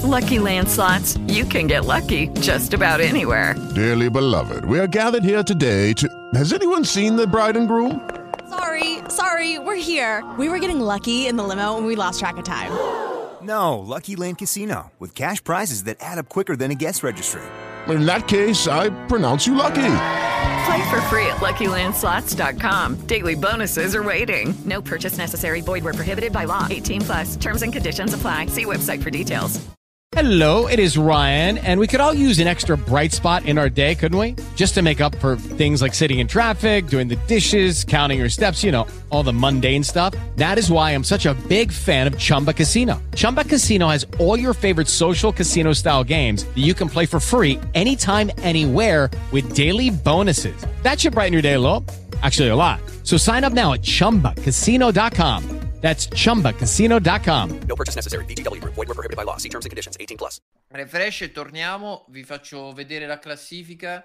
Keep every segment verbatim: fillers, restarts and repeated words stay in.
Lucky Land Slots, you can get lucky just about anywhere. Dearly beloved, we are gathered here today to... Has anyone seen the bride and groom? Sorry, sorry, we're here. We were getting lucky in the limo and we lost track of time. No, Lucky Land Casino, with cash prizes that add up quicker than a guest registry. In that case, I pronounce you lucky. Play for free at Lucky Land Slots dot com. Daily bonuses are waiting. No purchase necessary. Void where prohibited by law. eighteen plus. Terms and conditions apply. See website for details. Hello, it is Ryan, and we could all use an extra bright spot in our day, couldn't we? Just to make up for things like sitting in traffic, doing the dishes, counting your steps, you know, all the mundane stuff. That is why I'm such a big fan of Chumba Casino. Chumba Casino has all your favorite social casino-style games that you can play for free anytime, anywhere with daily bonuses. That should brighten your day a little. Actually, a lot. So sign up now at chumba casino dot com. That's chumba casino dot com. No purchase necessary. V G W Group. Void where prohibited by law. See terms and conditions. eighteen plus. Refresh e torniamo. Vi faccio vedere la classifica.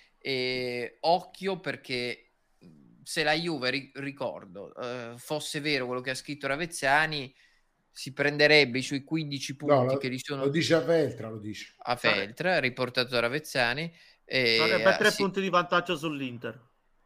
E occhio, perché se la Juve, ri- ricordo, eh, fosse vero quello che ha scritto Ravezzani, si prenderebbe i suoi quindici punti No, lo, che gli sono lo dice a Feltra, lo dice. a Feltra, riportato da Ravezzani. E Sarebbe tre si- punti di vantaggio sull'Inter.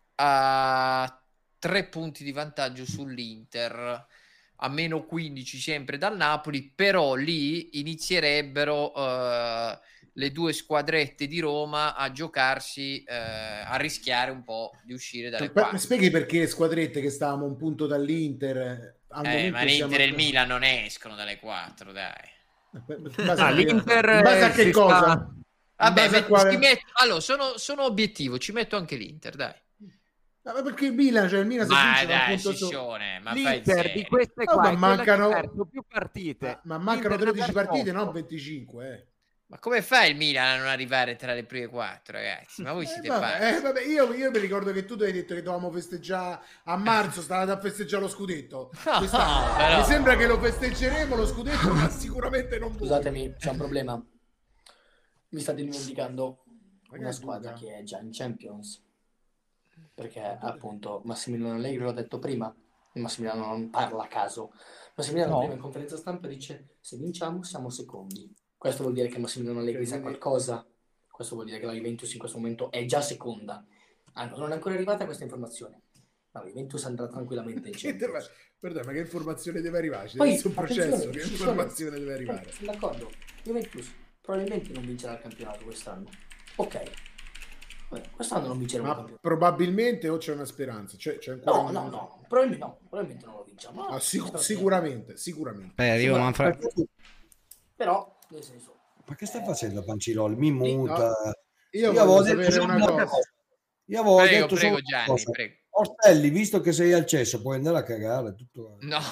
a tre punti di vantaggio sull'Inter, a meno quindici sempre dal Napoli, però lì inizierebbero eh, le due squadrette di Roma a giocarsi, eh, a rischiare un po' di uscire dalle Per, quattro. spieghi perché squadrette che stavamo un punto dall'Inter al Eh, momento ma l'Inter siamo- e il Milan non escono dalle quattro, dai. In base Ah, a che- l'Inter, in base a eh, che si cosa? sta- In Vabbè, base a met- quale- ci metto- allora sono, sono obiettivo, ci metto anche l'Inter, dai. Ah, ma perché il Milan, cioè il Milan se Ma vince da un dai, punto solo. Ciccione, ma fai il L'Inter serio. di queste No, qua ma è quella mancano- che ha perso più partite. Ma, ma mancano L'Inter tredici ne ha partite, perso non venticinque. Eh. Ma come fa il Milan a non arrivare tra le prime quattro, ragazzi? Ma voi Eh, siete vabbè, pazzi. eh, vabbè, io, io mi ricordo che tu hai detto che dovevamo festeggiare a marzo, stavate a festeggiare lo scudetto. No, Quest'anno. però- Mi sembra che lo festeggeremo lo scudetto, ma sicuramente non voi. Scusatemi, c'è un problema. Mi state dimenticando una Magari squadra Duca. che è già in Champions. Perché appunto Massimiliano Allegri, l'ho detto prima, Massimiliano non parla a caso. Massimiliano No. prima in conferenza stampa dice: se vinciamo siamo secondi. Questo vuol dire che Massimiliano Allegri sa Quindi- qualcosa. Questo vuol dire che la Juventus in questo momento è già seconda. Ah, no, non è ancora arrivata questa informazione. Ma la Juventus andrà tranquillamente in Che Champions. deve- Perdona, ma che informazione deve arrivare? C'è Poi, un processo, attenzione, che ci informazione sono- deve arrivare? Eh, sono d'accordo. Juventus probabilmente non vincerà il campionato quest'anno. Ok. Vabbè, quest'anno non vinceremo il Ma campionato. probabilmente o c'è una speranza? C'è, c'è ancora No, un- no, no, probabilmente no, probabilmente non lo vinciamo. Ah, sic- Quest'anno- sicuramente, sicuramente. Beh, arrivo Manfred. Però, nel senso, Ma che sta facendo Panciroli? Mi muta. No, io Io voglio avevo sapere detto solo una una cosa. cosa. Io avevo Prego, detto prego, solo una Gianni, cosa. prego. Ortelli, visto che sei al cesso, puoi andare a cagare. Tutto... No.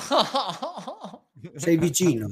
Sei vicino.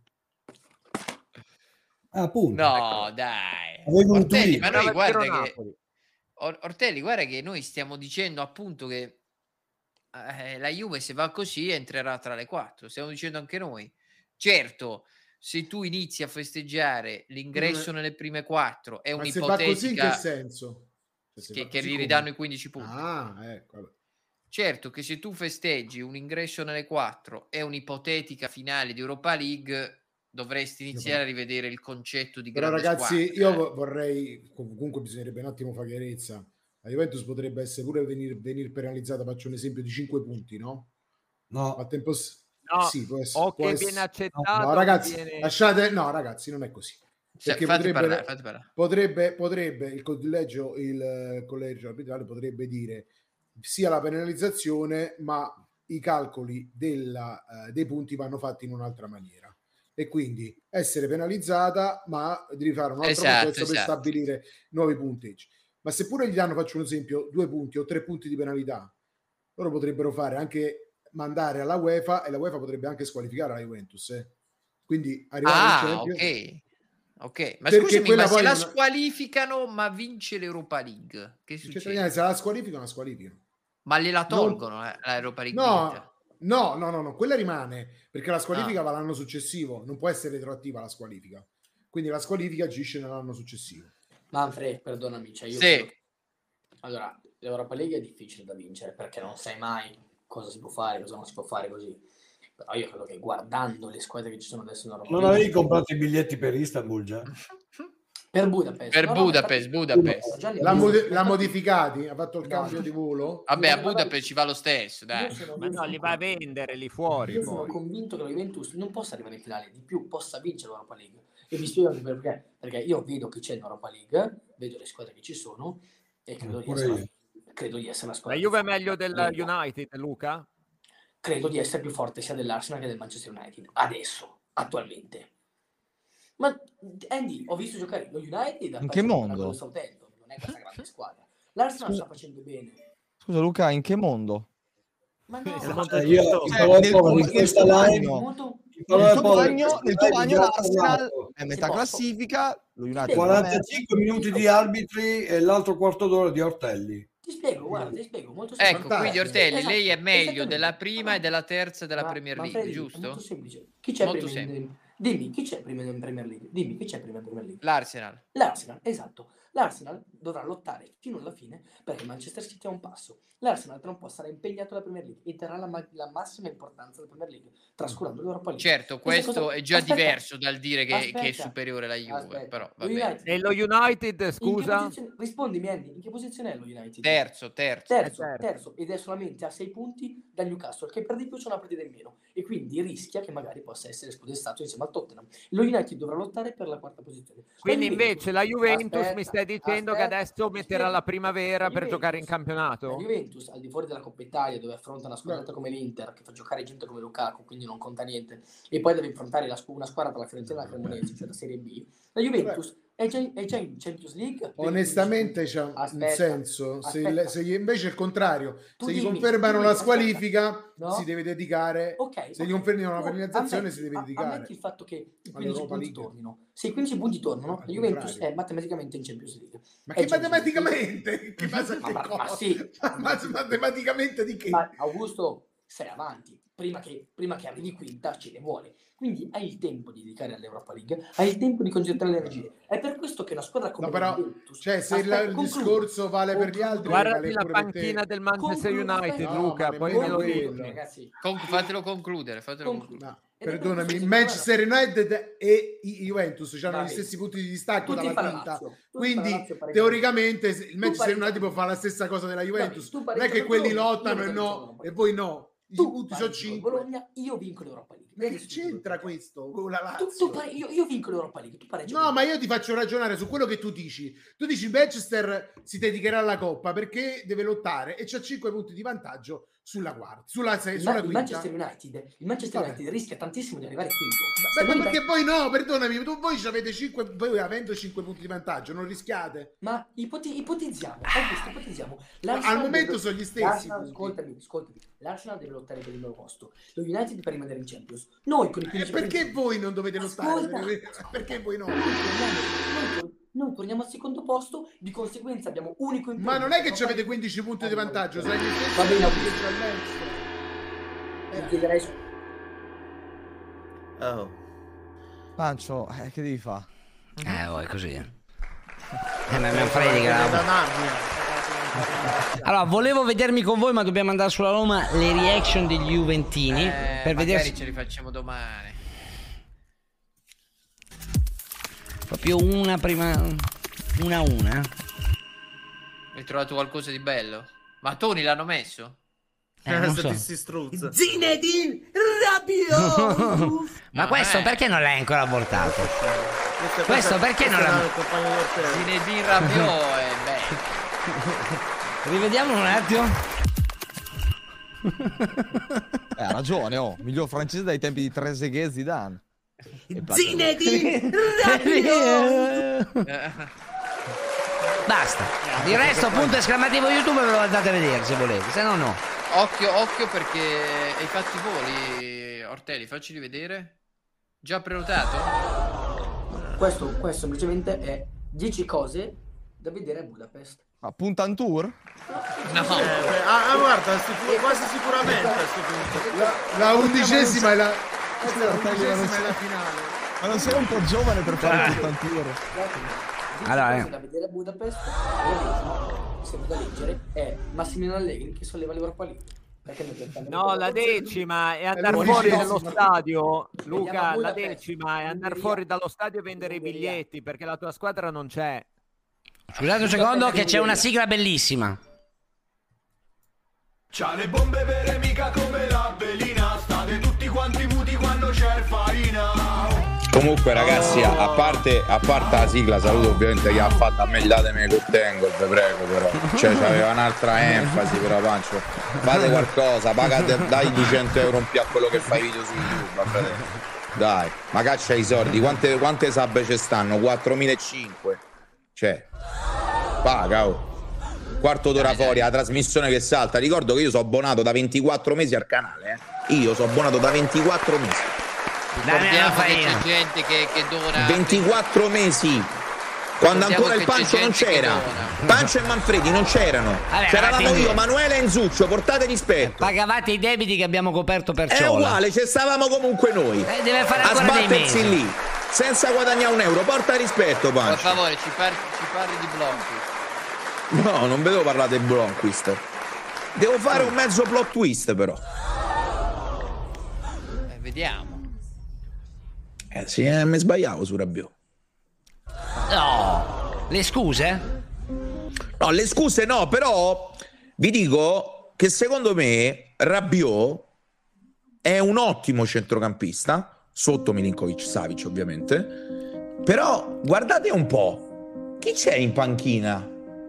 Ah, appunto. No, dai. Avevo un Ortelli, tuo ma noi Era guarda Verona che Napoli. Or- Ortelli, guarda che noi stiamo dicendo appunto che eh, la Juve se va così entrerà tra le quattro. Stiamo dicendo anche noi. Certo, se tu inizi a festeggiare l'ingresso Mm. nelle prime quattro è Ma se va così in che un'ipotetica senso? Se che, va che così gli come- ridanno i quindici punti. Ah, ecco. vabbè. Certo che se tu festeggi un ingresso nelle quattro e un'ipotetica finale di Europa League, dovresti iniziare a rivedere il concetto di Però grande ragazzi, squadra, io eh. vo- vorrei, comunque bisognerebbe un attimo fare chiarezza. La Juventus potrebbe essere pure venire, venire penalizzata, faccio un esempio di cinque punti, no? No, A tempo s- No, sì, può ess- o può che ess- viene accettato, No, o ragazzi, che viene- lasciate, no, ragazzi, non è così. Se- Perché fate potrebbe, parlare, fate parlare. potrebbe, potrebbe il collegio, il eh, collegio arbitrale potrebbe dire sia la penalizzazione, ma i calcoli della, eh, dei punti vanno fatti in un'altra maniera. E quindi essere penalizzata, ma devi fare un altro Esatto, processo per esatto. stabilire nuovi punteggi. Ma se pure gli danno, faccio un esempio, due punti o tre punti di penalità, loro potrebbero fare anche mandare alla UEFA e la UEFA potrebbe anche squalificare la Juventus. Eh. Quindi arrivare in Ah, Champions- ok. Ok, ma Perché scusami, quella ma se poi la non- squalificano ma vince l'Europa League, che Cioè, succede? se la squalificano, la squalificano. Ma gliela Non- tolgono eh, l'Europa League vinta? No, no, no, no, no, quella rimane perché la squalifica Ah. va l'anno successivo, non può essere retroattiva la squalifica. Quindi la squalifica agisce nell'anno successivo. Manfred, perdonami, cioè io Sì. credo- allora, l'Europa League è difficile da vincere perché non sai mai cosa si può fare, cosa non si può fare così. Però io credo che guardando le squadre che ci sono adesso in Europa Non avevi comprato i biglietti per Istanbul già? Per Budapest. Per no, no, Budapest, infatti, Budapest. Gianni, L'ha, io- modi- l'ha modificati? Ha fatto il No. cambio di volo? Vabbè, a Io- Budapest ci va lo stesso, dai. io sono- Ma no, li va a vendere lì fuori. Io sono Poi. convinto che la Juventus non possa arrivare in finale, di più possa vincere l'Europa League. E vi spiego anche perché. Perché io vedo che c'è l'Europa League, vedo le squadre che ci sono e credo di Pure essere, io. credo di essere una La squadra. Juve è meglio del League. United, Luca? Credo di essere più forte sia dell'Arsenal che del Manchester United adesso, attualmente. Ma Andy, ho visto giocare lo United In che mondo? Southampton, non è questa grande squadra. L'Arsenal Scusa. sta facendo bene. Scusa Luca, in che mondo? Ma no, Eh, io in Cioè, parole nel povere, tuo- in questa nel tuo live bagno- molto- in parole Nel tuo povere, bagno, in nel questa tuo live bagno vi ho l'Arsenal parlato. è metà posso? classifica, lo United Sì, non è. quarantacinque minuti di arbitri e l'altro quarto d'ora di Ortelli. Ti spiego, guarda, ti spiego molto Ecco, semplice. quindi Ortelli, Esatto, lei è meglio esattamente. della prima e della terza della Ma- Premier ma League, Freddy, è giusto? molto semplice. Chi c'è Molto prima in- semplice. Dimmi, chi c'è prima in Premier League? Dimmi, chi c'è prima in Premier League? L'Arsenal. L'Arsenal, esatto. L'Arsenal dovrà lottare fino alla fine perché Manchester City è un passo. L'Arsenal tra un po' sarà impegnato alla Premier League e darà la, ma- la massima importanza alla Premier League, trascurando l'Europa League. Certo, Questa questo cosa- è già Aspetta, diverso dal dire che, che è aspetta, superiore la Juve, aspetta. però va Lo bene. United- E lo United, in che scusa? posizione- Rispondimi Andy, in che posizione è lo United? Terzo, terzo. Terzo, Eh, certo. terzo, ed è solamente a sei punti da Newcastle, che per di più c'è una partita in meno, e quindi rischia che magari possa essere spodestato insieme al Tottenham. Lo United dovrà lottare per la quarta posizione. La Quindi Juventus- invece la Juventus Aspetta, mi stai dicendo che aspetta, adesso ti metterà spiego. la primavera La per giocare in Juventus- campionato? La Juventus, al di fuori della Coppa Italia, dove affronta una squadra come l'Inter, che fa giocare gente come Lukaku, quindi non conta niente, e poi deve affrontare la squ- una squadra tra la Fiorentina e la Cremonese, cioè la Serie B, la Juventus è già, è già in Champions League. Onestamente c'è un Aspetta, senso. Se, aspetta. il- se gli- invece è il contrario, Tu se gli dimmi, confermano dimmi, la aspetta. squalifica, No? si deve dedicare. Ok, se gli ok. confermano la No, penalizzazione, ammetti- si deve a- dedicare. Ammetti il fatto che i quindici All'Europa punti League. tornino. Se i quindici punti tornano, No, la al Juventus contrario. è matematicamente in Champions League. Ma È che in Champions League. matematicamente? Che base Ma- che ma- ma cosa? sì. Ma- ma matematicamente di che? Ma Augusto, sei avanti. Prima che, prima che arrivi quinta, ce ne vuole. Quindi hai il tempo di dedicare all'Europa League, hai il tempo di concentrare le energie. È per questo che una squadra come No, però, la Juventus... cioè, se il- Aspetta, il concludo. discorso vale per gli altri, Concludo. Guardati vale la pure per te. panchina del Manchester Concludo, United, aspetta. Luca, No, poi ma me lo nemmeno dici. Ragazzi, Con- fatelo concludere, fatelo Concludo. concludere. No, Ed è per perdonami, questo che Manchester United e i Juventus hanno Vai. gli stessi punti di distacco Tutti dalla fa la quinta, Lazio, tutti fa la quindi Lazio pareggiando. teoricamente se- il Tu Manchester pareggiando. United può fare la stessa cosa della Juventus. tu Non è pareggi che con quelli Bologna, lottano io e pareggio no, con e voi no. I Tu punti sono pareggi con cinque. Bologna, io vinco l'Europa League. Ma che Vedi subito c'entra perché. questo con la Tu, Lazio? tu pare- io, io vinco l'Europa League, tu pareggi No, con ma io ti faccio ragionare su quello che tu dici. Tu dici Manchester si dedicherà alla Coppa perché deve lottare e c'ha cinque punti di vantaggio sulla quarta, sulla, se- il, sulla Ma- il quinta. Manchester United, il Manchester Vabbè. United rischia tantissimo di arrivare quinto. Ma, Se ma noi perché dai- voi no, perdonami, tu, voi ci avete cinque, voi avendo cinque punti di vantaggio, non rischiate? Ma ipoti- ipotizziamo, Augusto, ipotizziamo. L'Arsenal Al momento deve- sono gli stessi l'Arsenal- punti. ascoltami, ascoltami. L'Arsenal deve lottare per il nuovo posto. Lo United per rimanere in Champions. Noi con i E quindici perché punti- voi non dovete lottare? Ascolta. Perché voi no? Noi torniamo- noi- Noi torniamo al secondo posto, di conseguenza abbiamo unico impegno. Ma non è che ci No, avete quindici punti di vantaggio, sai gli stessi Va bene, punti Augusto. che c'ha il Manchester. Ti chiederei su- Oh. Pancio, eh, che devi fare? Eh, oh, è così. Eh, ma non frega. Allora, volevo vedermi con voi, ma dobbiamo andare sulla Roma le reaction degli Juventini Eh, per magari vedere ce li facciamo domani. proprio una prima una a una. Hai trovato qualcosa di bello? Ma Tony l'hanno messo? Eh, non so. Si struzza. Zinedine Rabiot! Ma questo eh. perché non l'hai ancora abortato? Questo perché non l'ha- Zinedine Rabiot è bello. Rivediamo un attimo. Eh, ha ragione, oh. Miglior francese dai tempi di Trezeguet e Zidane. E Platini. Zinedine Rabiot! Basta. Il resto punto esclamativo YouTube ve lo andate a vedere se volete, se no no. Occhio, occhio perché hai fatto i voli, Ortelli, facci rivedere. Già prenotato? Questo, questo semplicemente è dieci cose da vedere a Budapest. Ma punta un tour? No. Eh, ah, ah, guarda, sicur- quasi sicuramente a questo punto. La, la undicesima è la, questa è la undicesima è la finale. Ma non sei un po' giovane per fare punta un tour? dieci Allora, cose eh. da vedere a Budapest. La decima, sempre da leggere, è Massimiliano Allegri che solleva l'Europa League. No, la decima è andare È fuori l'undicesima. dallo stadio. Luca, Vediamo voi la la testa. decima è andare fuori dallo stadio e vendere i biglietti perché la tua squadra non c'è. Scusate un secondo che c'è una sigla bellissima. C'ha le bombe vere mica come la velina. State tutti quanti muti quando c'è farina. Comunque ragazzi, a parte, a parte la sigla, saluto ovviamente chi ha fatto, a me datemi Curtangle, vi prego però. Cioè c'aveva un'altra enfasi però, Pancio. Fate qualcosa, pagate, dai duecento euro un più a quello che fai video su YouTube, fratello. Dai, ma caccia i soldi, quante, quante sub ci stanno? quattromilacinquecento. Cioè, paga, oh. Quarto d'ora fuori, la trasmissione che salta. Ricordo che io sono abbonato da ventiquattro mesi al canale, eh. Io sono abbonato da ventiquattro mesi. Ricordiamo che c'è gente che, che dona ventiquattro mesi. Quando Ricordiamo ancora il che c'è Pancio non gente che c'era. dona. Pancio e Manfredi non c'erano. Vabbè, C'eravamo quindi- io, Manuela e Enzuccio, portate rispetto. Pagavate i debiti che abbiamo coperto per È Ciola. uguale, ci stavamo comunque noi. Eh, deve fare a ancora dei sbattersi mesi. lì, senza guadagnare un euro. Porta rispetto, Per Pancio. favore, ci, par- ci parli di Blomqvist. No, non vedevo parlare di Blomqvist. Devo fare un mezzo plot twist, però. Eh, vediamo. Eh sì, eh, mi sbagliavo su Rabiot. No, le scuse? No, le scuse no, però vi dico che secondo me Rabiot è un ottimo centrocampista, sotto Milinkovic-Savic ovviamente, però guardate un po', chi c'è in panchina?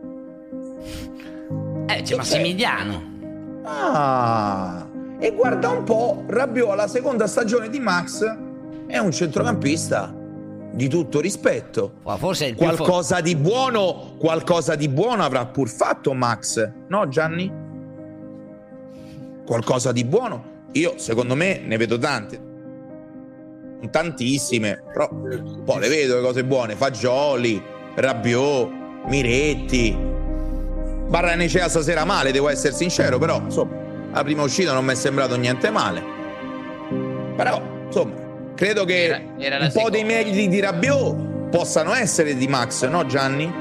Eh, c'è Massimiliano. Ah, e guarda un po', Rabiot alla seconda stagione di Max è un centrocampista di tutto rispetto. Ma forse è il più Qualcosa di buono, qualcosa di buono avrà pur fatto Max, no Gianni? Qualcosa di buono? Io, secondo me, ne vedo tante. Non tantissime, però un po' le vedo le cose buone. Fagioli, Rabiot, Miretti. Barrenechea stasera male, devo essere sincero, però insomma, la prima uscita non mi è sembrato niente male. Però, insomma, credo che Era- era la un po' seconda. dei meriti di Rabiot possano essere di Max, no Gianni?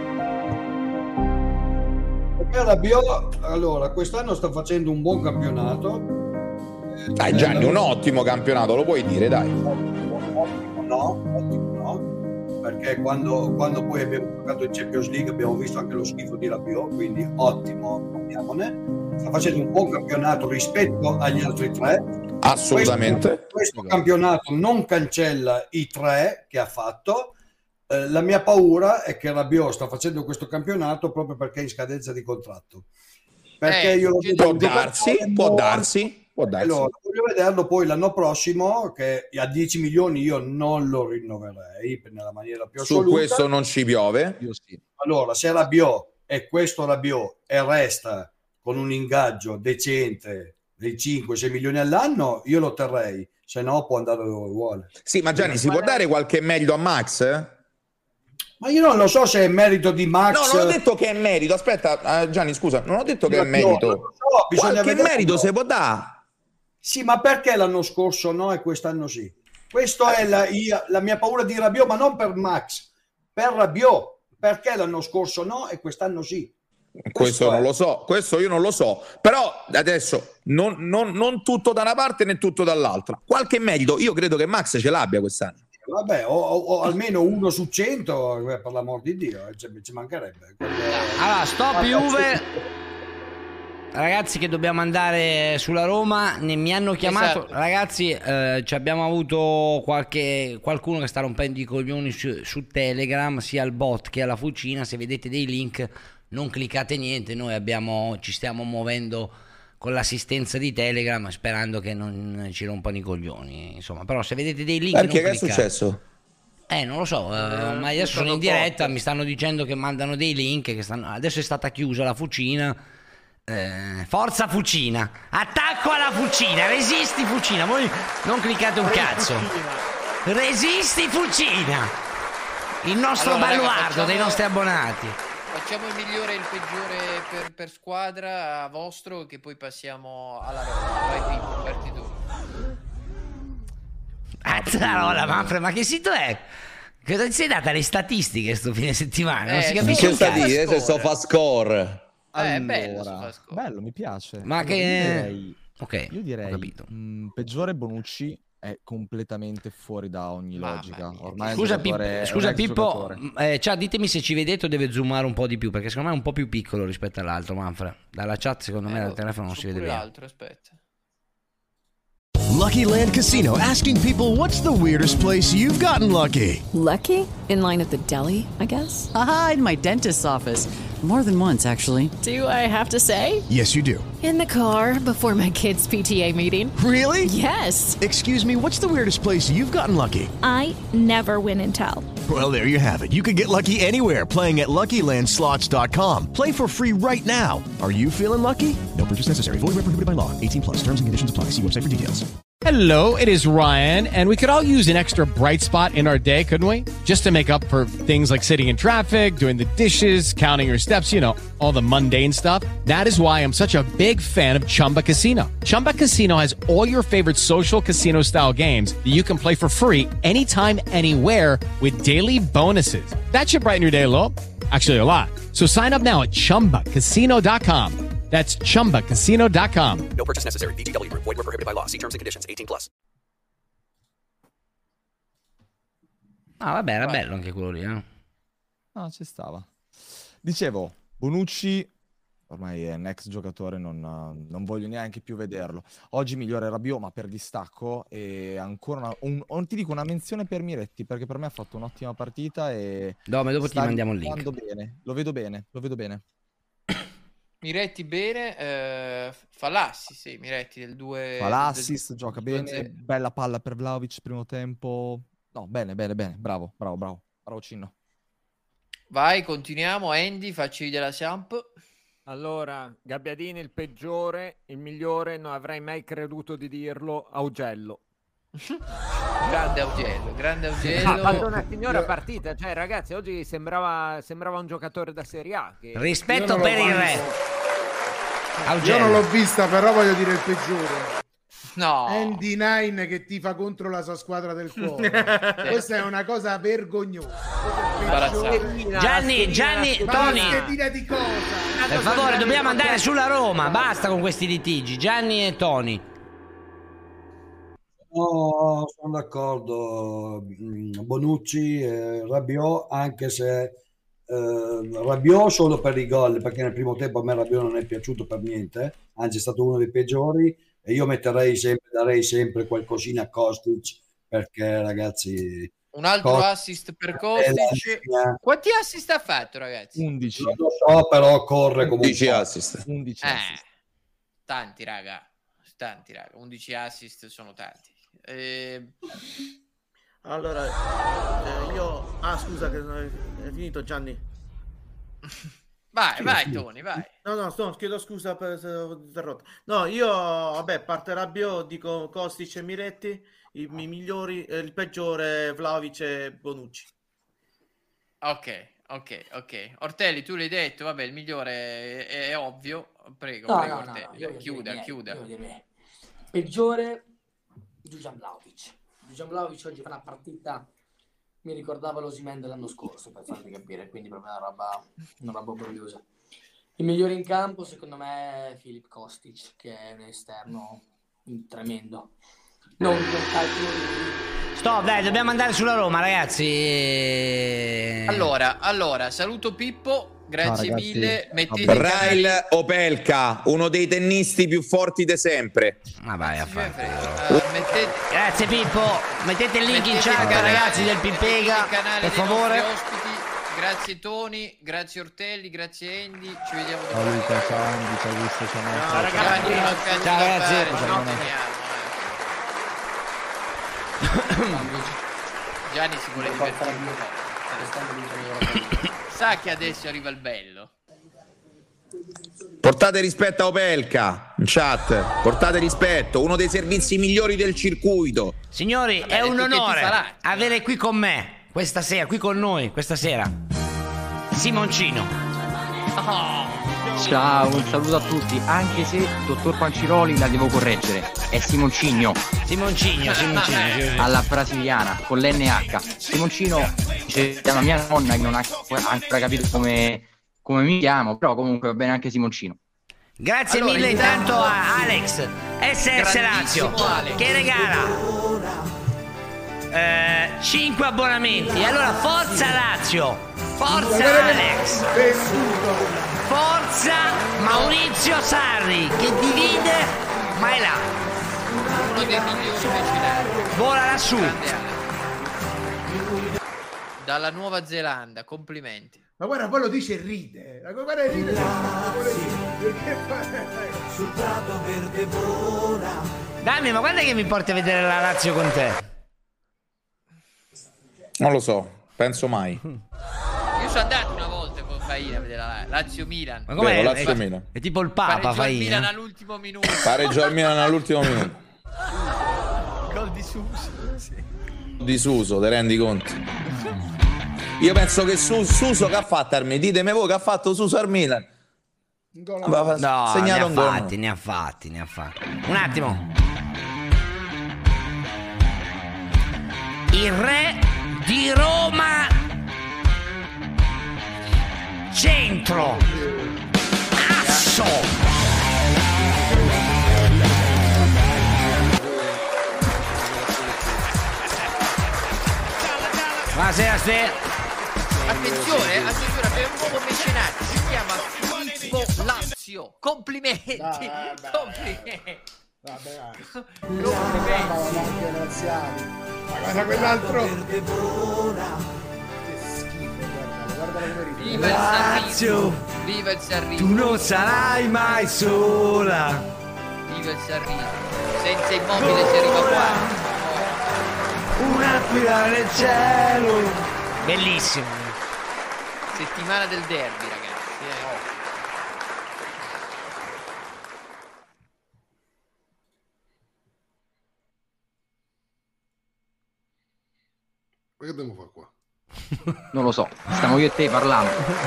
Perché Rabiot, allora, quest'anno sta facendo un buon campionato. Dai Gianni, un ottimo campionato, lo puoi dire, dai. No, ottimo no, perché quando, quando poi abbiamo giocato in Champions League abbiamo visto anche lo schifo di Rabiot, quindi ottimo, parliamone. Sta facendo un buon campionato rispetto agli altri tre. Assolutamente. Questo, questo campionato non cancella i tre che ha fatto. Eh, la mia paura è che Rabiot sta facendo questo campionato proprio perché è in scadenza di contratto. Perché Eh, io lo può vedo un darsi, giocatore può molto- darsi, può darsi. Allora, voglio vederlo poi l'anno prossimo, che a dieci milioni io non lo rinnoverei nella maniera più Su assoluta. questo non ci piove. Io sì. Allora, se Rabiot è questo Rabiot e resta con un ingaggio decente dei cinque sei milioni all'anno, io lo terrei, se no può andare dove vuole. Sì, ma Gianni, si può dare qualche merito a Max? Ma io non lo so se è merito di Max. No, non ho detto che è merito. Aspetta, eh, Gianni, scusa, non ho detto che è No, merito. non lo so, bisogna Qualche vedere- merito se può dare. Sì, ma perché l'anno scorso no e quest'anno sì? Questa è la, io- la mia paura di Rabiot, ma non per Max, per Rabiot. Perché l'anno scorso no e quest'anno sì? Questo è. non lo so, questo io non lo so. Però adesso non, non- non tutto da una parte né tutto dall'altra. Qualche merito, io credo che Max ce l'abbia quest'anno. Vabbè, o, o- o almeno uno su cento, eh, per l'amor di Dio, eh, ci, ci mancherebbe. Allora, stop Juve. Ragazzi che dobbiamo andare sulla Roma, ne mi hanno chiamato. Esatto. Ragazzi, eh, ci abbiamo avuto qualche, qualcuno che sta rompendo i coglioni su, su Telegram, sia al bot che alla fucina. Se vedete dei link non cliccate niente, noi abbiamo, ci stiamo muovendo con l'assistenza di Telegram sperando che non ci rompano i coglioni. Insomma, però se vedete dei link Perché non che è cliccate. successo? Eh, non lo so, eh, ma adesso sono in diretta, mi stanno dicendo che mandano dei link, che stanno... adesso è stata chiusa la fucina. Eh, forza Fucina, attacco alla Fucina, resisti Fucina, voi non cliccate un cazzo, resisti Fucina, il nostro Allora, raga, baluardo facciamo- dei nostri abbonati. Facciamo il migliore e il peggiore per, per squadra vostro, che poi passiamo alla Roma. Vai Pippo, parti tu. Azzarola, Manfred, ma che sito è? Cosa ti sei data le statistiche sto fine settimana? Non si Eh, capisce Che un sta cazzo. di? Se so fa score. Eh, è bello, Allora, Sofasco. bello, mi piace. Ma Allora, che- direi Ok, io direi mh, peggiore Bonucci è completamente fuori da ogni Mamma logica. mia. Ormai Scusa, è un giocatore- Pippo, è scusa un ex Pippo giocatore. eh, cioè, ditemi se ci vedete o deve zoomare un po' di più, perché secondo me è un po' più piccolo rispetto all'altro, Manfred. Dalla chat secondo me Eh, dal telefono non si vede bene. L'altro, aspetta. Lucky Land Casino, asking people, what's the weirdest place you've gotten lucky? Lucky? In line at the deli, I guess? Aha, in my dentist's office. More than once, actually. Do I have to say? Yes, you do. In the car before my kids' P T A meeting. Really? Yes. Excuse me, what's the weirdest place you've gotten lucky? I never win and tell. Well, there you have it. You can get lucky anywhere, playing at Lucky Land Slots dot com. Play for free right now. Are you feeling lucky? No purchase necessary. Void where prohibited by law. eighteen plus. Terms and conditions apply. See website for details. Hello, it is Ryan, and we could all use an extra bright spot in our day, couldn't we? Just to make up for things like sitting in traffic, doing the dishes, counting your steps, you know, all the mundane stuff. That is why I'm such a big fan of Chumba Casino. Chumba Casino has all your favorite social casino style games that you can play for free anytime, anywhere with daily bonuses. That should brighten your day a little. Actually, a lot. So sign up now at chumba casino dot com. That's chumba casino dot com. No purchase necessary. V G W Group. Void where prohibited by law. See terms and conditions. eighteen plus. Ah, vabbè, era bello anche quello lì, eh. No, ci stava. Dicevo, Bonucci ormai è un ex giocatore, non, non voglio neanche più vederlo. Oggi migliore Rabiot, ma per distacco, e ancora una, un, un- ti dico una menzione per Miretti, perché per me ha fatto un'ottima partita e No, ma dopo ti sta mandiamo il link. giocando bene. Lo vedo bene, lo vedo bene. Miretti bene, eh, fa l'assist, sì, Miretti del due. Fa l'assist, del- gioca due a bene, zero. bella palla per Vlahovic primo tempo. No, bene, bene, bene, bravo, bravo, bravo, bravo Cinno. Vai, continuiamo. Andy, facci vedere la Samp. Allora, Gabbiadini il peggiore, il migliore, non avrei mai creduto di dirlo, Augello. Grande Augello, grande Augello. Ha fatto una signora partita, cioè ragazzi, oggi sembrava, sembrava un giocatore da Serie A. Che... Rispetto per il re. Io non l'ho vista, però voglio dire il peggiore. No. Andy Nine che tifa contro la sua squadra del cuore. Questa è una cosa vergognosa. Gianni, Gianni, Tony, Schedina di cosa? per favore, dobbiamo andare sulla Roma. Basta con questi litigi. Gianni e Tony. No, sono d'accordo. Mm, Bonucci, eh, Rabiot, anche se eh, Rabiot solo per i gol, perché nel primo tempo a me Rabiot non è piaciuto per niente, anzi è stato uno dei peggiori, e io metterei sempre, darei sempre qualcosina a Kostic, perché ragazzi... Un altro Kostic assist per è la Kostic. linea- Quanti assist ha fatto, ragazzi? undici. Non lo so, però corre comunque. undici assist. undici Eh, assist. tanti, raga. Tanti, raga. undici assist sono tanti. Eh, Allora, eh, io... Ah, scusa, che è finito Gianni. vai, Sì, vai, sì. Tony, vai. No, no, sto, chiedo scusa per se ho interrotto. No, io, vabbè, parte Rabiot, dico Kostic e Miretti, i, i migliori, eh, il peggiore Vlahovic e Bonucci. Ok, ok, ok. Ortelli, tu l'hai detto, vabbè, il migliore è, è ovvio. Prego, No, prego, no, no, Ortelli. no, io voglio chiuda, dire niente, chiuda. io voglio dire niente. Peggiore Dusan Vlahovic. Dusan Vlahovic oggi fa una partita, mi ricordava l'Osimhen dell'anno scorso, per farvi capire, quindi proprio una roba, una roba boriosa. Il migliore in campo secondo me è Filip Kostic, che è un esterno tremendo. Non non calcolo di- Stop, dai, dobbiamo andare sulla Roma, ragazzi. Allora, allora, saluto Pippo. Grazie Ciao, ragazzi. mille. Mettete i Rail Opelka, uno dei tennisti più forti di sempre. Ma vai a fare. Uh, mettete... Grazie Pippo, mettete il link in Mettete chat, il canale- ragazzi del mettete Pimpega, il canale per dei favore. nostri ospiti. Grazie Tony, grazie Ortelli, grazie Andy. Ci vediamo Ciao domani. Luca, ciao Andy, ciao Augusto, ciao Marco. Ciao ragazzi, non ho cazzo Ciao, da ragazzi. fare, Ciao, ci buona vediamo, eh. Gianni si vuole divertire un po'. Sa che adesso arriva il bello. Portate rispetto a Opelka in chat, portate rispetto, uno dei servizi migliori del circuito. Signori, Vabbè, è un detto che ti onore farà. avere qui con me, questa sera, qui con noi, questa sera, Simoncino. Ciao, un saluto a tutti, anche se dottor Panciroli la devo correggere, è Simoncino. Simoncino, Simoncino. Alla brasiliana, con l'N H. Simoncino dice la mia nonna che non ha ancora capito come, come mi chiamo, però comunque va bene anche Simoncino. Grazie Allora, mille intanto- intanto a Alex. S S Lazio Ale. che regala eh, cinque abbonamenti. E allora forza Lazio, forza Alex, forza Maurizio Sarri che divide ma è là. Uno dei migliori mecenati. Vola lassù. Dalla Nuova Zelanda, complimenti. Ma guarda, poi lo dice e ride. La guarda e ride. Perché sul prato verde vola. Dammi, ma quando è che mi porti a vedere la Lazio con te? Non lo so, penso mai. Io sono andato una volta con Faina a vedere la Lazio Milan. Ma com'è? Vero, Lazio è, Milan. è tipo il Papa Pareggio al Faina. Milan all'ultimo minuto. Pareggio al Milan all'ultimo minuto. Gol di Suso. Sì. Di Suso, te rendi conto? Io penso che Su, Suso che ha fatto al Milan, ditemi voi che ha fatto Suso al Milan. No, segnato ne ha un gol. fatti, ne ha fatti, ne ha fatti. Un attimo. Il re di Roma Centro. Asso. Buonasera, Ste. Attenzione, attenzione, abbiamo un nuovo mecenato, si chiama Filippo Lazio. Complimenti, Dai, vabbè. complimenti. Vabbè, vai. Complimenti. Razziali. Ma guarda quell'altro. Che schifo, guarda, guarda come ride. Viva il Sarrismo. Viva il Sarrismo. Tu non sarai mai sola. Viva il Sarrismo. Senza Immobile si arriva qua. Un'aquila nel cielo. Bellissimo. Settimana del derby, ragazzi. Eh. Ma che dobbiamo fare qua? Non lo so, stiamo io e te parlando.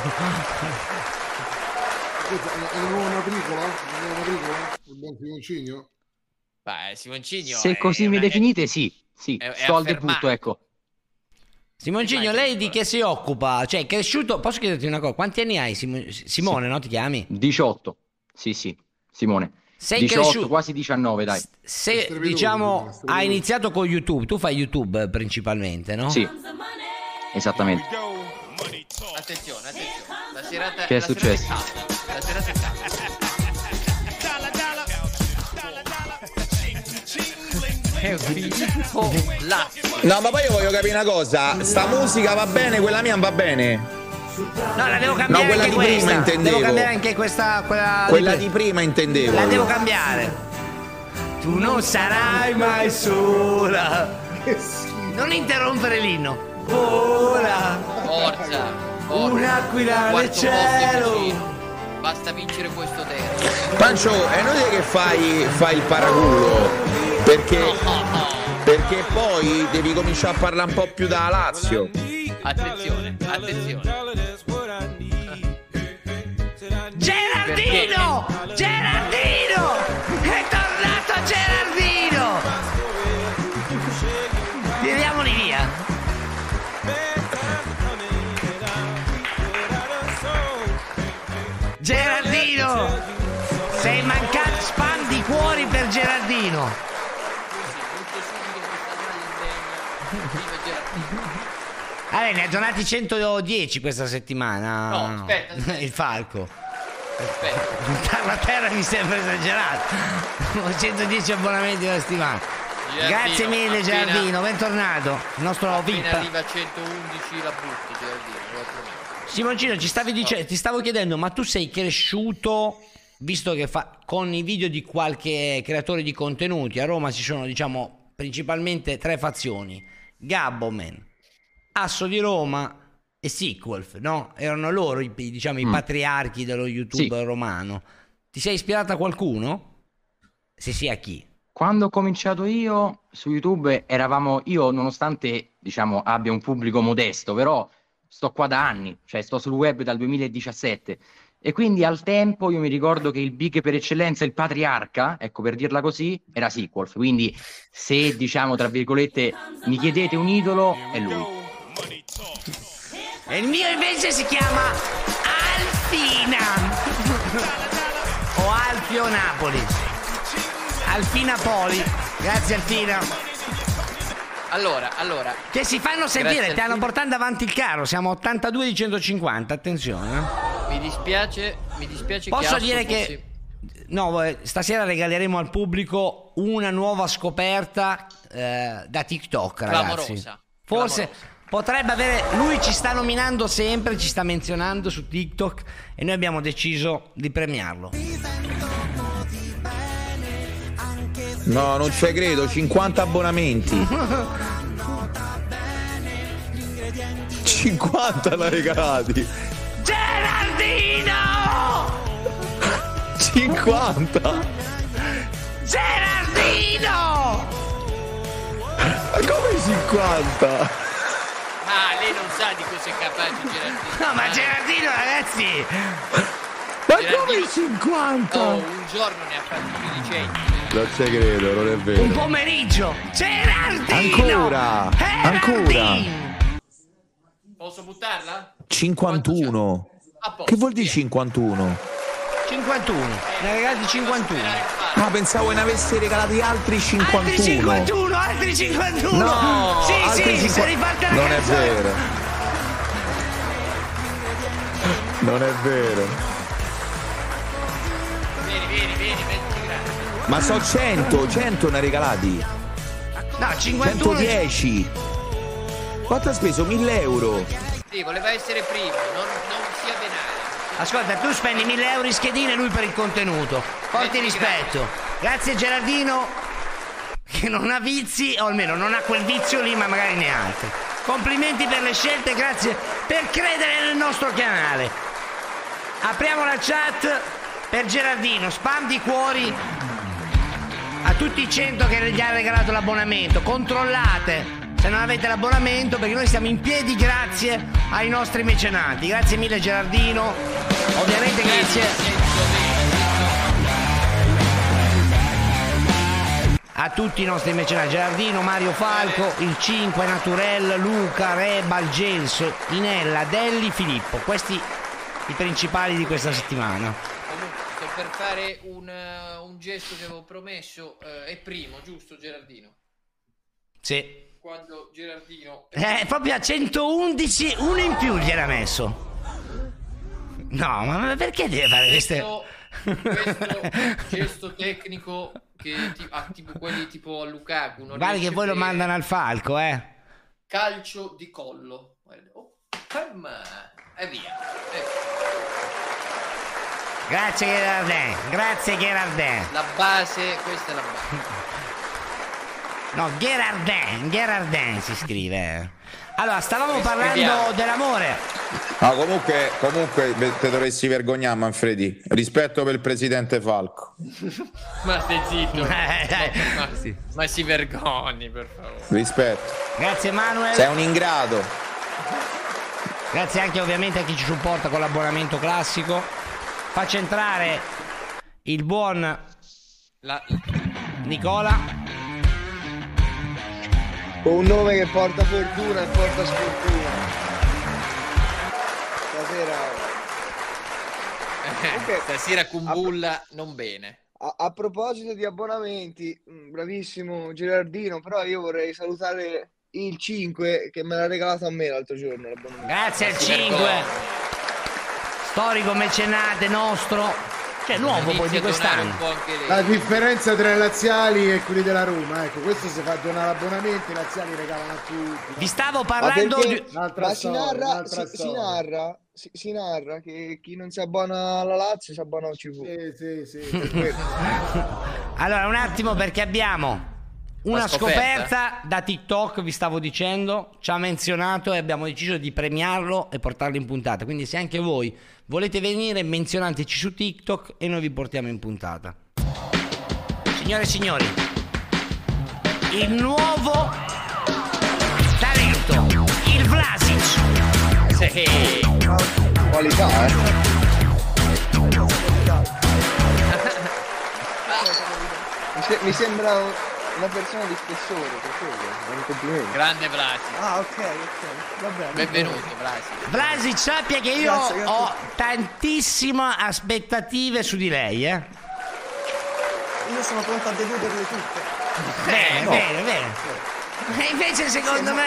Questa è una nuova matricola? Una nuova matricola? Il buon Simoncino? Beh, Simoncino. Se è così mi una- definite, sì. Sì, è- è sto al affermato. debutto, ecco. Simoncino, lei di che si occupa? Cioè, è cresciuto. Posso chiederti una cosa? Quanti anni hai? Simo- Simone, no? Ti chiami? diciotto. Sì, sì, Simone. Sei diciotto, cresciuto- quasi diciannove, dai. Se diciamo hai iniziato con YouTube, tu fai YouTube principalmente, no? Sì, esattamente. Attenzione, attenzione. La serata, Che è la successo? serata è calda. La serata è calda. È Filippo Lazio. No, ma poi io voglio capire una cosa. Sta musica va bene, quella mia non va bene. No, la devo cambiare No, quella anche di prima questa. intendevo. Devo cambiare anche questa. Quella, Quella di prima intendevo. La devo cambiare. Tu non sarai mai sola. Non interrompere l'inno. Vola. Forza. forza. Un'aquila nel Quarto posto cielo. vicino. Basta vincere questo derby. Pancio, è inutile che fai, fai il paraculo. Perché, perché poi devi cominciare a parlare un po' più da Lazio. Attenzione, attenzione. Gerardino! Gerardino! È tornato Gerardino! Tiriamoli via. Gerardino! Sei mancato spam di cuori per Gerardino. Allora, ne ha donati centodieci questa settimana. No, aspetta, aspetta. Il Falco. Aspetta. Buttare la terra mi sembra esagerato. Ho centodieci abbonamenti alla settimana. Gerardino, Grazie mille appena- Gerardino, bentornato. Il nostro V I Appena P. arriva a centoundici la butti, Gerardino, ve lo prometto. Simoncino, ci stavi dice- ti stavo chiedendo, ma tu sei cresciuto, visto che fa con i video di qualche creatore di contenuti, a Roma ci sono, diciamo, principalmente tre fazioni: Gabboman, Asso di Roma e Sequolf, no? Erano loro i, diciamo, i Mm. patriarchi dello YouTube Sì. romano. Ti sei ispirato a qualcuno? Se sì, a chi? Quando ho cominciato io su YouTube eravamo, io nonostante diciamo abbia un pubblico modesto, però sto qua da anni, cioè sto sul web dal duemiladiciassette e quindi al tempo io mi ricordo che il big per eccellenza, il patriarca, ecco per dirla così, era Sequolf, quindi se diciamo tra virgolette mi chiedete un idolo è lui. E il mio invece si chiama Alfina o Alfio Napoli. Alfina Poli. Grazie Alfina. Allora, allora. Che si fanno sentire, Grazie stanno Alfina. portando avanti il carro. Siamo a ottantadue di centocinquanta, attenzione. eh. Mi dispiace, mi dispiace che Posso Asso dire fossi- che no, eh, stasera regaleremo al pubblico una nuova scoperta eh, da TikTok, ragazzi. Clamorosa. Forse potrebbe avere. Lui ci sta nominando sempre, ci sta menzionando su TikTok e noi abbiamo deciso di premiarlo. No, non ci credo, cinquanta abbonamenti. cinquanta l'ha regalati. Gerardino! cinquanta. Gerardino! Ma come cinquanta? Ah, lei non sa di cosa è capace Gerardino. No, ma Gerardino, ragazzi! Ma Gerardino- come cinquanta? Oh, un giorno ne ha fatti più di cento. Non ci credo, non è vero. Un pomeriggio! Gerardino! Ancora! Ancora! Posso buttarla? cinquantuno. A posto, Che vuol dire cinquantuno? cinquantuno. Ne hai regalati cinquantuno. Ah, pensavo ne avessi regalati altri cinquantuno. Altri cinquantuno, altri cinquantuno! No, sì, altri sì, cinqu- sei rifatta la Non è canzone. vero. Non è vero. Vieni, vieni, vieni, mettiti grande. Ma so cento, cento ne ha regalati. No, cinquantuno. centodieci. Quanto ha speso? mille euro. Sì, voleva essere primo, non, non sia venale. Ascolta, tu spendi mille euro in schedine e lui per il contenuto. Porti rispetto. Grazie Gerardino, che non ha vizi, o almeno non ha quel vizio lì, ma magari ne ha altri. Complimenti per le scelte, grazie per credere nel nostro canale. Apriamo la chat per Gerardino, spam di cuori a tutti i cento che gli ha regalato l'abbonamento. Controllate se non avete l'abbonamento, perché noi siamo in piedi grazie ai nostri mecenati. Grazie mille Gerardino, ovviamente grazie a tutti i nostri mecenati: Gerardino, Mario Falco, il cinque, Naturel, Luca, Rebal, Gelso, Inella, Delli, Filippo. Questi i principali di questa settimana. Comunque, sto per fare un, uh, un gesto che avevo promesso. Uh, è primo, giusto Gerardino? Sì. Quando Gerardino... Eh, proprio a centoundici, uno in più gliel'ha messo. No, ma perché deve fare queste... Questo gesto tecnico che ti, ah, tipo quelli tipo a Lukaku. Non Guarda che riesce voi lo bene. mandano al falco, eh. Calcio di collo. Guarda. Oh, pam, e via. Ecco. Grazie Gerardin, grazie Gerardin. La base, questa è la base. No, Gerardin, Gerardin si scrive. Allora, stavamo parlando Scriviamo. dell'amore. No, comunque, comunque te dovresti vergognare, Manfredi. Rispetto per il presidente Falco. Ma stai zitto. Eh, dai. ma, ma si vergogni, per favore. Rispetto. Grazie Manuel. Sei un ingrato. Grazie anche ovviamente a chi ci supporta con l'abbonamento classico. Faccio entrare il buon La... Nicola. Un nome che porta fortuna e porta sfortuna. Stasera. Eh, stasera Kumbulla non bene. A, a proposito di abbonamenti, mh, bravissimo Gerardino, però io vorrei salutare il cinque che me l'ha regalato a me l'altro giorno. L'abbonamento. Grazie al cinque. Storico mecenate nostro. Cioè nuovo poi di quest'anno. La differenza tra i laziali e quelli della Roma, ecco, questo si fa donare abbonamenti, i laziali regalano a tutti. Vi stavo Ma parlando perché- di... Un'altra ma si storia, narra, un'altra si, si storia. narra, si, si narra che chi non si abbona alla Lazio si abbona al C V. Sì, sì, sì. Allora, un attimo, perché abbiamo una La scoperta. scoperta da TikTok, vi stavo dicendo, ci ha menzionato e abbiamo deciso di premiarlo e portarlo in puntata. Quindi se anche voi volete venire, menzionateci su TikTok e noi vi portiamo in puntata. Signore e signori, il nuovo talento, il Vlasic. Sì. Qualità, eh. Mi, se- mi sembra una persona di spessore, per quello, è un complimento. Grande Vlasi. Ah, ok, ok, va bene. Benvenuto Vlasi. Vlasic, sappia che io Grazie, grazie. ho tantissime aspettative su di lei, eh. io sono pronto a deluderle tutte. Bene, No. bene, bene. E invece secondo Sì, me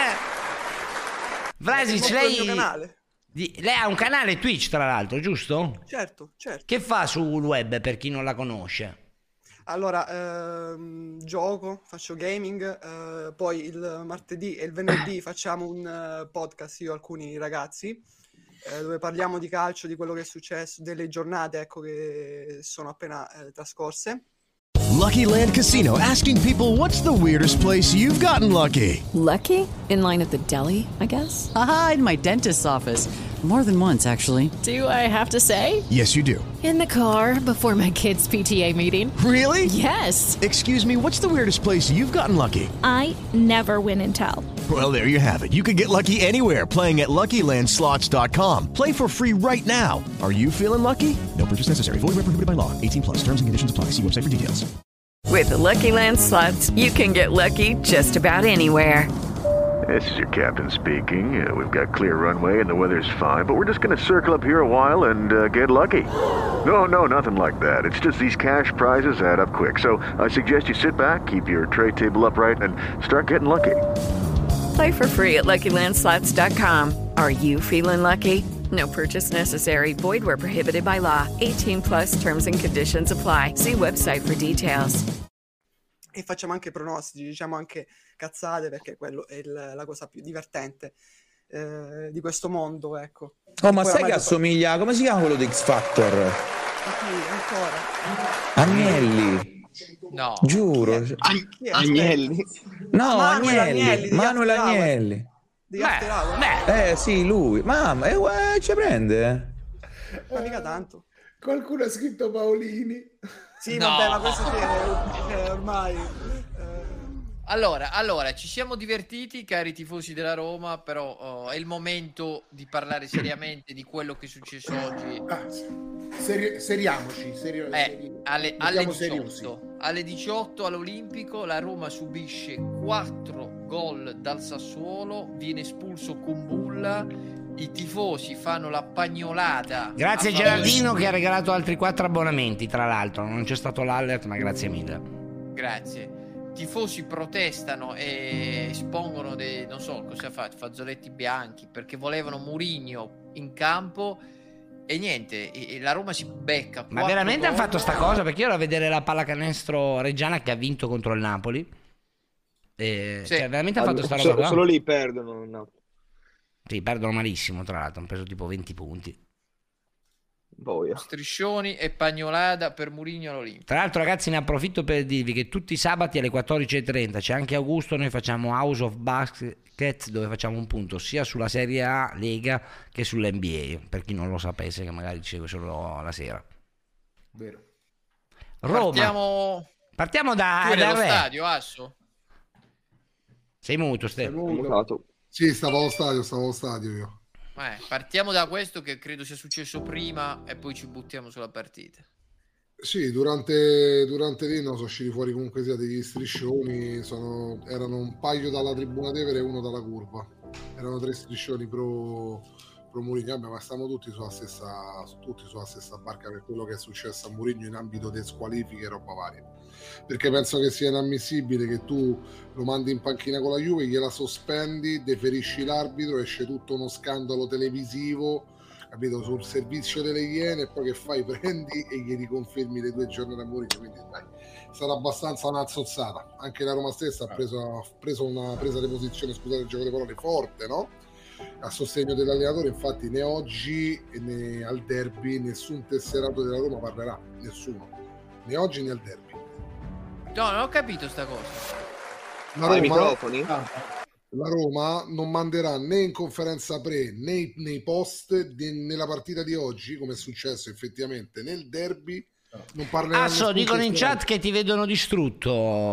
Vlasic, È molto il mio lei canale. di- lei ha un canale Twitch tra l'altro, giusto? Certo, certo. Che fa sul web per chi non la conosce? Allora, ehm, gioco, faccio gaming, eh, poi il martedì e il venerdì facciamo un eh, podcast io e alcuni ragazzi eh, dove parliamo di calcio, di quello che è successo, delle giornate ecco, che sono appena eh, trascorse. Lucky Land Casino, asking people, what's the weirdest place you've gotten lucky? Lucky? In line at the deli, I guess? Haha, in my dentist's office. More than once, actually. Do I have to say? Yes, you do. In the car before my kids' P T A meeting. Really? Yes. Excuse me, what's the weirdest place you've gotten lucky? I never win and tell. Well, there you have it. You can get lucky anywhere, playing at Lucky Land Slots dot com. Play for free right now. Are you feeling lucky? No purchase necessary. Void where prohibited by law. eighteen plus. Terms and conditions apply. See website for details. With the Lucky Land Slots, you can get lucky just about anywhere. This is your captain speaking. Uh, we've got clear runway and the weather's fine, but we're just going to circle up here a while and uh, get lucky. No, no, nothing like that. It's just these cash prizes add up quick. So I suggest you sit back, keep your tray table upright, and start getting lucky. Play for free at Lucky Land Slots dot com. Are you feeling lucky? No purchase necessary. Void where prohibited by law. eighteen plus terms and conditions apply. See website for details. E facciamo anche pronostici, diciamo anche cazzate, perché quello è il- la cosa più divertente eh, di questo mondo, ecco. Oh, ma Poi sai ormai che lo so- assomiglia? Come si chiama quello di X Factor? Ma chi ancora? Agnelli. No. Giuro. Chi è? Agnelli. No, Manuel Agnelli. Agnelli, di Manuel After Hours. Agnelli. Di After Hours? Eh sì, lui. Mamma, eh, eh, ci prende. Ma mica tanto. Qualcuno ha scritto Paolini. Sì, No. vabbè, ma questo è, è ormai... eh, Allora, allora, ci siamo divertiti, cari tifosi della Roma, però oh, è il momento di parlare seriamente di quello che è successo oggi. Seri- seriamoci. Serio, Eh, seri- alle, alle mettiamo diciotto, seriosi. alle diciotto all'Olimpico la Roma subisce quattro gol dal Sassuolo, viene espulso Kumbulla, i tifosi fanno la pagnolata. Grazie a favore- Gerardino che ha regalato altri quattro abbonamenti, tra l'altro. Non c'è stato l'allert, ma grazie mille. Grazie. Tifosi protestano e espongono dei, non so cosa fa, fazzoletti bianchi perché volevano Mourinho in campo e niente, e- e la Roma si becca. Ma quattro veramente hanno gol. fatto sta cosa? Perché io ero a vedere la pallacanestro Reggiana che ha vinto contro il Napoli. E, Sì. cioè, veramente hanno fatto sta roba Solo, qua? solo lì perdono. No. Sì, perdono malissimo, tra l'altro. Hanno preso tipo venti punti. Boia. Striscioni e pagnolata per Mourinho all'Olimpico. Tra l'altro, ragazzi, ne approfitto per dirvi che tutti i sabati alle quattordici e trenta c'è anche Augusto. Noi facciamo House of Basket, dove facciamo un punto sia sulla Serie A Lega che sull'N B A. Per chi non lo sapesse, che magari ci segue solo la sera. Vero. Roma. Partiamo, Partiamo da, tu eri dal allo re. stadio, Asso? Sei muto, Ste. Sì, stavo allo stadio, stavo allo stadio io. Eh, partiamo da questo che credo sia successo prima e poi ci buttiamo sulla partita. Sì, durante, durante l'inno sono usciti fuori comunque sia degli striscioni, sono, erano un paio dalla tribuna Tevere e uno dalla curva. Erano tre striscioni pro, pro Mourinho, vabbè, ma stiamo tutti sulla stessa, tutti sulla stessa barca per quello che è successo a Mourinho in ambito di squalifiche e roba varia. Perché penso che sia inammissibile che tu lo mandi in panchina con la Juve, gliela sospendi, deferisci l'arbitro, esce tutto uno scandalo televisivo, capito, sul servizio delle Iene, e poi che fai? Prendi e gli riconfermi le due giornate a Mourinho. Quindi dai, è stata abbastanza una zozzata. Anche la Roma stessa ha preso, ha preso una presa di posizione, scusate il gioco di parole, forte, no? A sostegno dell'allenatore. Infatti né oggi né al derby nessun tesserato della Roma parlerà, nessuno, né oggi né al derby. No, non ho capito sta cosa. La Ah, i Roma, microfoni? la Roma non manderà né in conferenza pre né nei post di- nella partita di oggi, come è successo effettivamente nel derby. Non parleranno Asso, nessun dicono in tesserato. chat che ti vedono distrutto.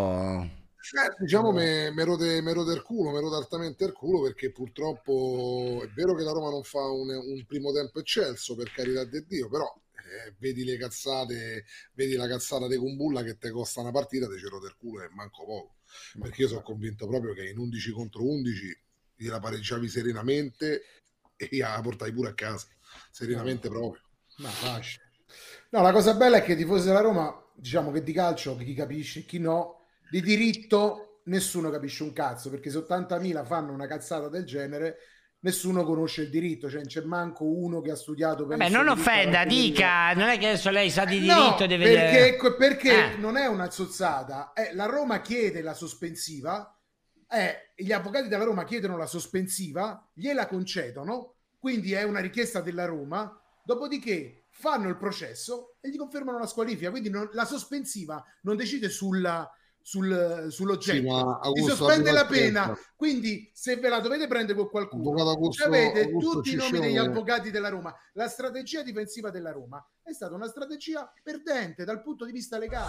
Eh, diciamo me, me rode, me rode il culo, me rode altamente il culo, perché purtroppo è vero che la Roma non fa un, un primo tempo eccelso, per carità di Dio, però eh, vedi le cazzate, vedi la cazzata di Kumbulla che te costa una partita, te ci rode il culo e manco poco, perché io sono convinto proprio che in undici contro undici gliela pareggiavi serenamente e la portavi pure a casa, serenamente proprio. Ma lascia. No, la cosa bella è che i tifosi della Roma diciamo che di calcio chi capisce e chi no, di diritto nessuno capisce un cazzo, perché se ottantamila fanno una cazzata del genere nessuno conosce il diritto, cioè non c'è manco uno che ha studiato. Beh, non offenda, dica, non è che adesso lei sa di Eh, diritto no, deve... perché, perché Eh. non è una zozzata, eh, la Roma chiede la sospensiva, eh, gli avvocati della Roma chiedono la sospensiva, gliela concedono, quindi è una richiesta della Roma, dopodiché fanno il processo e gli confermano la squalifica, quindi non- la sospensiva non decide sulla, sul, sull'oggetto, Sì, ma si Augusto, sospende la abbi pena, pazienza. quindi se ve la dovete prendere con qualcuno, Avvocato Augusto- avete Augusto tutti i nomi Ciccione. degli avvocati della Roma. La strategia difensiva della Roma è stata una strategia perdente dal punto di vista legale.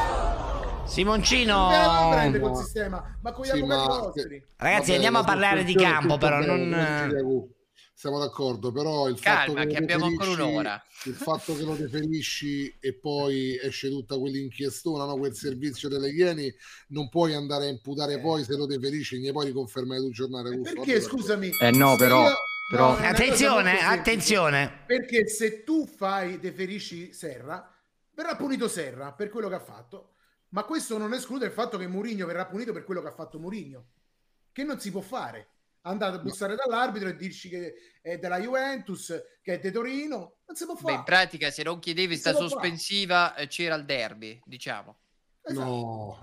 Simoncino, Non te la prende col sistema, ma con gli Sì, avvocati ma- vostri. ragazzi, Vabbè, andiamo a la parlare di sospensione è campo, tutto però bello, non... tranquilli, Agu. Siamo d'accordo, però il fatto Calma, che, che lo abbiamo ancora deferisci- un'ora. il fatto che lo deferisci e poi esce tutta quell'inchiestona, no? Quel servizio delle Ieni, non puoi andare a imputare poi se lo deferisci, ne puoi riconfermare tu giornata. Augusto. Perché, Vabbè, scusami? Eh no, se però- io- però- no, è una cosa Attenzione, molto semplice. attenzione. Perché se tu fai, deferisci Serra, verrà punito Serra per quello che ha fatto, ma questo non esclude il fatto che Mourinho verrà punito per quello che ha fatto Mourinho, che non si può fare. Andate a bussare dall'arbitro e dirci che è della Juventus, che è di Torino, non si può Beh, fare. in pratica, se non chiedevi sta Se lo fa. sospensiva, eh, c'era il derby, diciamo. No,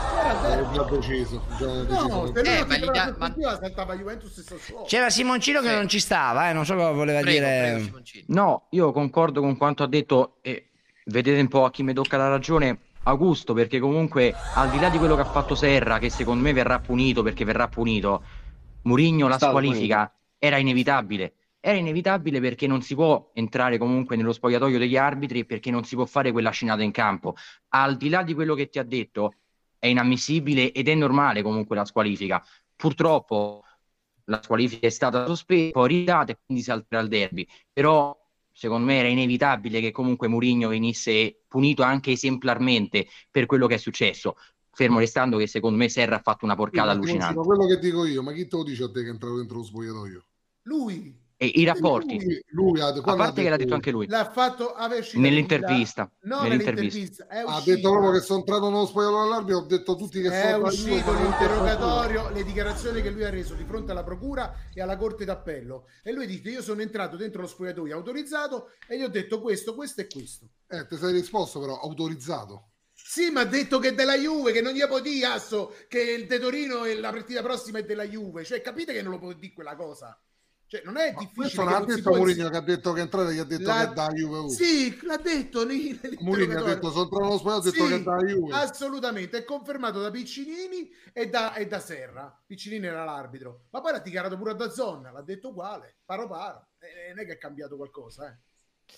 ho già deciso. Già deciso. No, se Eh, non ma si gli trova dà- la sospensiva, saltava Juventus e Sassuolo. C'era Simoncino che Sì. non ci stava, eh, non so cosa voleva Prego, dire. prego, Simoncino. No, io concordo con quanto ha detto e vedete un po' a chi mi tocca la ragione, Augusto, perché comunque al di là di quello che ha fatto Serra, che secondo me verrà punito perché verrà punito, Mourinho la Stato squalifica era inevitabile. Era inevitabile perché non si può entrare comunque nello spogliatoio degli arbitri e perché non si può fare quella scenata in campo. Al di là di quello che ti ha detto, è inammissibile ed è normale comunque la squalifica. Purtroppo la squalifica è stata sospesa, poi ridata e quindi si alterà il derby. Però secondo me era inevitabile che comunque Mourinho venisse punito anche esemplarmente per quello che è successo. Fermo restando che secondo me Serra ha fatto una porcata Ma allucinante. quello che dico io, ma chi te lo dice a te che è entrato dentro lo spogliatoio? Lui E i rapporti, Lui, lui ha, a quando parte che l'ha detto lui? anche lui, l'ha fatto aver uscito nell'intervista, no, nell'intervista. nell'intervista, è Ha uscito, detto proprio che sono entrato nello spogliatoio dell'arbitro, ho detto a tutti che è sono uscito l'interrogatorio, le dichiarazioni che lui ha reso di fronte alla procura e alla corte d'appello, e lui dice: io sono entrato dentro lo spogliatoio autorizzato e gli ho detto questo, questo e questo. Eh, ti sei risposto però, autorizzato. Sì, ma ha detto che è della Juve, che non gli può dire asso, che il De Torino e la partita prossima è della Juve, cioè capite che non lo può dire quella cosa, cioè non è difficile. Questo che non ha non si detto può- Mourinho che ha detto che è entrato, gli ha detto La- che è da Juve. Sì, l'ha detto lì Mourinho ha detto sono entrato nello spogliatoio, ha detto Sì, che è da Juve. assolutamente, è confermato da Piccinini e da, e da Serra. Piccinini era l'arbitro, ma poi l'ha dichiarato pure a Dazzon, l'ha detto uguale, paro paro, e non è che è cambiato qualcosa, eh.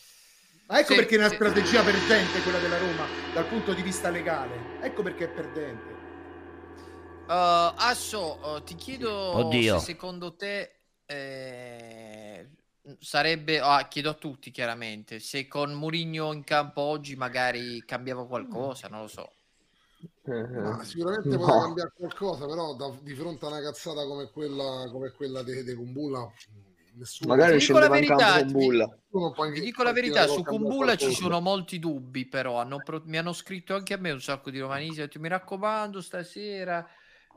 Ma ecco Sì, perché è una sì. strategia perdente quella della Roma dal punto di vista legale, ecco perché è perdente. Uh, Asso, uh, ti chiedo Oddio. se secondo te eh, sarebbe, ah, chiedo a tutti chiaramente, se con Mourinho in campo oggi magari cambiava qualcosa, non lo so. Ma sicuramente No. poteva cambiare qualcosa, però da- di fronte a una cazzata come quella, come quella di de Kumbulla, nessuno. Magari Ti dico la scendeva in campo verità, con Bulla. nessuno può Vi anche- dico la può verità, tirare su col cambiare Kumbulla ci qualcosa. sono molti dubbi, però hanno pro- mi hanno scritto anche a me un sacco di romanisti, hanno detto, mi raccomando stasera.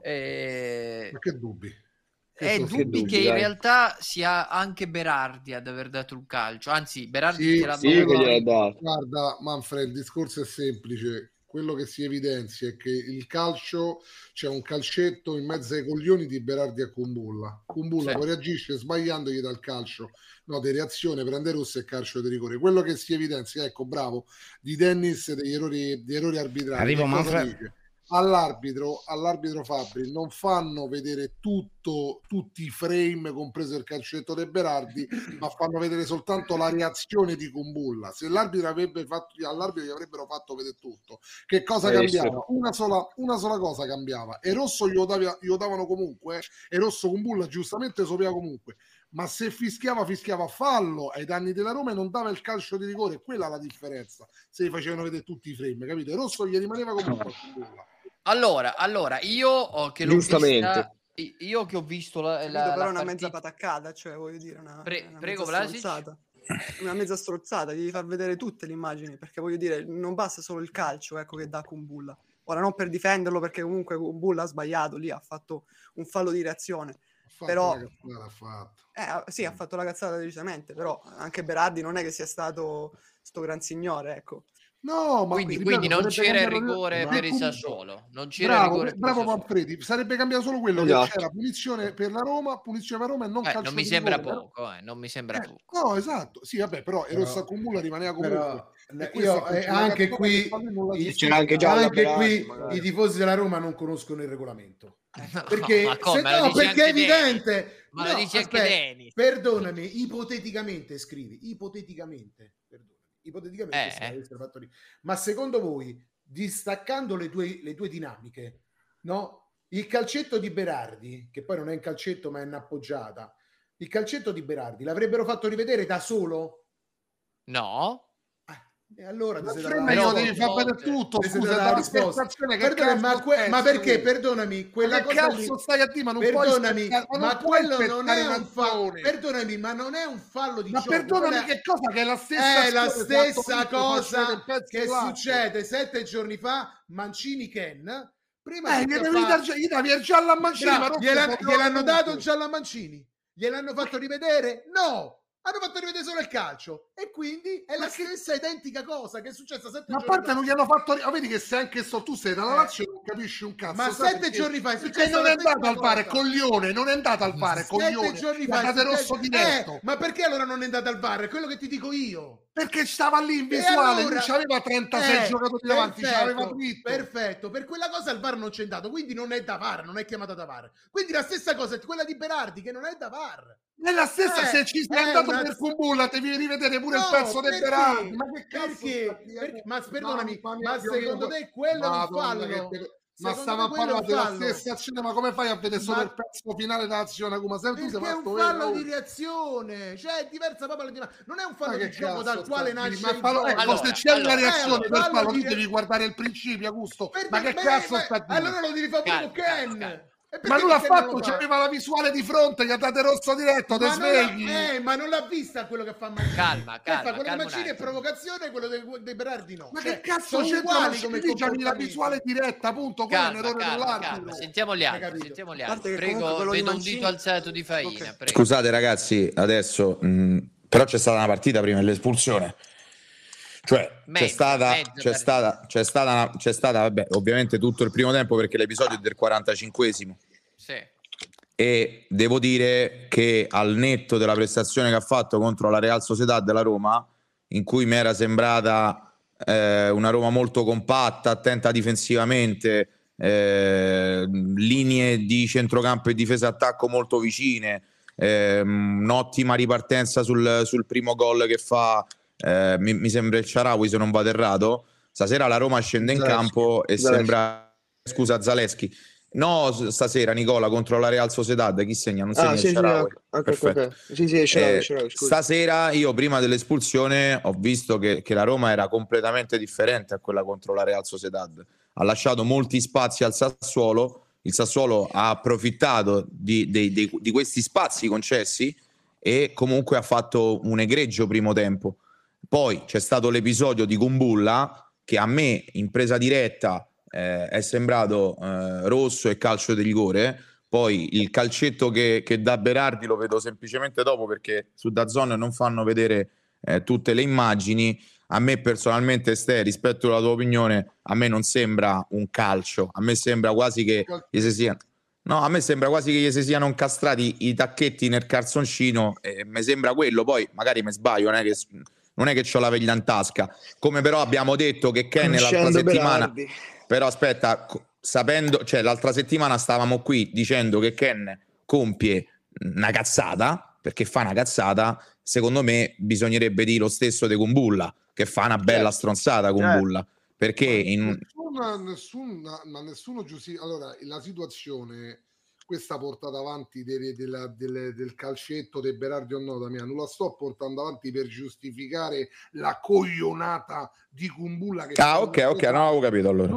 Eh, Ma che dubbi? Che è sono- dubbi dubbi, che in dai. realtà sia anche Berardi ad aver dato il calcio, anzi Berardi Sì, gliel'ha Sì, che dato- gliel'ha dato. Guarda, Manfred, il discorso è semplice. Quello che si evidenzia è che il calcio c'è un calcetto in mezzo ai coglioni di Berardi a Kumbulla. Kumbulla Sì. poi reagisce sbagliandogli dal calcio, no, di reazione, prende rosso e calcio di rigore. Quello che si evidenzia, ecco, bravo, di Dennis degli errori, di errori arbitrali. Arrivo, Che cosa Manfred. dice? All'arbitro, all'arbitro Fabri non fanno vedere tutto, tutti i frame, compreso il calcetto di Berardi, ma fanno vedere soltanto la reazione di Kumbulla. Se l'arbitro avrebbe fatto, all'arbitro gli avrebbero fatto vedere tutto. Che cosa Eh, cambiava? Una sola, una sola cosa cambiava. E Rosso glielo, davi- glielo davano comunque, eh, e Rosso Kumbulla giustamente sapeva comunque. Ma se fischiava, fischiava fallo ai danni della Roma e non dava il calcio di rigore, quella è la differenza. Se gli facevano vedere tutti i frame, capito? E Rosso gli rimaneva comunque a Kumbulla. Allora, allora, io ho che l'ho Giustamente. vista, io che ho visto la, la, Vedo però la una mezza partita. pataccata, cioè voglio dire una, Pre- una prego, mezza Vlasic. stronzata. una mezza strozzata, devi far vedere tutte le immagini, perché voglio dire, non basta solo il calcio, ecco, che dà Kumbulla. Ora, non per difenderlo, perché comunque Kumbulla ha sbagliato, lì ha fatto un fallo di reazione, però... Ha fatto. Eh, sì, ha fatto la cazzata decisamente, però anche Berardi non è che sia stato sto gran signore, ecco. No, ma quindi, ripeto, quindi non sarebbe c'era il cambiato- rigore ma per il comunque- Sassuolo. Non c'era Bravo, il rigore per il bravo Sassuolo. Manfredi, sarebbe cambiato solo quello Esatto. che c'era punizione per la Roma, punizione per Roma e non Eh, calcio non mi di sembra rigore. poco, eh, non mi sembra Eh, poco. no, esatto, sì, vabbè, però Però- Eros Accumula rimaneva comunque. però, E eh, questo io, è eh, anche una qui, che fa lui nulla i, di- C'era anche già la anche Eh, Berardi, qui magari. i tifosi della Roma non conoscono il regolamento. No, Perché, ma come? se Ma lo no, dice perché è anche Deni. evidente. Ma lo No, dice anche aspetta, Deni. Perdonami, ipoteticamente scrivi, ipoteticamente, perdonami, ipoteticamente Eh. se l'avessero fatto lì. Ma secondo voi, distaccando le due, le due dinamiche, no? Il calcetto di Berardi, che poi non è un calcetto ma è un'appoggiata, il calcetto di Berardi l'avrebbero fatto rivedere da solo? No. E allora ti Ma sei Frema, data la io risposta. devi far vedere tutto, Ti sei scusa, data dà la la risposta. sensazione che Perdonami, cazzo ma, que- ma scherzi, perché, tu? perdonami, quella Ma che cosa cazzo lì... stai a dire? Ma non perdonami, puoi aspettare- ma ma non puoi quello non aspettare è un fallo, un'azione. perdonami, ma non è un fallo di Ma gioco. perdonami, quella- che cosa? Che è la stessa è la azione stessa fatto tutto, cosa facendo il pezzo che là. succede sette giorni fa, Mancini Ken, prima Eh, che gli fa- devi dar- gli davi il giallo a Mancini, Bravo, ma non gliela- si può gliel'hanno tutto. dato il giallo a Mancini? Gliel'hanno fatto rivedere? No! Hanno fatto rivedere solo il calcio e quindi è la stessa identica cosa che è successa sette Ma a giorni parte fa. non gli hanno fatto ri- ah, vedi che se anche sto tu sei dalla Eh. Lazio non capisci un cazzo. Ma sai sette perché? giorni fa è Perché successa non la è andato stessa al fare cosa. coglione, non è andato al fare coglione. Sette giorni La fa è Cate successo- rosso diretto. Eh, ma perché allora non è andato al V A R? È quello che ti dico io. Perché stava lì in E visuale, allora- lui c'aveva trentasei Eh, giocatori davanti, perfetto, c'aveva dritto. perfetto, per quella cosa il V A R non c'è andato, quindi non è da V A R, non è chiamata da V A R. Quindi la stessa cosa è quella di Berardi che non è da V A R. È la stessa, Eh, se ci sei è andato una- per Kumbulla, devi rivedere pure il No, pezzo del perché? Berardi. Ma che cazzo Perché? sta dicendo? Perché? Ma perdonami, Mamma mia, ma Dio secondo mio. te quello è un Madonna, fallo? che te- Ma Secondo stava a me quello è un parlare della fallo. stessa azione, ma come fai a vedere solo Ma- il pezzo finale dell'azione? Come se tu sei Perché è fatto un vedere, fallo oh. di reazione, cioè è diversa proprio la dinamica. Non è un fallo Ma di che gioco cazzo dal quale sta- nasce ma il fallo- gol. ecco, Allora, se c'è allora, una reazione eh, per fallo fallo, di tu re- devi guardare il principio, Augusto. Per Ma che dire- cazzo beh, sta a dire? allora lo devi fare pure Calma, con Ken. calma, calma. E perché Ma lui l'ha Ken non fatto, lo fa? c'aveva la visuale di fronte, gli ha dato rosso diretto, te Ma non l'ha- svegli. eh, ma non l'ha vista quello che fa Mancini. Calma, Che calma, fa quello calma di un Mancini è attimo. provocazione, quello dei, dei Berardi no. Ma Cioè, che cazzo sono c'entra uguali Mancini? come Lì c'avevi la comportamenti. visuale diretta, appunto, quello è un Calma, errore calma, dell'arbitro. calma. Sentiamo gli Hai altri, capito? sentiamo gli A parte altri. che comunque Prego, quello di vedo un Mancini- dito alzato di Faina, Ok. prego. Scusate ragazzi, adesso mh, però c'è stata una partita prima dell'espulsione. Cioè, Mezza, c'è stata, mezza c'è per- stata, c'è stata, una- c'è stata, vabbè, ovviamente tutto il primo tempo perché l'episodio è del quarantacinquesimo. Sì. E devo dire che al netto della prestazione che ha fatto contro la Real Sociedad della Roma, in cui mi era sembrata eh, una Roma molto compatta, attenta difensivamente, eh, linee di centrocampo e difesa-attacco molto vicine, eh, un'ottima ripartenza sul, sul primo gol che fa, eh, mi, mi sembra il Shaarawy se non vado errato. Stasera la Roma scende in Zaleschi. campo e Zaleschi. sembra, scusa, Zaleschi. No, s- stasera Nicola contro la Real Sociedad, chi segna? Non segna Ah, il sì, sì, Shaarawy. ok, ok, Perfetto. ok. Sì, sì, Shaarawy, Eh, Shaarawy, scusa. stasera io prima dell'espulsione ho visto che, che la Roma era completamente differente a quella contro la Real Sociedad. Ha lasciato molti spazi al Sassuolo, il Sassuolo ha approfittato di, dei- dei- di questi spazi concessi e comunque ha fatto un egregio primo tempo. Poi c'è stato l'episodio di Kumbulla che a me in presa diretta eh, è sembrato eh, rosso e calcio di rigore. Poi il calcetto che, che dà Berardi lo vedo semplicemente dopo perché su DAZN non fanno vedere eh, tutte le immagini. A me personalmente, Ste, rispetto alla tua opinione, a me non sembra un calcio, a me sembra quasi che gli si siano, no, a me sembra quasi che gli si siano incastrati i tacchetti nel calzoncino e mi sembra quello. Poi magari mi sbaglio, non è che non è che c'ho la veglia in tasca, come però abbiamo detto che Ken l'altra Conoscendo settimana, Berardi. però aspetta, co- sapendo, cioè l'altra settimana stavamo qui dicendo che Ken compie una cazzata, perché fa una cazzata, secondo me bisognerebbe dire lo stesso di Kumbulla, che fa una bella stronzata Kumbulla, perché in... Nessuna- nessuna- ma nessuno giustifica. Allora, la situazione, questa portata avanti de- della- delle- del calcetto dei Berardi o no, Damiano, non la sto portando avanti per giustificare la coglionata di Kumbulla. Che Ah, ok, ok, non avevo capito allora. No,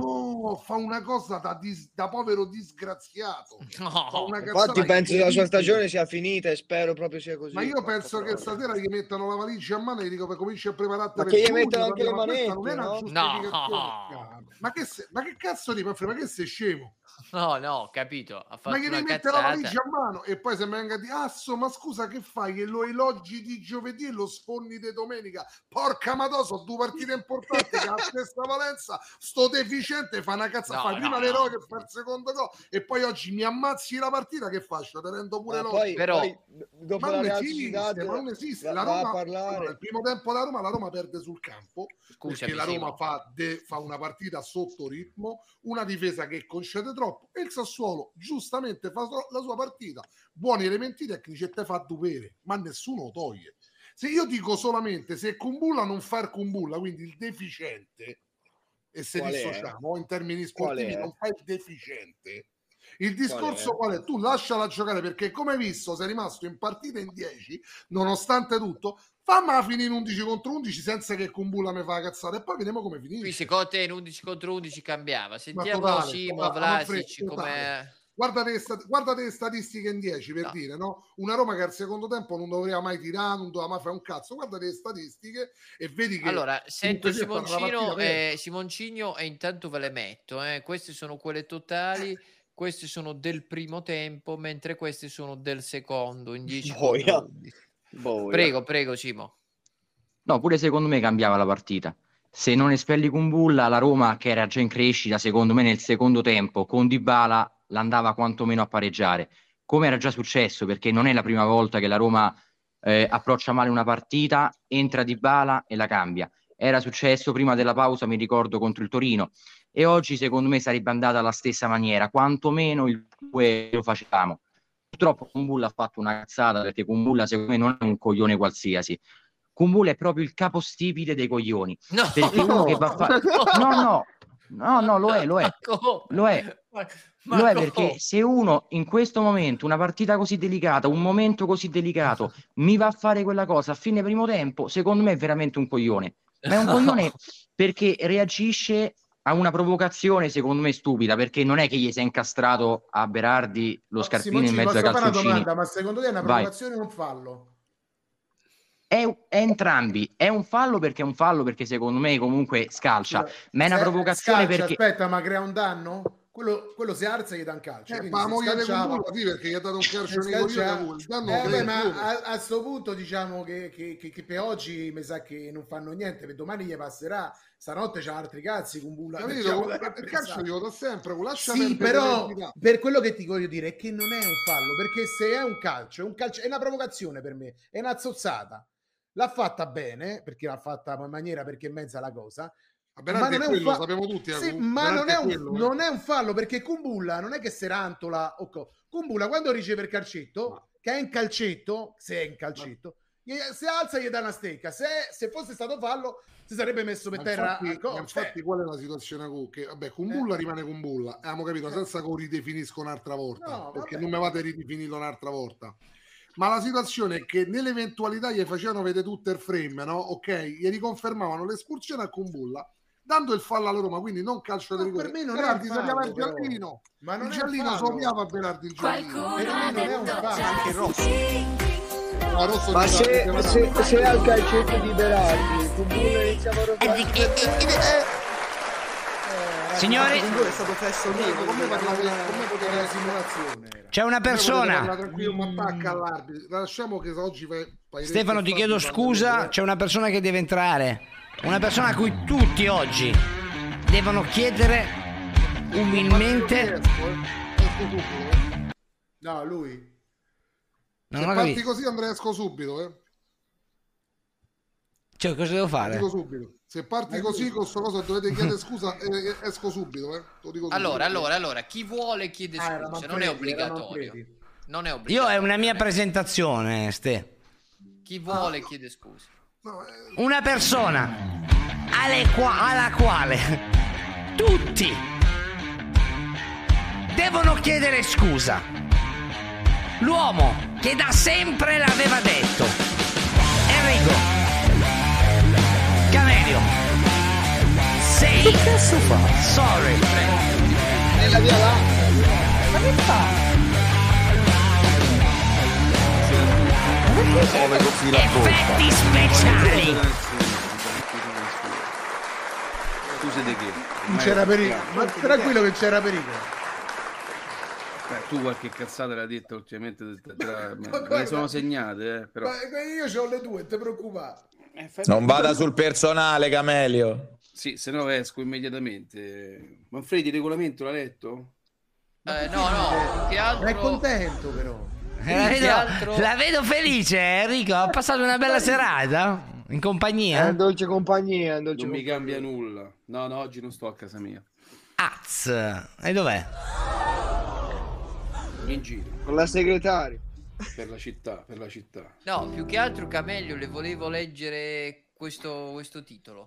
proprio fa una cosa da, dis, da povero disgraziato. No. Una Infatti penso che la sua stagione sia finita e spero proprio sia così. Ma io penso che stasera gli mettano la valigia a mano e gli dico: cominci a prepararti ma per che gli giugno, mettono anche le ma questa non è manette, una no? giustificazione. Ma che, se, ma che cazzo di ma che sei scemo? No, no, ho capito. Ha fatto Ma che una gli mette cazzata. la valigia a mano e poi se mi venga di asso, ma scusa che fai? Che lo elogi di giovedì e lo sfondi di domenica? Porca madò, sono due partite importanti che ha la stessa valenza, sto deficiente fa una cazzo, No, fai no, prima no. l'eroe che fa il secondo gol e poi oggi mi ammazzi la partita, che faccio? Te rendo pure Ma l'occhio. poi, Però- poi, dopo Ma la non Real esiste, Sociedad ma non esiste. va- La va a Roma, parlare. allora, il primo tempo la Roma, la Roma perde sul campo Scusami, perché la Roma Simo. fa, de- fa una partita sotto ritmo, una difesa che concede troppo e il Sassuolo giustamente fa so- la sua partita, buoni elementi tecnici e te fa dovere, ma nessuno lo toglie. Se io dico solamente se Kumbulla non fa il Kumbulla, quindi il deficiente, e se Qual è? dissociamo in termini Qual sportivi è? non fa il deficiente, il discorso Qual qual è? Tu lasciala giocare perché come hai visto sei rimasto in partita in dieci nonostante tutto, famma finire in undici contro undici senza che Kumbulla mi fa cazzare e poi vediamo come Qui finisce. secondo te in undici contro undici cambiava. Sentiamo totale, Simo, totale, ma Vlasic fre- totale. come... Guardate le, stat- guardate le statistiche in dieci per No. dire, no? Una Roma che al secondo tempo non doveva mai tirare, non doveva mai fare un cazzo. Guardate le statistiche e vedi che Allora, sento comunque sia stata una Simoncino partita vera. e Simoncino e intanto ve le metto. Eh. Queste sono quelle totali, queste sono del primo tempo, mentre queste sono del secondo, in dieci Boia. contro undici. Boia. Prego, prego Simo. No, pure secondo me cambiava la partita. Se non espelli Kumbulla, la Roma, che era già in crescita, secondo me nel secondo tempo, con Dybala l'andava quantomeno a pareggiare, come era già successo, perché non è la prima volta che la Roma eh, approccia male una partita, entra Dybala e la cambia. Era successo prima della pausa, mi ricordo, contro il Torino, e oggi secondo me sarebbe andata alla stessa maniera, quantomeno il due lo facevamo. Purtroppo Kumbulla ha fatto una cazzata, perché Kumbulla secondo me non è un coglione qualsiasi. Kumbulla è proprio il capostipite dei coglioni, No, perché uno che va a fare no no no no lo è lo è Marco, lo è Ma- lo è Marco. perché se uno in questo momento, una partita così delicata, un momento così delicato, mi va a fare quella cosa a fine primo tempo, secondo me è veramente un coglione, ma è un coglione perché reagisce a una provocazione secondo me stupida, perché non è che gli si è incastrato a Berardi lo scarpino in Simoncino, mezzo ai posso fare una calzoncini. domanda? Ma secondo te è una Vai. provocazione o un fallo? È, è entrambi, è un fallo perché è un fallo perché secondo me comunque scalcia, ma è una Se- provocazione scalcia, perché aspetta, ma crea un danno? Quello, quello si alza e gli dà un calcio. Eh, quindi ma se la moglie di scalciava- Kumbulla, sì, perché gli ha dato un calcio se nei coglioni, scalciava- il danno Eh, lo vabbè, crei ma tu. a, a sto punto diciamo che, che, che, che per oggi mi sa che non fanno niente, per domani gli passerà, stanotte c'ha altri cazzi con Bulla. Capito? diciamo, Il calcio glielo dà sempre, lascia Sì, perdere però l'entità. per quello che ti voglio dire è che non è un fallo, perché se è un calcio, è un calcio, è una provocazione per me, è una zozzata. L'ha fatta bene, perché l'ha fatta in maniera perché è mezza la cosa. Ma Berardi è quello, lo sappiamo tutti, eh, Sì, Kum- ma Berardi non è, è un, quello, eh. non è un fallo, perché Kumbulla non è che si rantola o co- Kumbulla quando riceve il calcetto, che è in calcetto, se è in calcetto, gli- se alza gli dà una stecca. Se, se fosse stato fallo si sarebbe messo per Ma terra infatti, a co- ma infatti qual è la situazione Cu? Che vabbè, con Bulla rimane con Bulla, abbiamo capito, senza che lo ridefinisco un'altra volta, No, perché vabbè. non mi vate ridefinirlo un'altra volta. Ma la situazione è che nell'eventualità gli facevano vedere tutto il frame, no? Ok, gli riconfermavano l'espulsione a Kumbulla, dando il fallo alla Roma, quindi non calcio di No, rigore. per me non è Berardi un sappiava fallo, il però. giallino, Ma non il è un giallino fallo. somiava Berardi il giallino. Per me non è un fallo, anche il rosso. No, rosso Ma di se, Berardi, se, Berardi. se al calcetto di Berardi Kumbulla iniziava a rotare Signori, Kumbulla è stato fesso lì. Come parlava Come come poteva la simulazione era. c'è una Parla persona. tranquillo, ma attacca all'arbitro. Lasciamo che oggi fai, fai Stefano, ti resti chiedo fatti, scusa, parla- c'è una persona che deve entrare. Una persona a cui tutti oggi devono chiedere umilmente. Esco, eh. Esco subito, eh. No, lui. Non Se ho parti capito. così Andrea esco subito, eh. Cioè, cosa devo fare? Dico subito. Se parti così con sto cosa dovete chiedere scusa, eh, eh, esco subito, eh. Te lo dico subito. Allora, allora, allora, chi vuole chiede Ah, era scusa, non è Manfredi, era obbligatorio. Manfredi. Non è Io obbligatorio. è una mia presentazione, Ste. Chi vuole chiede scusa. No, eh, Una persona alle qua- alla quale tutti devono chiedere scusa. L'uomo che da sempre l'aveva detto. Enrico Camelio. Sei fa. Sorry. Nella via là. Ma che fa? Effetti speciali. Tu sei di che? Non c'era pericolo. Ma tranquillo che c'era pericolo. Beh, tu qualche cazzata l'hai detta ultimamente, te- te la- me me le sono segnate, eh, però. Ma io ho le due, non ti preoccupare. Non vada sul personale, Camelio. Sì, se no esco immediatamente. Manfredi, il regolamento l'ha letto? Eh, no, no, che altro... È contento però. Eh, la, vedo, altro- la vedo felice, Enrico. Ha passato una bella serata in compagnia. È in dolce compagnia, in dolce Non mi compagnia. cambia nulla. No, no, oggi non sto a casa mia. Az. E dov'è? In giro. Con la segretaria. Per la città, per la città. No, più che altro, Camelio, le volevo leggere questo, questo titolo.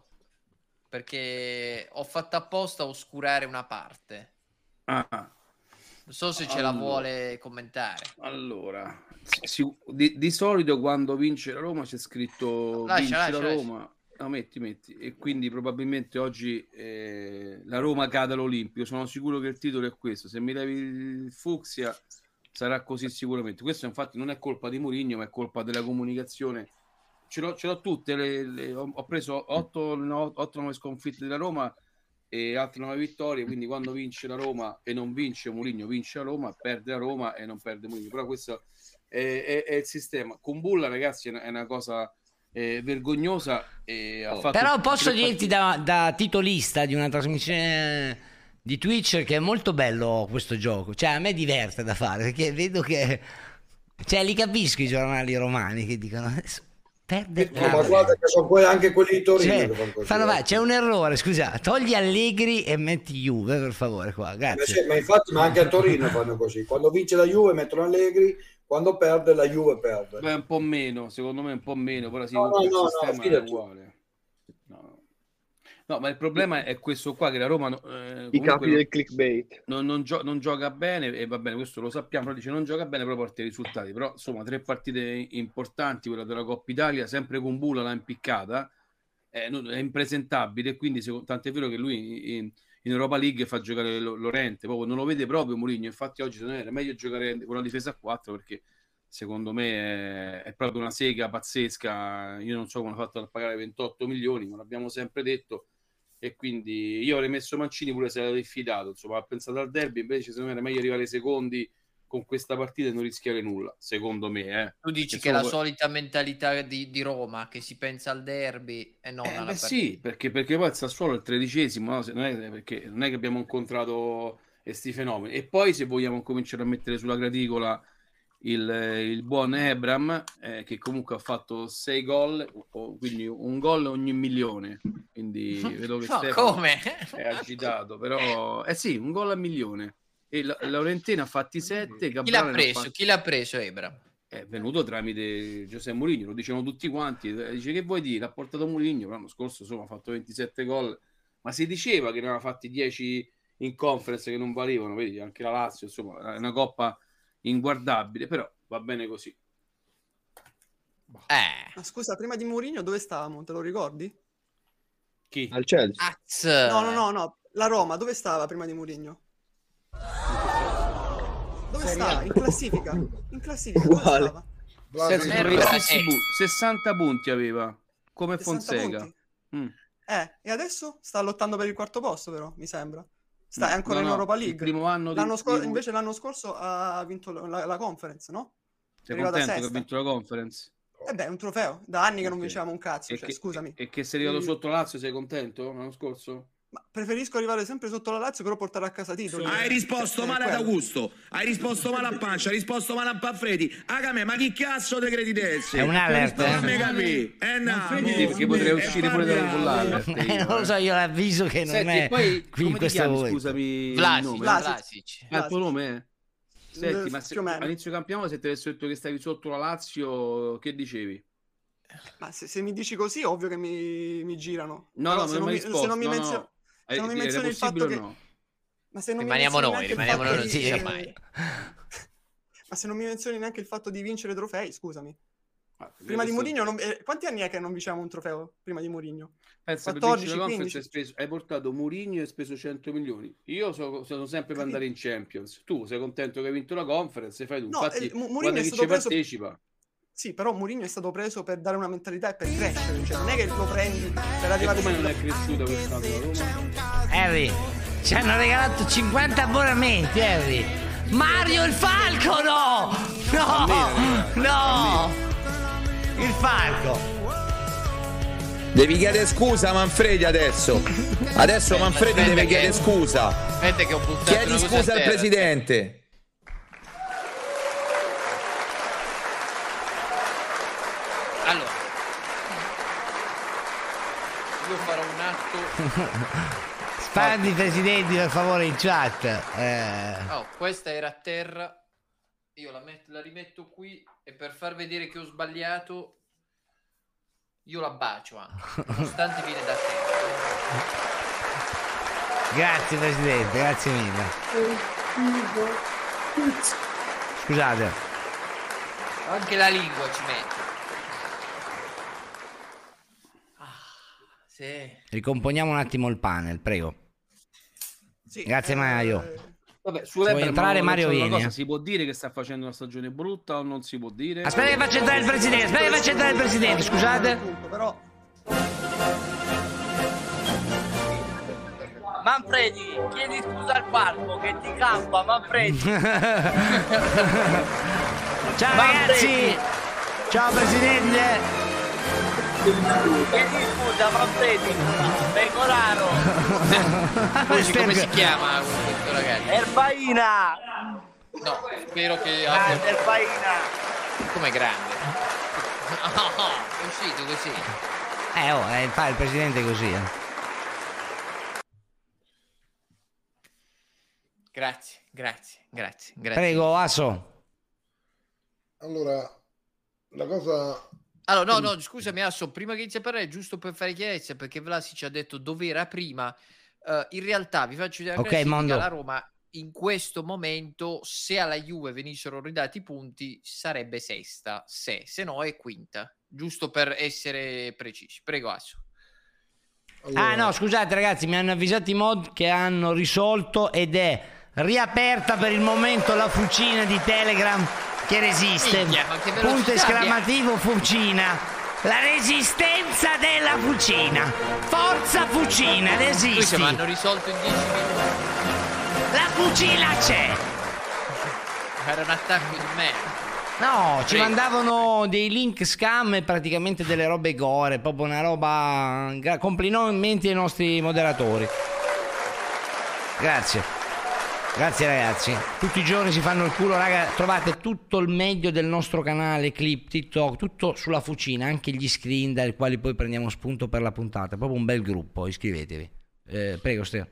Perché ho fatto apposta a oscurare una parte. Ah, Non so se ce la allora. vuole commentare. Allora, si- di, di solito quando vince la Roma c'è scritto Lascia, vince lascia, la lascia. Roma. No, metti, metti. E quindi probabilmente oggi eh, la Roma cade all'Olimpico. Sono sicuro che il titolo è questo. Se mi levi il fucsia sarà così sicuramente. Questo infatti non è colpa di Mourinho, ma è colpa della comunicazione. Ce l'ho, ce l'ho tutte. Le, le- ho, ho preso otto nove sconfitte della Roma e altre nove vittorie. Quindi quando vince la Roma e non vince Mourinho, vince la Roma, perde la Roma e non perde Mourinho. Però questo è, è- è il sistema. Con Bulla, ragazzi, è una, è una cosa eh, vergognosa. E ha fatto Però posso tre dirti da, da titolista di una trasmissione di Twitch che è molto bello questo gioco. Cioè, a me diverte da fare perché vedo che. Cioè, li capisco i giornali romani che dicono. "Adesso Perde No, ma guarda che sono poi anche quelli di Torino Cioè, che fanno così. fanno, eh. va, c'è un errore, scusa, togli Allegri e metti Juve, per favore, qua, Ma, grazie. sì, ma infatti, ma anche a Torino fanno così. Quando vince la Juve mettono Allegri, quando perde la Juve perde. Beh, un po' meno, secondo me un po' meno, però sì, No, comunque no, no, il sistema no, è fidati. uguale. No. No, ma il problema è questo qua, che la Roma eh, I comunque capi non- del clickbait. non, non gio- non gioca bene, e va bene, questo lo sappiamo, però dice non gioca bene, però porta i risultati. Però insomma, tre partite importanti, quella della Coppa Italia, sempre con Bula l'ha impiccata, è, non- è impresentabile, e quindi secondo, tant'è vero che lui in, in Europa League fa giocare Lo- Lorente, proprio non lo vede proprio Mourinho. Infatti oggi secondo me era meglio giocare con la difesa a quattro, perché secondo me è, è proprio una sega pazzesca. Io non so come ha fatto a pagare ventotto milioni, ma l'abbiamo sempre detto. E quindi io avrei messo Mancini pure se era diffidato, insomma, ha pensato al derby, invece secondo me era meglio arrivare secondi con questa partita e non rischiare nulla, secondo me. Eh. Tu dici E che è la sono- solita mentalità di, di Roma, che si pensa al derby e non Eh, alla beh, partita. sì, perché, perché poi il Sassuolo è il tredicesimo, no? Se- non, è, perché non è che abbiamo incontrato questi fenomeni. E poi se vogliamo cominciare a mettere sulla graticola il, il buon Ebram, eh, che comunque ha fatto sei gol, o- quindi un gol ogni milione. Quindi vedo che No, Stefano come? è agitato, però eh sì, un gol a milione. E la, Laurentino ha fatti sette. Chi l'ha Gabriele ne ha preso? fatti- Chi l'ha preso, Ebram? è venuto tramite Giuseppe Mourinho, lo dicevano tutti quanti. Eh, Dice che vuoi dire? L'ha portato Mourinho. L'anno scorso insomma ha fatto ventisette gol, ma si diceva che ne aveva fatti dieci in conference che non valevano. Vedi, anche la Lazio, insomma, è una coppa inguardabile, però va bene così. Eh. Ma scusa, prima di Mourinho dove stavamo? Te lo ricordi? Chi? Al Chelsea. Az. No, no, no, no. La Roma dove stava prima di Mourinho? Dove Serie stava? A. In classifica. In classifica dove Uguale. stava? Sette- Eh, aveva però, stessi eh. pu- sessanta punti aveva, come sessanta Fonseca. punti. Mm. Eh, e adesso sta lottando per il quarto posto, però, mi sembra. Sta No, è ancora no, in no, Europa il League. primo anno di- L'anno scor- di- Invece l'anno scorso ha vinto la, la conference, no? È Sei arrivata contento che ha sesta. vinto la conference? Eh beh, è un trofeo. Da anni che non Ok. vincevamo un cazzo, E cioè, che, scusami. e che sei arrivato Mm. sotto la Lazio, sei contento l'anno scorso? Ma preferisco arrivare sempre sotto la Lazio, però portare a casa titoli. Hai risposto Cioè, male è ad quello. Augusto, hai risposto male a Pancia, hai risposto male a Panfredi. Ah, me, ma chi cazzo te credi di essere? È un alert, eh. Fammi capire. Eh no, Sì, perché potrei e uscire pure da parliamo. l'alert. Eh, non lo so, io l'avviso che non Senti, è e poi qui come in ti questo chiami, momento. scusami, il Vlasic, nome? Vlasic. Vlasic. Ah, il tuo nome è? Senti, Eh, ma se, più o meno. all'inizio campionato se ti avessi detto che stavi sotto la Lazio, che dicevi? Ma se, se mi dici così, ovvio che mi, mi girano. No, Però no, se non non mi mi, hai risposto. se non mi no, menzio- no. se non mi Eh, era menzioni il possibile fatto o che... no? Ma se non mi Rimaniamo menzioni noi, neanche il rimaniamo fatto noi, non di- si dice mai. Ma se non mi menzioni neanche il fatto di vincere trofei, scusami. Prima di Mourinho, non... eh, quanti anni è che non vinciamo un trofeo prima di Mourinho? Pensa, quattordici, per quindici. hai, speso, hai portato Mourinho e hai speso cento milioni. Io sono, sono sempre per andare in Champions. Tu sei contento che hai vinto la Conference e fai tu. No, Infatti, eh, Mourinho guarda è chi stato ci preso... partecipa. Sì, però Mourinho è stato preso per dare una mentalità e per crescere. Cioè, non è che lo prendi per arrivare... E come non è cresciuto quest'anno la Roma? Harry, ci hanno regalato cinquanta abbonamenti, Harry. Mario il Falco, no! No! No! Il Falco. Devi chiedere scusa a Manfredi adesso. Adesso Manfredi deve che- chiedere scusa. Aspetta che ho buttato Chiedi una cosa scusa a al terra. presidente. Allora, io farò un atto. Spandi presidenti per favore in chat. Eh. Oh, questa era a terra. Io la, metto, la rimetto qui e per far vedere che ho sbagliato io la bacio anche, nonostante viene da terra. Grazie presidente, grazie mille. Scusate. Anche la lingua ci mette. Ah, sì. Ricomponiamo un attimo il panel, prego. Sì, Grazie eh, Mario. Vabbè, su Vuoi Weber, entrare, ma Mario, facciamo una vieni, cosa, eh. si può dire che sta facendo una stagione brutta o non si può dire? Aspetta che faccia entrare il presidente, aspetta che faccia entrare il presidente, scusate. Però Manfredi, chiedi scusa al palco che ti campa, Manfredi. Ciao ragazzi. Ciao presidente. Chiedi scusa, Manfredi. Pecoraro. Scusi, come si chiama questo ragazzo? Erbaina. No, spero che Ah, abbia... Erbaina. Come grande. Oh, è uscito così. Eh oh, eh, fa il presidente così. Eh. Grazie, grazie, grazie, grazie. Prego, Asso. Allora, la cosa... Allora, no, no, scusami, Asso, prima che inizi a parlare, giusto per fare chiarezza, perché Vlasic ci ha detto dove era prima. Uh, in realtà, vi faccio vedere la Ok, classifica, Mondo. la Roma in questo momento, se alla Juve venissero ridati i punti, sarebbe sesta, se, se no è quinta, giusto per essere precisi. Prego, Asso. Allora, Ah no, scusate ragazzi, mi hanno avvisato i mod che hanno risolto ed è riaperta per il momento la fucina di Telegram che resiste. Minchia, ma che velocità Punto esclamativo fucina. La resistenza della fucina. Forza fucina, resisti. Scusa, ma hanno risolto in dieci minuti. La fucina c'è. Era un attacco di merda. No, ci Prego. mandavano dei link scam e praticamente delle robe gore, proprio una roba... gra- Complimenti ai nostri moderatori. Grazie. Grazie ragazzi. Tutti i giorni si fanno il culo, raga. Trovate tutto il meglio del nostro canale, clip, TikTok, tutto sulla fucina, anche gli screen dai quali poi prendiamo spunto per la puntata. Proprio un bel gruppo, iscrivetevi. Eh, prego, Steo.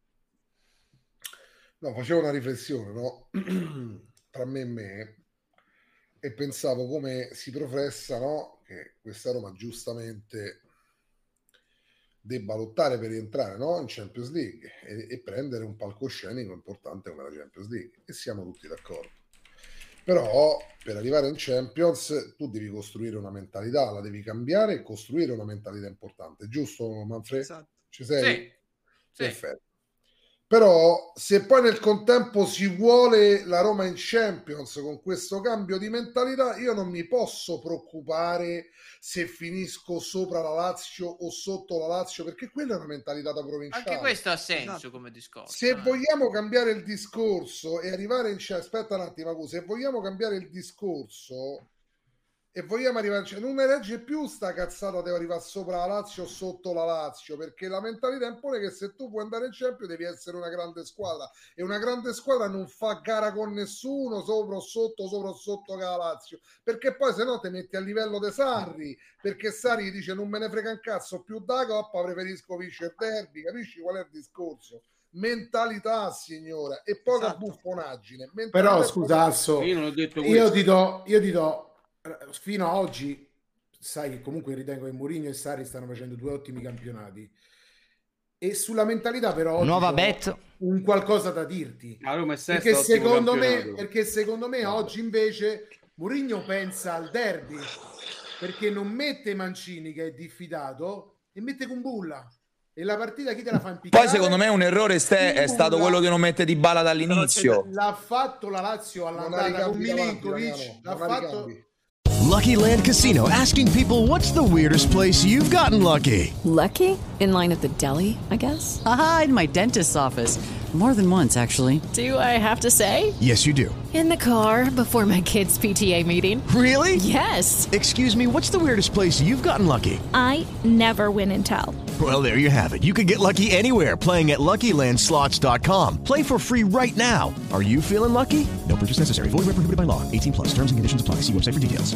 no, facevo una riflessione, no? Tra me e me, e pensavo come si professa, no? Che questa Roma giustamente debba lottare per rientrare, no? In Champions League e, e prendere un palcoscenico importante come la Champions League, e siamo tutti d'accordo. Però per arrivare in Champions tu devi costruire una mentalità, la devi cambiare e costruire una mentalità importante, giusto Manfred? Esatto. Ci sei? Sì, sì. Perfetto. Però se poi nel contempo si vuole la Roma in Champions con questo cambio di mentalità, io non mi posso preoccupare se finisco sopra la Lazio o sotto la Lazio, perché quella è una mentalità da provinciale. Anche questo ha senso Esatto. come discorso. Se eh. vogliamo cambiare il discorso e arrivare in... Cioè, aspetta un attimo, Agu, se vogliamo cambiare il discorso e vogliamo arrivare... Cioè, non regge più sta cazzata, devo arrivare sopra la Lazio o sotto la Lazio, perché la mentalità impone che se tu puoi andare in Champions devi essere una grande squadra, e una grande squadra non fa gara con nessuno sopra o sotto, sopra o sotto che la Lazio, perché poi se no ti metti a livello de Sarri, perché Sarri dice non me ne frega un cazzo più da Coppa, preferisco vincere il derby. Capisci qual è il discorso? Mentalità, signora, e poca Esatto. buffonaggine. Mentalità Però e scusa Asso, Io non ho detto io questo. ti do, io ti do fino a oggi, sai che comunque ritengo che Mourinho e Sarri stanno facendo due ottimi campionati, e sulla mentalità però oggi Nuova c'ho bet. un qualcosa da dirti, La Roma è sesta, perché ottimo secondo me campionato. perché secondo me oggi invece Mourinho pensa al derby perché non mette Mancini che è diffidato e mette Kumbulla. E la partita chi te la fa impiccare? Poi secondo me un errore Ste è stato quello che non mette Dybala dall'inizio. L'ha fatto la Lazio all'andata con Milinkovic, l'ha fatto... Lucky Land Casino, asking people, what's the weirdest place you've gotten lucky? Lucky? In line at the deli, I guess? Aha, in my dentist's office. More than once, actually. Do I have to say? Yes, you do. In the car before my kids' P T A meeting. Really? Yes. Excuse me, what's the weirdest place you've gotten lucky? I never win and tell. Well, there you have it. You can get lucky anywhere, playing at Lucky Land Slots dot com. Play for free right now. Are you feeling lucky? No purchase necessary. Void where prohibited by law. eighteen plus. Terms and conditions apply. See website for details.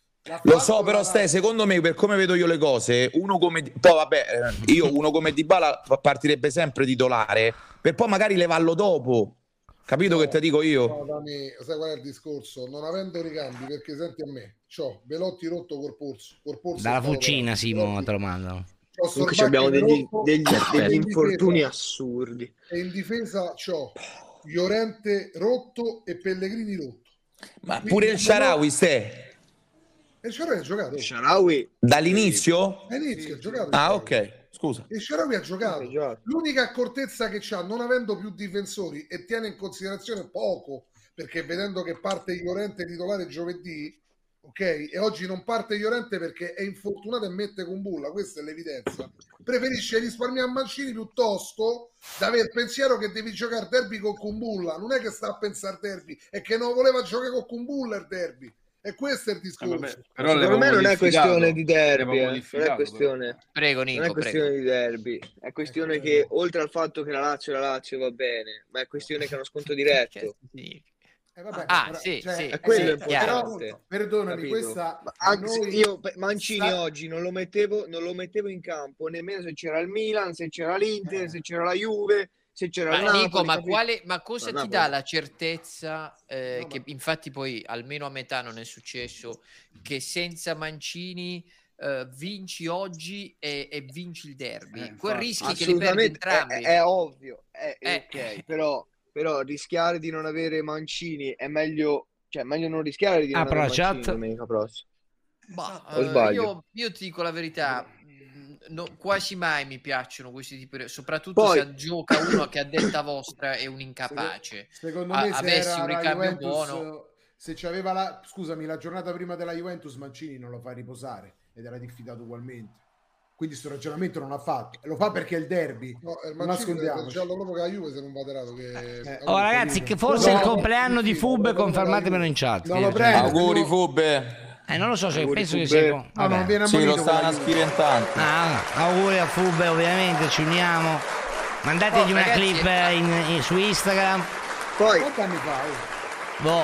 Lo so, però Ste, secondo me, per come vedo io le cose, uno come poi vabbè, io uno come Dybala partirebbe sempre titolare, per poi magari levarlo dopo. Capito no, che te dico io? No, Dani, sai qual è il discorso? Non avendo ricambi, perché senti a me, c'ho Belotti rotto col polso, col polso Dalla fucina, Simo, te lo mando. Comunque abbiamo degli, degli, degli infortuni assurdi. E in difesa c'ho Llorente rotto e Pellegrini rotto. Ma Quindi pure il Shaarawy, Ste. E il Shaarawy ha giocato. Shaarawy dall'inizio? All'inizio ha giocato. Ah, ok, scusa. E Shaarawy ha giocato. L'unica accortezza che c'ha, non avendo più difensori, e tiene in considerazione poco, perché vedendo che parte Llorente titolare giovedì, ok, e oggi non parte Llorente perché è infortunato e mette Kumbulla, questa è l'evidenza. Preferisce risparmiare Mancini piuttosto da avere il pensiero che devi giocare derby con Kumbulla. Non è che sta a pensare derby, è che non voleva giocare con Kumbulla il derby. E questo è il discorso. Eh, vabbè, però secondo me non è questione di derby, eh. non è questione, prego, Nico, non è questione prego. di derby, è questione che oltre al fatto che la Lazio è la Lazio va bene, ma è questione che è uno sconto diretto. Eh, vabbè, ah, però, sì, cioè, sì, è quello sì, importante. Però, perdonami, capito? questa Ma anzi, noi... io Mancini sta... oggi non lo mettevo, non lo mettevo in campo nemmeno se c'era il Milan, se c'era l'Inter, eh. se c'era la Juve. Se c'era ma, il Napoli, Nico, ma, capito? quale, ma cosa ma ti dà la certezza eh, no, che ma... infatti poi almeno a metà non è successo, che senza Mancini eh, vinci oggi e, e vinci il derby? Eh, Quel rischi che li perdi entrambi. È, è ovvio, è, è eh. ok, però, però rischiare di non avere Mancini è meglio, cioè meglio non rischiare di non ah, avere Mancini chat. domenica prossima. Ma, o sbaglio? Io, io ti dico la verità. No, quasi mai mi piacciono questi tipi di... soprattutto Poi... se gioca uno che a detta vostra è un incapace. Secondo me a, se avessi era un ricambio Juventus, buono, se c'aveva la scusami la giornata prima della Juventus, Mancini non lo fa riposare ed era diffidato ugualmente, quindi sto ragionamento non ha fatto, lo fa perché è il derby. No, il non nascondiamoci proprio che la Juve se non va terato che... eh, oh ragazzi, che forse no, è il compleanno di Fubbe, confermatemelo in chat. No, lo prendo, auguri Fubbe. Eh, non lo so, se auguri penso Fubbe. Che sia con... no, non viene sì, lo stanno aspirentando. Ah, auguri a Fubbe, ovviamente ci uniamo. Mandategli oh, una ragazzi, clip eh, in, in, su Instagram. Poi quanti anni fa? Boh.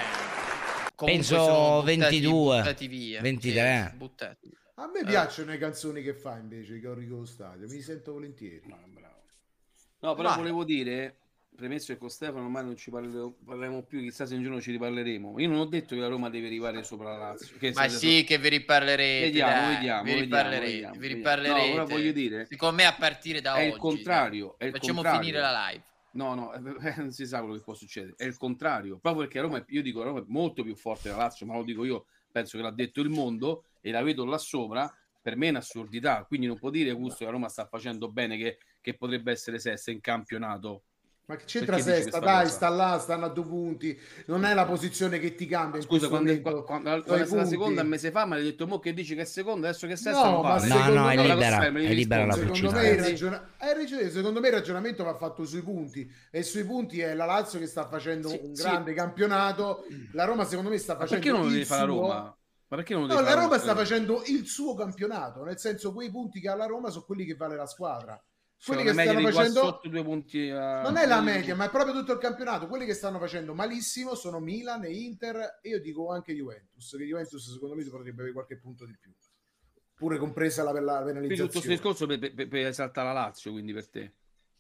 Eh, penso buttati, ventidue, buttati via. ventitré. Sì, a me piacciono eh. le canzoni che fa invece che Enrico Stadio, mi sento volentieri. No, bravo. No, però Ma... volevo dire, premesso che con Stefano ormai non ci parleremo, parleremo più, chissà se un giorno ci riparleremo. Io non ho detto che la Roma deve arrivare sopra la Lazio. Che ma sì, so... che vi riparlerete. Vediamo, dai, vediamo, vi riparlerete. Vediamo, vi riparlerete. No, ora voglio dire, secondo me a partire da è oggi. Il contrario, è il Facciamo contrario. finire la live. No, no, non si sa quello che può succedere. È il contrario, proprio perché Roma, io dico, Roma è molto più forte della Lazio, ma lo dico io, penso che l'ha detto il mondo e la vedo là sopra. Per me è un'assurdità, quindi non può dire Augusto che la Roma sta facendo bene, che, che potrebbe essere sesta in campionato. Ma che c'entra sesta? Dai, cosa? Sta là, stanno a due punti, non è la posizione che ti cambia. Scusa, quando, quando, quando, quando è stata seconda un mese fa, mi hai detto mo che dici che è seconda, adesso che è sesta no, non vale. No, no, è libera, è libera la secondo me, ragiona- eh, secondo me il ragionamento va fatto sui punti, e sui punti è la Lazio che sta facendo sì, un sì. grande campionato, la Roma secondo me sta facendo perché non lo devi il fare suo... la Roma? Ma perché non lo no, devi la fare Roma la sta facendo il suo campionato, nel senso quei punti che ha la Roma sono quelli che vale la squadra. Quelli cioè, che stanno facendo sotto due punti a... non è la media, ma è proprio tutto il campionato. Quelli che stanno facendo malissimo sono Milan e Inter, e io dico anche Juventus, che Juventus secondo me potrebbe avere qualche punto di più, pure compresa la, la penalizzazione. Quindi tutto questo discorso per, per, per esaltare la Lazio, quindi per te?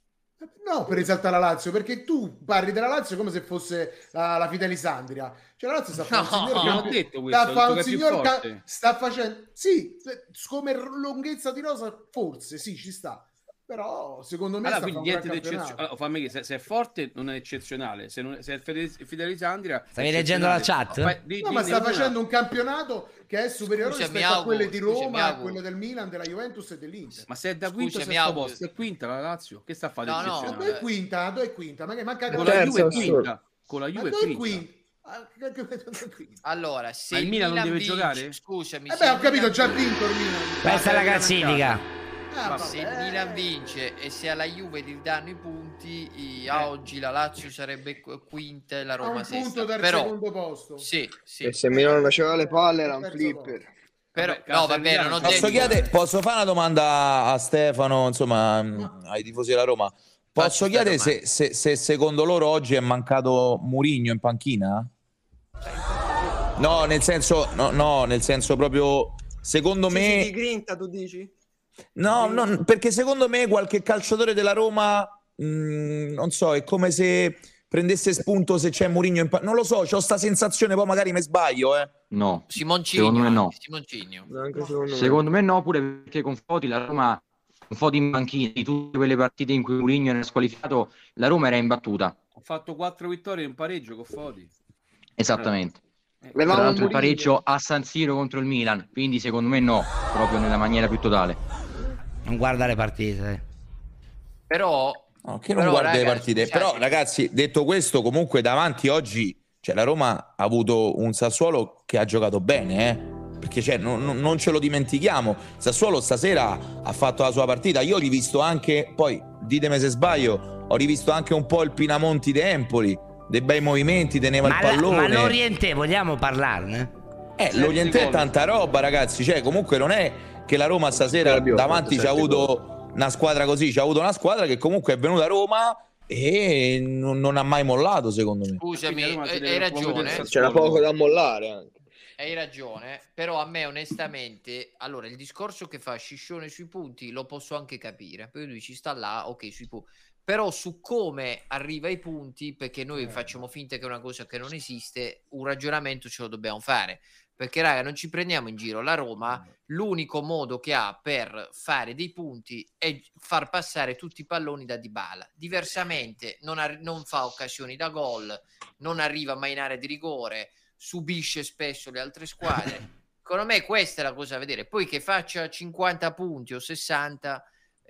No, per esaltare la Lazio, perché tu parli della Lazio come se fosse la, la Fidelisandria. Cioè la Lazio sta facendo no, un signor non ho detto questo, sta, fa un signor ca- sta facendo sì, come lunghezza di rosa forse sì, ci sta. Però secondo me allora, sta quindi niente di d'eccezionale. Allora, fammi che se, se è forte non è eccezionale, se, non, se è Fidelisandria stavi leggendo la chat? No, fai, di, no ma sta una... facendo un campionato che è superiore Scusami, rispetto auguro, a quelle di Roma, a scusami, quello del Milan, della Juventus e dell'Inter. Ma se è da quinto Scusami, sesto posto, è quinta la Lazio, che sta a fare no, eccezionale? No, è quinta, è quinta, ma che manca con la Juve è quinta, con la Juve è quinta. Allora, se il, il Milan, Milan non deve vince, giocare? Scusami, eh beh, ho capito, ha già vinto il Milan. Questa è la classifica. Ah, se il Milan vince e se alla Juve gli danno i punti, a oggi la Lazio sarebbe quinta e la Roma un sesta. punto dal Però, secondo posto. Sì, sì. E se Milan non faceva le palle era un flipper. Però, vabbè, no, va bene, non posso, chiedere, posso fare una domanda a Stefano, insomma, no. ai tifosi della Roma? Posso Faccio chiedere se, se, se secondo loro oggi è mancato Mourinho in panchina? No, nel senso, no, no, nel senso proprio, secondo sì, me... Sì, di grinta, tu dici? No, no, perché secondo me qualche calciatore della Roma, mh, non so, è come se prendesse spunto se c'è Mourinho in pa- non lo so, c'ho sta sensazione, poi magari mi sbaglio, eh. No, Simoncino, secondo me no. Simoncino. Secondo, secondo me no, pure perché con Foti la Roma, un Foti in panchina, di tutte quelle partite in cui Mourinho era squalificato, la Roma era imbattuta. Ha fatto quattro vittorie in pareggio con Foti. Esattamente. Eh. Tra l'altro il pareggio a San Siro contro il Milan, quindi secondo me no, proprio nella maniera più totale. Non guarda le partite. Però no, che non però, guarda ragazzi, le partite. scusate. Però ragazzi, detto questo, comunque davanti oggi, cioè, la Roma ha avuto un Sassuolo che ha giocato bene, eh? Perché cioè, non, non ce lo dimentichiamo. Sassuolo stasera ha fatto la sua partita. Io ho rivisto anche, poi ditemi se sbaglio, ho rivisto anche un po' il Pinamonti di Empoli, dei bei movimenti, teneva ma il pallone. La, ma l'Oriente, vogliamo parlarne? Eh, l'Oriente è tanta roba, ragazzi. Cioè, comunque non è che la Roma stasera davanti c'ha avuto una squadra così, c'ha avuto una squadra che comunque è venuta a Roma e non, non ha mai mollato, secondo me. Scusami, hai ragione. C'era poco da mollare anche. Hai ragione, però a me onestamente, allora il discorso che fa Sciscione sui punti lo posso anche capire, poi lui ci sta là, ok, sui punti, però su come arriva ai punti, perché noi facciamo finta che è una cosa che non esiste, un ragionamento ce lo dobbiamo fare. Perché raga, non ci prendiamo in giro, la Roma l'unico modo che ha per fare dei punti è far passare tutti i palloni da Dybala, diversamente non, ar- non fa occasioni da gol, non arriva mai in area di rigore, subisce spesso le altre squadre. Secondo me questa è la cosa da vedere, poi che faccia cinquanta punti o sessanta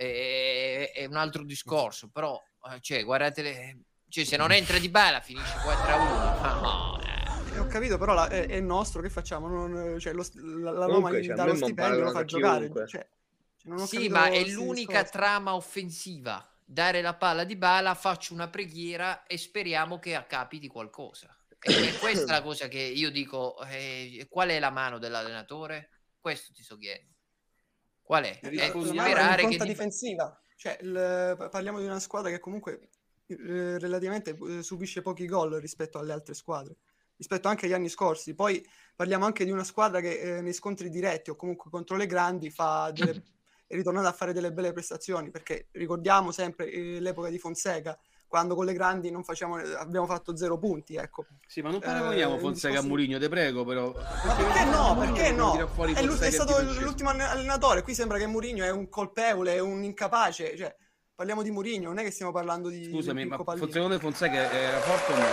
è, è un altro discorso, però cioè, guardate le... cioè, se non entra Dybala finisce quattro a uno. No, ho capito, però la, è, è nostro, che facciamo? Non, cioè, lo, la, la Roma Comunque, gli cioè, dà lo stipendio, lo fa giocare. Cioè, cioè, non ho sì, capito ma è questi l'unica discorsi. trama offensiva. Dare la palla di Bala, faccio una preghiera e speriamo che capiti qualcosa. E questa è la cosa che io dico, eh, qual è la mano dell'allenatore? Questo ti sto chiedendo. Qual è? Eh, È sperare che di... difensiva. Cioè, il, parliamo di una squadra che comunque eh, relativamente eh, subisce pochi gol rispetto alle altre squadre, rispetto anche agli anni scorsi. Poi parliamo anche di una squadra che eh, nei scontri diretti o comunque contro le grandi fa delle, è ritornata a fare delle belle prestazioni, perché ricordiamo sempre eh, l'epoca di Fonseca, quando con le grandi non facciamo, abbiamo fatto zero punti, ecco. Sì, ma non paragoniamo eh, Fonseca discorso... a Mourinho, te prego, però. Ma perché no? Perché no? È, lui, è stato francese. l'ultimo allenatore, qui sembra che Mourinho è un colpevole, è un incapace, cioè parliamo di Mourinho, non è che stiamo parlando di Scusami, di ma Pallino. secondo te Fonseca era forte o no?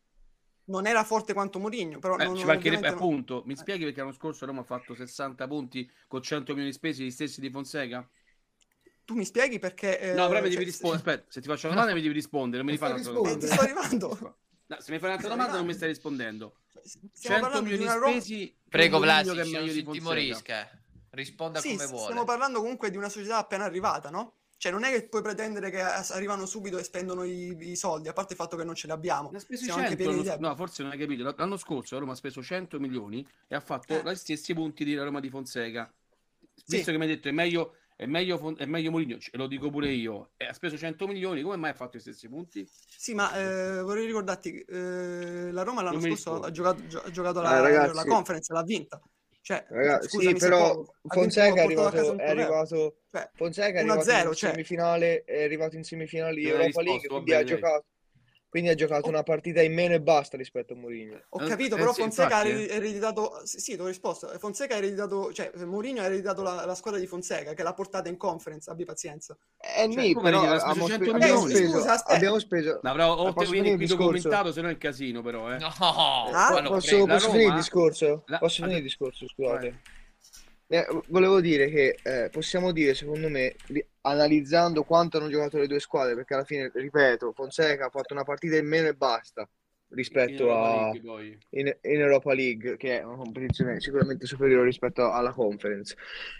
Non era forte quanto Mourinho, però Eh, non, ci non, mancherebbe ovviamente appunto. non... Mi spieghi perché l'anno scorso Roma ha fatto sessanta punti con cento milioni di spesi, gli stessi di Fonseca? Tu mi spieghi perché... Eh, No, però mi cioè, devi rispondere. Aspetta, se ti faccio una domanda mi devi rispondere, non mi fai un'altra Eh, domanda. ti sto arrivando. No, se mi fai un'altra domanda non mi stai rispondendo. Stiamo cento parlando di milioni di una Roma- spesi. Prego con Mourinho Vlasic, che è meglio non di si Fonseca. timorisca. Risponda Sì, come s- vuole. stiamo parlando comunque di una società appena arrivata, no? Cioè non è che puoi pretendere che as- arrivano subito e spendono i, i soldi, a parte il fatto che non ce li abbiamo. Ha speso Siamo anche cento, pieni di l'anno- debiti. no, forse non hai capito. L'anno scorso la Roma ha speso cento milioni e ha fatto Eh. gli stessi punti di Roma di Fonseca. Sì. Visto che mi hai detto è meglio, è meglio, Fon- è meglio Mourinho, ce- lo dico pure io, e ha speso cento milioni, come mai ha fatto gli stessi punti? Sì, ma eh, vorrei ricordarti che eh, la Roma l'anno Non mi scorso rispondi. ha giocato, gio- ha giocato Ah, la, ragazzi. la conference, l'ha vinta. Cioè, Ragazzi, scusami sì, se però poco, ha vinto- Fonseca è ha portato a casa arrivato, un è trofeo. arrivato, Cioè, Fonseca è uno a arrivato zero, in cioè. semifinale, è arrivato in semifinali Non hai Europa risposto, League, va quindi ha bene lei. giocato, quindi ha giocato una partita in meno e basta rispetto a Mourinho. Ho capito, Eh, però sì, Fonseca ha infatti, eri- ereditato. Sì, sì, ti ho risposto. Fonseca ha ereditato, cioè Mourinho ha ereditato la, la squadra di Fonseca che l'ha portata in conference. Abbi pazienza. Eh, Cioè, nì, come però vedi, l'ha speso abbiamo, cento spe- abbiamo milioni. speso, Scusa, aspetta. abbiamo speso. No, però o Ma te posso vieni finire qui il discorso? documentato, se no è un casino, però, eh. No, Ah, quello Posso, prego. La posso finire il Roma- discorso? la- Posso ha finire il detto- discorso, scusate. Vai. Eh, volevo dire che eh, possiamo dire, secondo me, ri- analizzando quanto hanno giocato le due squadre, perché alla fine, ripeto, Fonseca ha fatto una partita in meno e basta In rispetto Europa a League, poi. in, in Europa League, che è una competizione sicuramente superiore rispetto alla Conference.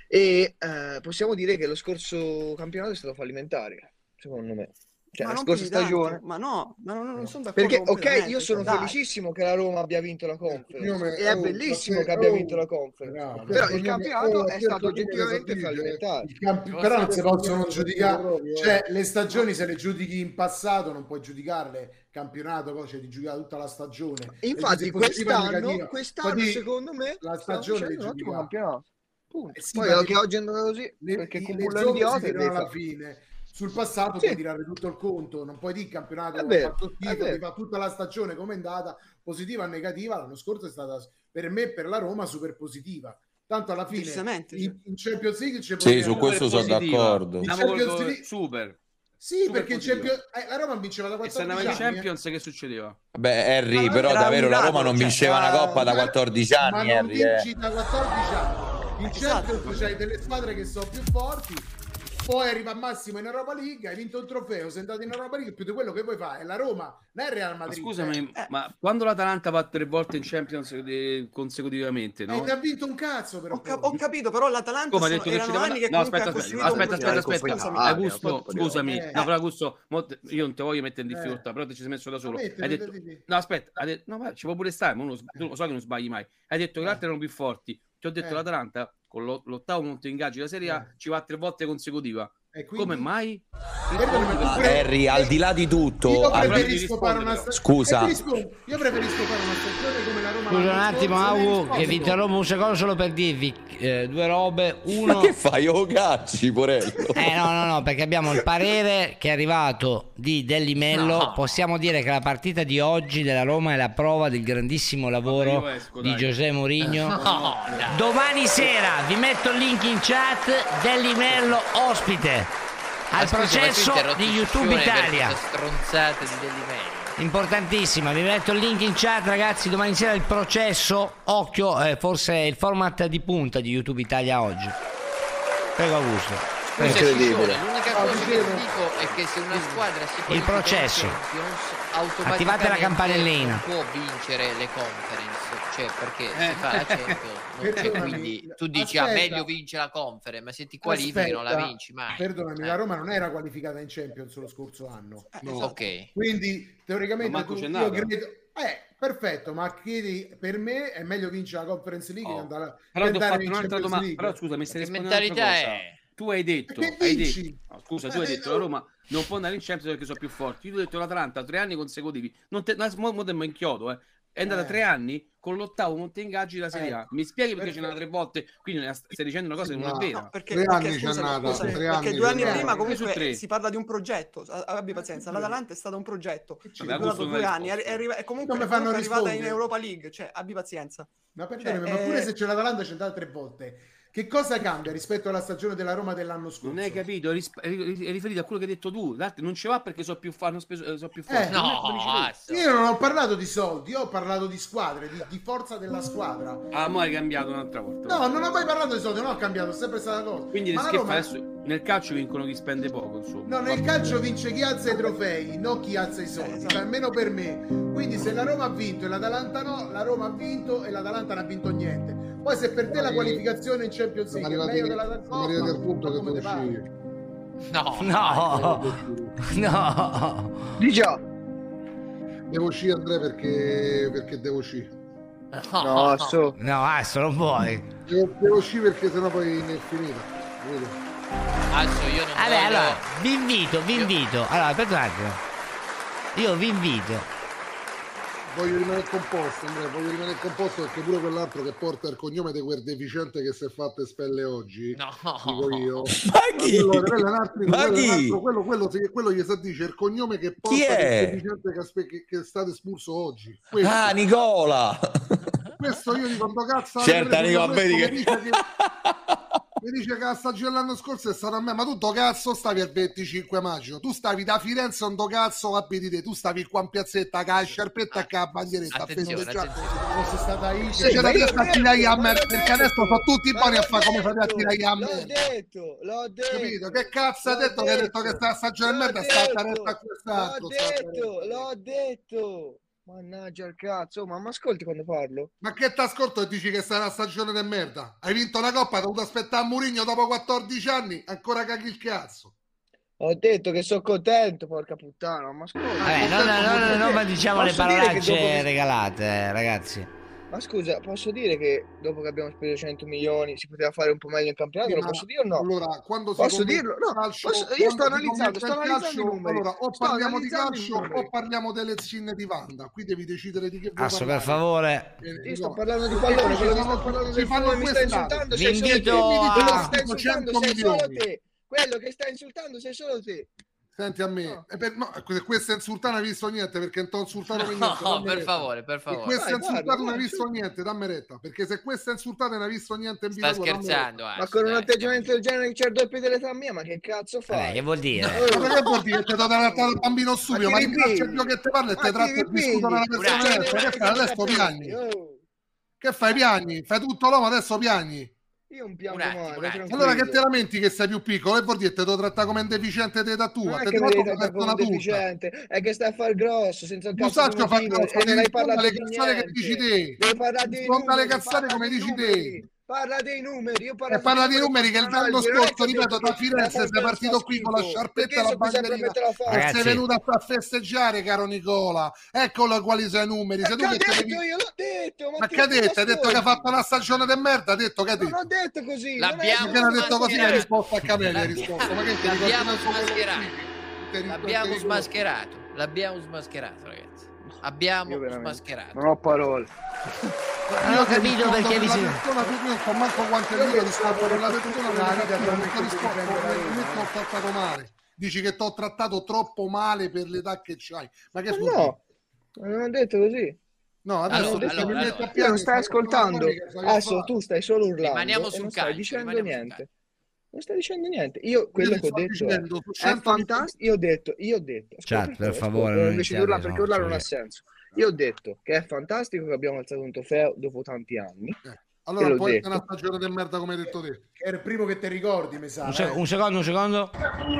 E eh, possiamo dire che lo scorso campionato è stato fallimentare, secondo me. Cioè, ma la non scorsa più di tanto. stagione. Ma no, ma non, non sono d'accordo. Perché, ok, completamente, io sono cioè, dai. felicissimo che la Roma abbia vinto la Conference Cognome- e è oh, bellissimo ma che abbia oh, vinto la Conference, bravo. però il Cognome- campionato oh, è per stato cognome oggettivamente Sapice, fallimentare. Il campi- Cosa però non sta- si possono Cosa giudicare, proprio? cioè le stagioni se le giudichi in passato non puoi giudicarle, campionato poi c'è di giocare tutta la stagione. Infatti E se positiva o quest'anno, negativa, quest'anno poi secondo me la stiamo stagione facendo di un ottimo giudicare. campionato. Punto. Eh sì, Poi ma anche le- oggi è andata così, le, perché i- con le Bullone somme idiota si e tirano devi alla fare. fine. Sul passato Sì. puoi tirare tutto il conto, non puoi dire che il campionato È ha vero, fatto è schifo, vero. ti fa tutta la stagione come è andata, positiva o negativa. L'anno scorso è stata per me e per la Roma super positiva. Tanto alla fine Decisamente, sì. in, in Champions League c'è Sì, su questo sono Positiva. d'accordo. In Andiamo Champions col- League- super. Sì, Super perché in positiva. Champions- eh, la Roma vinceva da E se andava quattordici in anni. eh. Champions, che succedeva? Beh, Harry, Ma però era davvero un la Roma miracolo, non cioè, vinceva una ma- coppa da ma- quattordici Ma anni, non Harry. eh. vinci da quattordici anni. In Esatto. Champions c'hai delle squadre che sono più forti. Poi arriva al massimo in Europa League, hai vinto un trofeo, sei andato in Europa League, più di quello che puoi fare. È la Roma, non è il Real Ma Madrid. scusami, eh. ma quando l'Atalanta va tre volte in Champions eh, consecutivamente, E no? ti ha vinto un cazzo, però. Ho, cap- ho capito, però l'Atalanta Come ha sono, detto che ci erano deve anni che no, comunque aspetta, ha aspetta, costruito un aspetta, aspetta, progetto. aspetta. Scusami. Augusto, scusami, Eh. no, però Augusto, mo te- io non ti voglio mettere in difficoltà, Eh. però ti ci sei messo da solo. Ma mettimi, Hai detto, mettimi. no, aspetta, hai detto, no, ma ci può pure stare, ma uno sb- tu lo so che non sbagli mai. Hai detto che gli altri erano più forti. Ti ho detto Eh. l'Atalanta con lo- l'ottavo monte ingaggi della Serie A Eh. ci va tre volte consecutiva. E quindi? Come mai? Perdonami, Rispondi, ma tu perché- Harry, al di là di tutto, Io al- preferisco fare una rispondere, stagione. Scusa. Io preferisco fare una stagione come la Roma. Scusa un l'anno attimo, scorso, Augu, ne che rispondo. vi interrompo un secondo solo per dirvi eh, due robe. Ma Uno, che fai? Oh cacci, porello. eh no, no, no, perché abbiamo il parere che è arrivato di Dellimello. No. Possiamo dire che la partita di oggi della Roma è la prova del grandissimo lavoro Vabbè, io esco, di dai. José Mourinho. No, dai. Domani sera vi metto il link in chat. Dellimello ospite al Ma scusa, ma tu processo interrotti di YouTube per Italia. queste stronzate di Dellimello. Importantissima, vi metto il link in chat, ragazzi. Domani sera il processo. Occhio, eh, forse è il format di punta di YouTube Italia oggi. Prego, Augusto. Scusa, Incredibile. Ciccione, l'unica No, cosa che ti dicevo- dico è che se una squadra si qualifica in processo. Champions, automaticamente Attivate la campanellina. non può vincere le conference, cioè perché Eh. si fa la Champions, non- e Perdonami, quindi tu dici ah, aspetta. meglio vince la conference, ma se ti qualifichi non la Aspetta, vinci mai. Perdonami, Eh. la Roma non era qualificata in Champions lo scorso anno. No. Ok. Quindi teoricamente Ma manco tu, c'è io nata. credo eh perfetto, ma chiedi, per me è meglio vincere la Conference League Oh. che andare, Però che ti ho andare fatto in un'altra Champions domanda. League. Però scusa, mi stai Che rispondendo un'altra mentalità cosa. è? Tu hai detto, Perché hai vinci? detto no, scusa, tu hai Eh, detto no. la Roma non può andare in Champions perché sono più forti. Io ti ho detto l'Atalanta tre anni consecutivi. Non te, no, mo, mo te mo inchiodo, eh. È andata Eh. tre anni con l'ottavo monte ingaggi della Serie A. Ecco. Mi spieghi perché ce Perfetto. n'ha tre volte? Quindi ne stai dicendo una cosa che non è No. vera. No, perché, Tre perché, anni c'è scusami, nata, scusami, tre perché anni due c'è anni nata. prima Su comunque tre. si parla di un progetto. A- Abbi pazienza, l'Atalanta è stato un progetto che ci è Vabbè, durato Augusto due non ha anni. È, risposto. è arriva- è comunque, Non mi è fanno comunque arrivata in rispondere. Europa League. Cioè, abbi pazienza. Ma perdonami, Cioè, ma pure eh, se c'è l'Atalanta c'è andata tre volte. Che cosa cambia rispetto alla stagione della Roma dell'anno scorso? Non hai capito, è ris- è ri- è riferito a quello che hai detto tu. L'altro non ci va perché so più, fa- hanno speso, eh, so più forti. Eh, Non è no, come dici tu. adesso. Io non ho parlato di soldi, io ho parlato di squadre, di, di forza della squadra. Ah, mo hai cambiato un'altra volta. No, non ho mai parlato di soldi, non ho cambiato, è sempre stata cosa. Quindi Ma la che Roma- fa adesso? Nel calcio vincono chi spende poco, insomma. No, nel calcio vince chi alza i trofei, non chi alza i soldi, Eh, esatto. almeno per me. Quindi se la Roma ha vinto e l'Atalanta no, la Roma ha vinto e l'Atalanta non ha vinto niente. Poi se per te la qualificazione in Champions Siamo League è arrivati, meglio della siamo arrivati al punto che come tu te pare. uscì. No, No, no. Di già. Devo uscire Andrea perché, perché devo uscire. No, so. No, adesso non vuoi. Devo, devo uscire perché sennò poi ne è finita. Capito? adesso io non Vabbè, voglio... allora, vi invito, vi invito. Allora, aspetta un attimo. Io vi invito voglio rimanere composto, Andrea, voglio rimanere composto perché pure quell'altro che porta il cognome di quel deficiente che si è fatto espelle oggi, no, dico io. Ma chi? Allora, quello è un altro, Ma quello, è un chi? altro, quello, quello, quello, quello gli sa dice il cognome che porta Chi è? il deficiente che, aspe- che, che è stato espulso oggi. Questo. Ah, Nicola! Questo io dico, sto cazzo, Certo, Nicola, vedi che... mi dice che... mi dice che la stagione dell'anno scorso è stata a me, ma tu to cazzo stavi il venticinque maggio, tu stavi da Firenze, non to cazzo abiti te, tu stavi qua in piazzetta con la sciarpetta e con la bandieretta a festeggiare, non sei stata io, se c'è da dire a tirare a me, perché adesso sono tutti buoni a fare come fate a tirare a me, l'ho detto, l'ho detto, capito? Che cazzo hai detto che hai detto che sta stagione di merda, sta retta a quest'altro, l'ho detto, l'ho detto. Mannaggia il cazzo, ma mi ascolti quando parlo? Ma che t'ascolto e dici che sarà una stagione di merda? Hai vinto la coppa, hai dovuto aspettare Mourinho dopo quattordici anni, ancora caghi il cazzo. Ho detto che sono contento, porca puttana, ma ascolta. Vabbè, no, no, no, no, no, ma diciamo le Posso dire che parolacce dopo che- regalate, eh, ragazzi. Ma scusa, posso dire che dopo che abbiamo speso cento milioni si poteva fare un po' meglio in campionato? Sì, Lo ma posso dire o no? Allora, quando si Posso commenta dirlo? il No, calcio, posso- io quando sto si analizzando, commenta sto il analizzando i calcio, numeri. allora, o Sto parliamo di analizzando i calcio numeri. o parliamo delle zinne di Wanda. Qui devi decidere di che vuoi Asso, per parlare. favore. Eh, Io sto no. parlando di Perché pallone, ci quello che sono- sto parlando ci del fanno pallone mi sta quest'anno. insultando, Vi sei solo te. invito Quello a- che sta insultando cento sei solo milioni. te. Quello che sta insultando sei solo te. Senti a me, No. e per, no, se questo è insultato non hai visto niente perché non ti ho insultato per No, niente. dammi per retta. favore, per Se favore. questo è Vai, insultato guarda, non hai vai, visto niente, dammi retta, perché se questo è insultato non hai visto niente in vita Sta tua, dammi retta. scherzando, Ma Asso, con un dai, atteggiamento del genere che c'è il doppio dell'età mia, ma che cazzo Vabbè, fai? che vuol dire? Ma che vuol dire che ti do trattato il bambino stupido? Ma Ma ti ti piace ripigli? Dio che ti parla e Ma ti ti tratta e ripigli? discutono una persona Una- diversa? Che fai? Adesso piagni. Oh, Che fai? Piagni? Fai tutto l'uomo, adesso piagni. io non piango Un attimo, mai, un vai attimo. Allora che tranquillo. te lamenti che sei più piccolo e vuol dire te lo tratta come un deficiente di età tua? Non è Te che mi tratto devi come trattare come persona un adulta. deficiente, è che stai a fare il grosso senza un Tu cazzo sai di che fa motivo grosso, e non hai risponda parlato alle di cazzate che dici niente. te. Devi parlare dei Risponda alle numeri, cazzate parla come dei dici numeri. te. Parla dei numeri, io parlo E parla di numeri che il anno anno scorso, ripeto, da Firenze sei partito qui con la sciarpetta e la bandierina e Ragazzi. sei venuto a, a festeggiare, caro Nicola. Eccolo quali sono i numeri. Sei tu che te devi... io l'ho detto, Ma che ha detto? Hai detto che ha fatto una stagione di merda? Ha detto che ha Non detto? ho detto così. L'abbiamo Perché non ha detto così? Hai smascherato. risposto a Camelli, hai risposto. Ma che ti ricordi L'abbiamo manco quello smascherato. che- ti- L'abbiamo ti ricordi? smascherato. L'abbiamo smascherato, ragazzi. Abbiamo Io veramente smascherato. non ho parole. Non ho capito perché vi la si... persona, tu non so manco quanto è io risposto per la persona nella vita non ho risposto, mi ho trattato male. Dici che ti ho trattato troppo male per l'età che c'hai. Ma che Ma vuol no, non ho detto così. No, adesso Allora, adesso allora, mi metti allora. a Tu piangere, non stai stai ascoltando. parlando che sai Adesso fare. tu stai solo urlando. Rimaniamo e sul non stai calcio, dicendo rimaniamo sul niente. Non stai dicendo niente. Io quello Io che ho ti sto detto dicendo, su è, è cento fantastico. Io ho detto, io ho detto. Chat, ascolta, per ascolta, favore, ascolta, non invece di iniziate, urlare, no, perché urlare non ha cioè- senso. Io ho detto che è fantastico che abbiamo alzato un trofeo dopo tanti anni. Eh, Allora Te l'ho poi è detto. una stagione di merda come hai detto te. Era il primo che ti ricordi, mi sa. Un, sec- eh. un secondo, un secondo.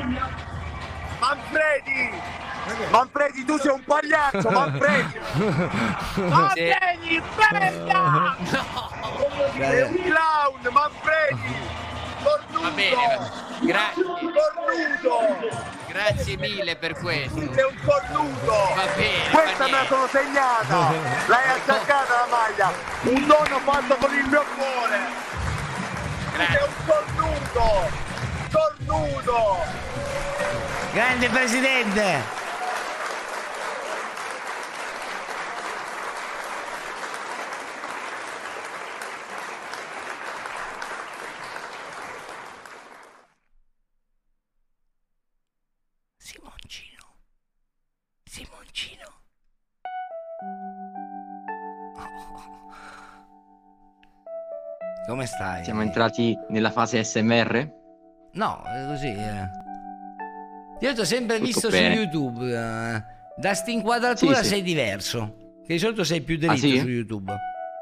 Manfredi! Manfredi, tu sei un pagliaccio, Manfredi! Manfredi, bella! Sei un clown, Manfredi! Cornuto! Va bene, grazie. Cornuto! Grazie mille per questo. Sei un cornuto! Va bene. Questa fa me la niente. sono segnata! L'hai attaccata la maglia! Un dono fatto con il mio cuore! Sei un cornuto! Cornuto! Grande presidente. Simoncino. Simoncino. Come stai? Siamo entrati nella fase S M R? No, è così. Eh. Io ti ho sempre Tutto visto bene. su YouTube. eh. Da sta inquadratura Sì, sì. sei diverso. Che di solito sei più dritto Ah, sì? su YouTube.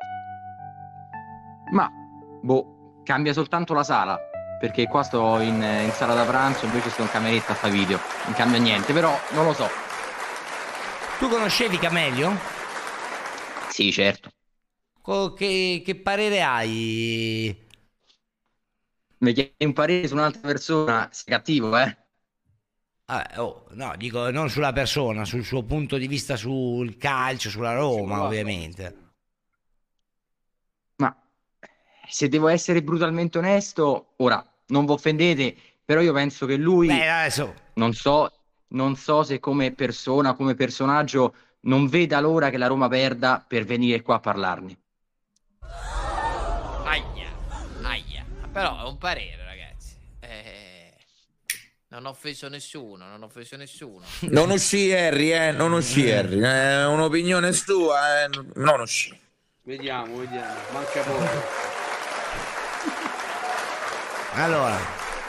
Ma, boh, cambia soltanto la sala. Perché qua sto in, in sala da pranzo, invece sto in cameretta a fa video. Non cambia niente, però non lo so. Tu conoscevi Camelio? Sì, certo. Co- che, che parere hai? Mi chiedi un parere su un'altra persona, sei cattivo, eh? Vabbè, oh, no, dico non sulla persona, sul suo punto di vista sul calcio, sulla Roma, ovviamente. Ma se devo essere brutalmente onesto, ora non vi offendete, però io penso che lui, Beh, adesso non so, non so se come persona, come personaggio non veda l'ora che la Roma perda per venire qua a parlarne. Aia, aia. Però è un parere, ragazzi. Eh, non ho offeso nessuno, non ho offeso nessuno. Non uscì Harry, eh, non uscì Harry, è un'opinione sua, eh, non uscì. Vediamo, vediamo, manca poco. Allora,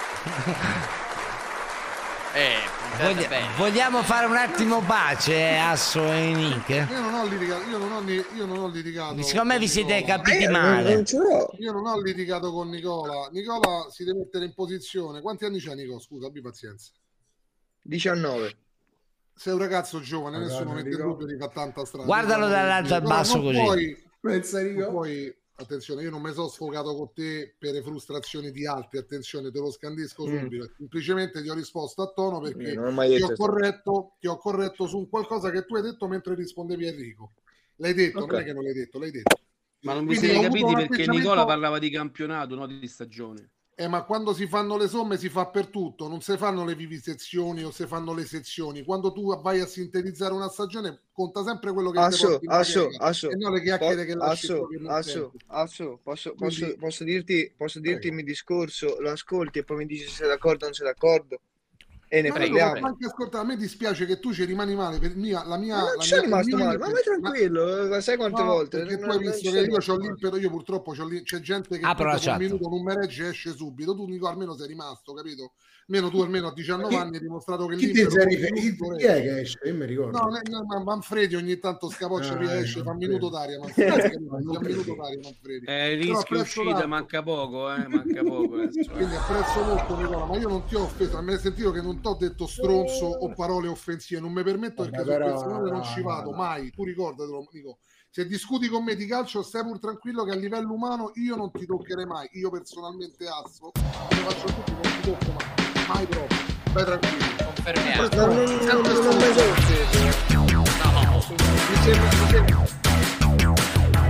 Eh, voglia- bene. vogliamo fare un attimo pace, eh, Asso e Nick? Io non ho litigato, io non ho, ni- io non ho litigato. Secondo me con vi siete Nicola. capiti Eh, male. non ce l'ho. Io non ho litigato con Nicola. Nicola si deve mettere in posizione. Quanti anni c'ha Nicola? Scusa, abbi pazienza. diciannove. Sei un ragazzo giovane, Madonna, nessuno mette in Nicola. dubbio di fa tanta strada. Guardalo Io dall'alto al no, basso non così. Puoi, Pensa non Nicola. puoi, attenzione, io non mi sono sfogato con te per le frustrazioni di altri, attenzione, te lo scandisco Mm. subito. Semplicemente ti ho risposto a tono perché Eh, non ho mai ti detto ho, questo. corretto, ti ho corretto su un qualcosa che tu hai detto mentre rispondevi a Enrico. L'hai detto, Ok. non è che non l'hai detto, l'hai detto. Ma non vi Quindi siete ho avuto capiti un perché atteggiamento- Nicola parlava di campionato, no di stagione. Eh, ma quando si fanno le somme si fa per tutto, non si fanno le vivisezioni o si fanno le sezioni. Quando tu vai a sintetizzare una stagione, conta sempre quello che ti Asso, porti in Asso, materia, Asso, e non le chiacchiere che po- lasci Asso, fuori nel Asso, tempo. Asso, posso, posso, Quindi- posso dirti, posso dirti il mio discorso, lo ascolti e poi mi dici se sei d'accordo o non sei d'accordo e ne Ma io parliamo. non anche ascoltare, a me dispiace che tu ci rimani male per mia, la mia Ma non la sono mia- rimasto il mio male, ma vai limite- tranquillo, eh, sai quante No, volte? perché Non- tu hai non visto ci che sono io rimasto c'ho male. l'impeto, io purtroppo c'ho l'im- c'è gente che Apro la dopo un chat. minuto non mi regge e esce subito. Tu Nico almeno sei rimasto, capito? Almeno tu almeno a diciannove Chi- anni hai dimostrato che Chi ti l'impeto sei con riferito? minuto Chi è regge. che esce? Io mi ricordo. No, ne- ne- ma Manfredi ogni tanto scapoccia Ah, via, eh, esce, fa un Manfredi. minuto d'aria, Manfredi, capito? Ma Fa non un minuto credo. d'aria, Manfredi. Eh, Però rischio apprezzo uscita, tanto. manca poco, eh, manca poco. adesso, eh. Quindi apprezzo molto Nicola, ma io non ti ho offeso, mi hai sentito che non ti ho detto stronzo o parole offensive, non mi permetto Vabbè, perché sul però, personale non no, ci no, vado no. mai, tu ricordatelo Nico. Se discuti con me di calcio stai pur tranquillo che a livello umano io non ti toccherei mai, io personalmente Asso, lo faccio a tutti, non ti tocco mai, mai proprio, vai tranquillo. Confermiamo. Sempre Non, non, non, sempre non mi sono offeso. Mi sembra, mi sembra-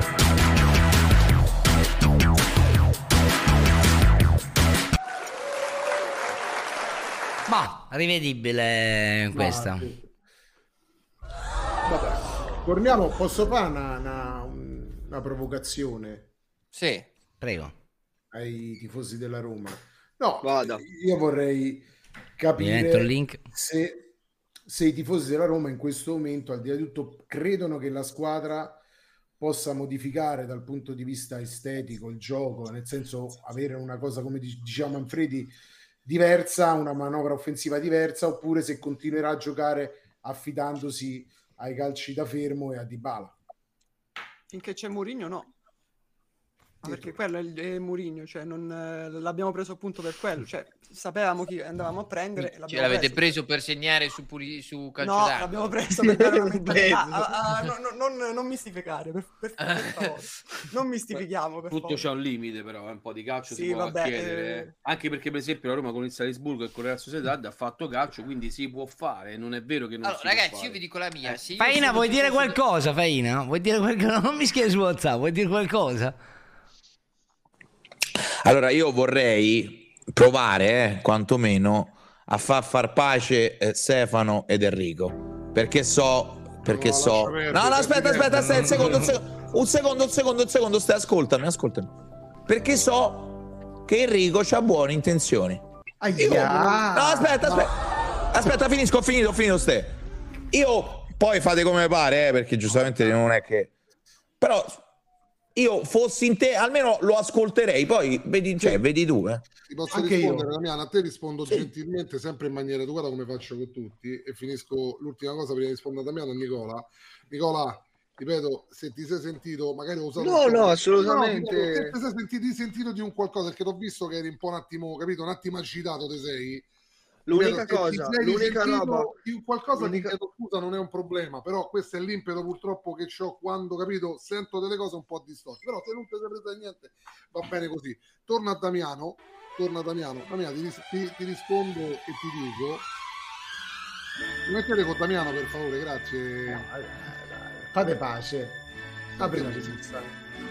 Ma rivedibile questa. Ma, sì. Vabbè, torniamo, posso fare una, una, una provocazione Sì. Prego. ai tifosi della Roma? No, Vada. io vorrei Mi metto il capire link. se, se i tifosi della Roma in questo momento, al di là di tutto, credono che la squadra possa modificare dal punto di vista estetico il gioco, nel senso avere una cosa, come dic- diceva Manfredi, diversa, una manovra offensiva diversa, oppure se continuerà a giocare affidandosi ai calci da fermo e a Dybala. Finché c'è Mourinho no. Ma perché quello è, il, è Mourinho, cioè non, eh, l'abbiamo preso appunto per quello, cioè sapevamo chi andavamo a prendere e Ce l'abbiamo l'avete preso. preso per segnare su, puri- su calcio No, d'angolo? l'abbiamo preso per dare una mentalità. Vedo. Ah, ah, no, no, non, non mistificare, per, per, per favore. Non mistifichiamo, per Tutto favore. c'è un limite, però eh, un po' di calcio Sì, si può vabbè, chiedere. eh. Anche perché, per esempio, la Roma con il Salisburgo e con la Real Sociedad ha fatto calcio, quindi si può fare. Non è vero che non Allora, si può ragazzi, fare. io vi dico la mia. Se io Faina, sono vuoi dire tifoso de- qualcosa, Faina? Vuoi dire qualcosa? Non mi scrivi su WhatsApp, vuoi dire qualcosa? Allora io vorrei provare, eh, quantomeno, a far far pace eh, Stefano ed Enrico, perché so, perché No, so... lascia perdere, No, no, aspetta, perché- aspetta, aspetta, un secondo, un secondo, un secondo, un secondo, un secondo, stai, ascoltami, ascoltami. Perché so che Enrico ha buone intenzioni. Io- Aia! No, aspetta, aspetta. Aspetta, finisco, ho finito, ho finito, ste. Io poi fate come pare, eh, perché giustamente non è che... Però io fossi in te, almeno lo ascolterei, poi vedi, cioè, vedi tu, eh. Ti posso Anche rispondere, io. Damiano? A te rispondo gentilmente, sempre in maniera educata come faccio con tutti, e finisco l'ultima cosa prima di rispondere a Damiano e Nicola. Nicola, ripeto, se ti sei sentito, magari ho usato... No, un no, po'- assolutamente. No, ripeto, se ti sei sentito, ti sentito di un qualcosa, perché t'ho visto che eri un po' un attimo, capito, un attimo agitato te sei. L'unica Ripeto, se ti cosa, sei l'unica risentito roba, di un qualcosa ti l'unica- chiedo scusa, non è un problema, però questo è l'impeto purtroppo che ho quando, capito, sento delle cose un po' distorte, però se non ti sei preso niente va bene così. Torna a Damiano, torna a Damiano, Damiano ti, ris- ti- ti rispondo e ti dico, mettete con Damiano per favore, grazie. Fate pace. Apri la Senti finestra.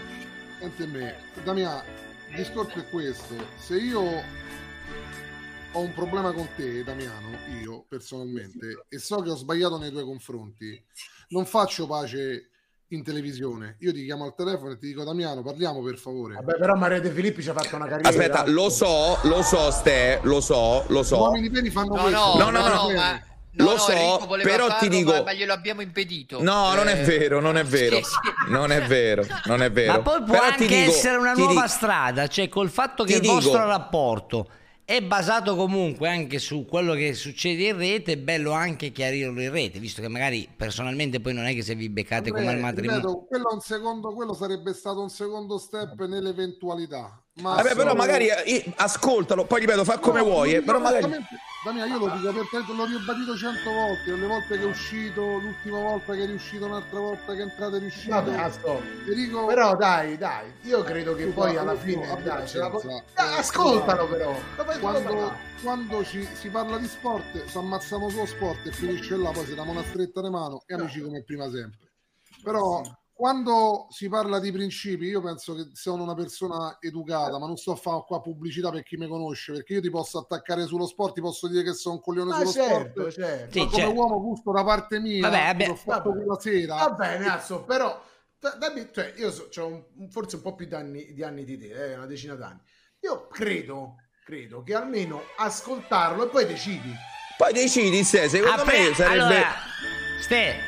senti a me, Damiano, il discorso è questo, se io ho un problema con te, Damiano, io personalmente, e so che ho sbagliato nei tuoi confronti, non faccio pace in televisione. Io ti chiamo al telefono e ti dico: Damiano, parliamo per favore. Vabbè, però Maria De Filippi ci ha fatto una carriera. Aspetta, lo so, lo so, Ste, lo so, lo Gli so. uomini veri fanno No, questo. no, No, no, no, no. no, ma... Lo no, no, so, Enrico voleva però farlo, ti dico- ma, ma glielo abbiamo impedito. No, non è Eh, vero, non è vero. sì, sì. Non è vero, non è vero. Ma poi può Però anche ti dico- essere una ti nuova dico- strada, cioè col fatto che ti il dico- vostro rapporto è basato comunque anche su quello che succede in rete, è bello anche chiarirlo in rete, visto che magari personalmente poi non è che se vi beccate come al Andrea, matrimonio. ripeto, quello, è un secondo, quello sarebbe stato un secondo step nell'eventualità. Ma Vabbè, però solo- magari eh, ascoltalo, poi ripeto, fa come No, vuoi, lo eh, dico però magari... apertamente- Damiano, io lo dico apertamente, l'ho ribadito cento volte, le volte che è uscito, l'ultima volta che è riuscito, un'altra volta che è entrato e riuscito. Vabbè, ascolta. Ti dico- Però dai, dai, io credo che Tu poi parla, alla tu fine abbi dai, ce la po- pazienza. Dai, Eh, ascoltalo tu però. Lo fai solo Quando, parlare. quando ci, si parla di sport, ci ammazziamo sullo sport e finisce là, poi si diamo una stretta di mano e amici come prima sempre. Però quando si parla di principi, io penso che sono una persona educata, ma non sto a fare qua pubblicità per chi mi conosce, perché io ti posso attaccare sullo sport, ti posso dire che sono un coglione Ma sullo certo, sport, certo. ma Sì, come certo. uomo gusto da parte mia, Vabbè, vabbè, l'ho fatto vabbè. quella sera. Va bene, Azzo, però da- dammi- cioè, io so, c'ho un- forse un po' più d'anni, di anni di te, eh, una decina d'anni. Io credo, credo che almeno ascoltarlo e poi decidi. Poi decidi, Ste, secondo Apre- me sarebbe... Allora, Ste,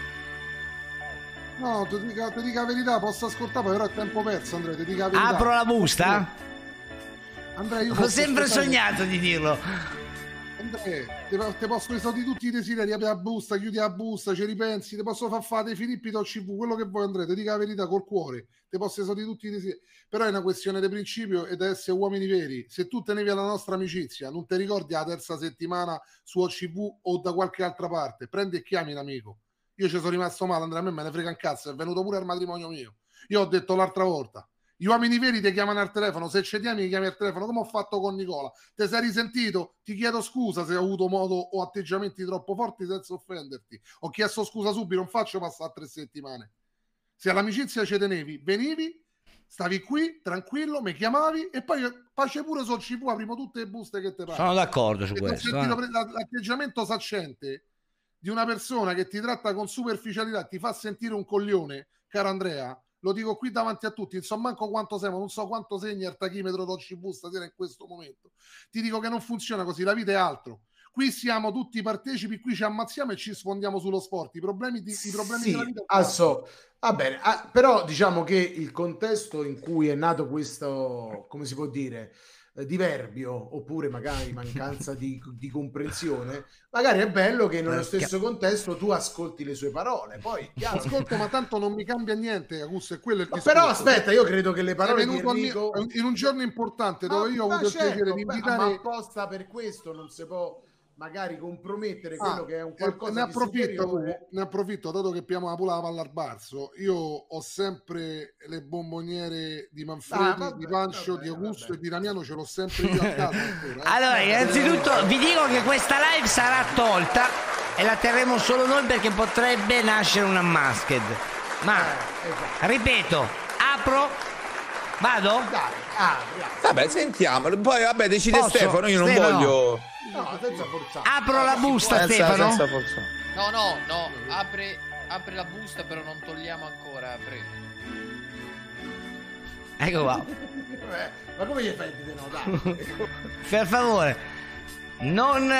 No, ti dica, ti dica la verità, posso ascoltare, però è tempo perso, Andrea, ti dica la verità. apro la busta? Andrea, io Ho posso sempre ascoltare- sognato di dirlo. Andrea, ti, ti posso esaudire tutti i desideri, apri la busta, chiudi la busta, ci ripensi, ti posso far fare dei Filippi da C V, quello che vuoi, Andrea, ti dica la verità col cuore, ti posso esaudire tutti i desideri, però è una questione di principio ed essere uomini veri. Se tu tenevi alla nostra amicizia, non ti ricordi la terza settimana su O C V o da qualche altra parte, prendi e chiami l'amico. Io ci sono rimasto male, Andrea, a me me ne frega un cazzo, è venuto pure al matrimonio mio. Io ho detto l'altra volta, gli uomini veri ti chiamano al telefono, se ci tieni ti chiami al telefono, come ho fatto con Nicola. Te sei risentito? Ti chiedo scusa se ho avuto modo o atteggiamenti troppo forti senza offenderti. Ho chiesto scusa subito, non faccio passare tre settimane. Se all'amicizia ci tenevi, venivi, stavi qui, tranquillo, mi chiamavi e poi pace pure sul C V, apriamo tutte le buste che te pare. Sono d'accordo su E non questo. sentito eh. pre- la- l'atteggiamento saccente di una persona che ti tratta con superficialità, ti fa sentire un coglione, caro Andrea, lo dico qui davanti a tutti, non so manco quanto sei, ma non so quanto segna il tachimetro d'O C V stasera in questo momento. Ti dico che non funziona così, la vita è altro. Qui siamo tutti partecipi, qui ci ammazziamo e ci sfondiamo sullo sport. I problemi, di, i problemi Sì, della vita... asso, va bene, ah, però diciamo che il contesto in cui è nato questo, come si può dire, eh, diverbio, oppure magari mancanza di, di comprensione, magari è bello che nello stesso contesto tu ascolti le sue parole. Poi, chiaro, Ascolto, ma tanto non mi cambia niente, Augusto, è quello il Ma discorso. però aspetta, io credo che le parole Sei di venuto a Enrico... me- in un giorno importante dove io ho Ma avuto il certo, piacere di beh, invitare... ma apposta per questo non si può magari compromettere quello Ah, che è un eh, qualcosa ne di approfitto, superiore. ne approfitto, dato che abbiamo la pula la palla al barzo. Io ho sempre le bomboniere di Manfredi, Ah, vabbè, di Pancio, vabbè, di Augusto vabbè. e di Damiano, ce l'ho sempre io a casa. ancora, eh. Allora, innanzitutto vi dico che questa live sarà tolta e la terremo solo noi perché potrebbe nascere una masked. Ma, ripeto, apro, vado? Dai, ah, grazie. Vabbè, sentiamolo. Poi, vabbè, decide Posso? Stefano, io non Stefano. voglio... No, senza forzare. Apro la busta, Senza, Stefano? senza forzare. No, no, no, apre, apre la busta, però non togliamo ancora. Apre. Ecco qua. Eh, ma come gli fai di no? Dai. Per favore, non...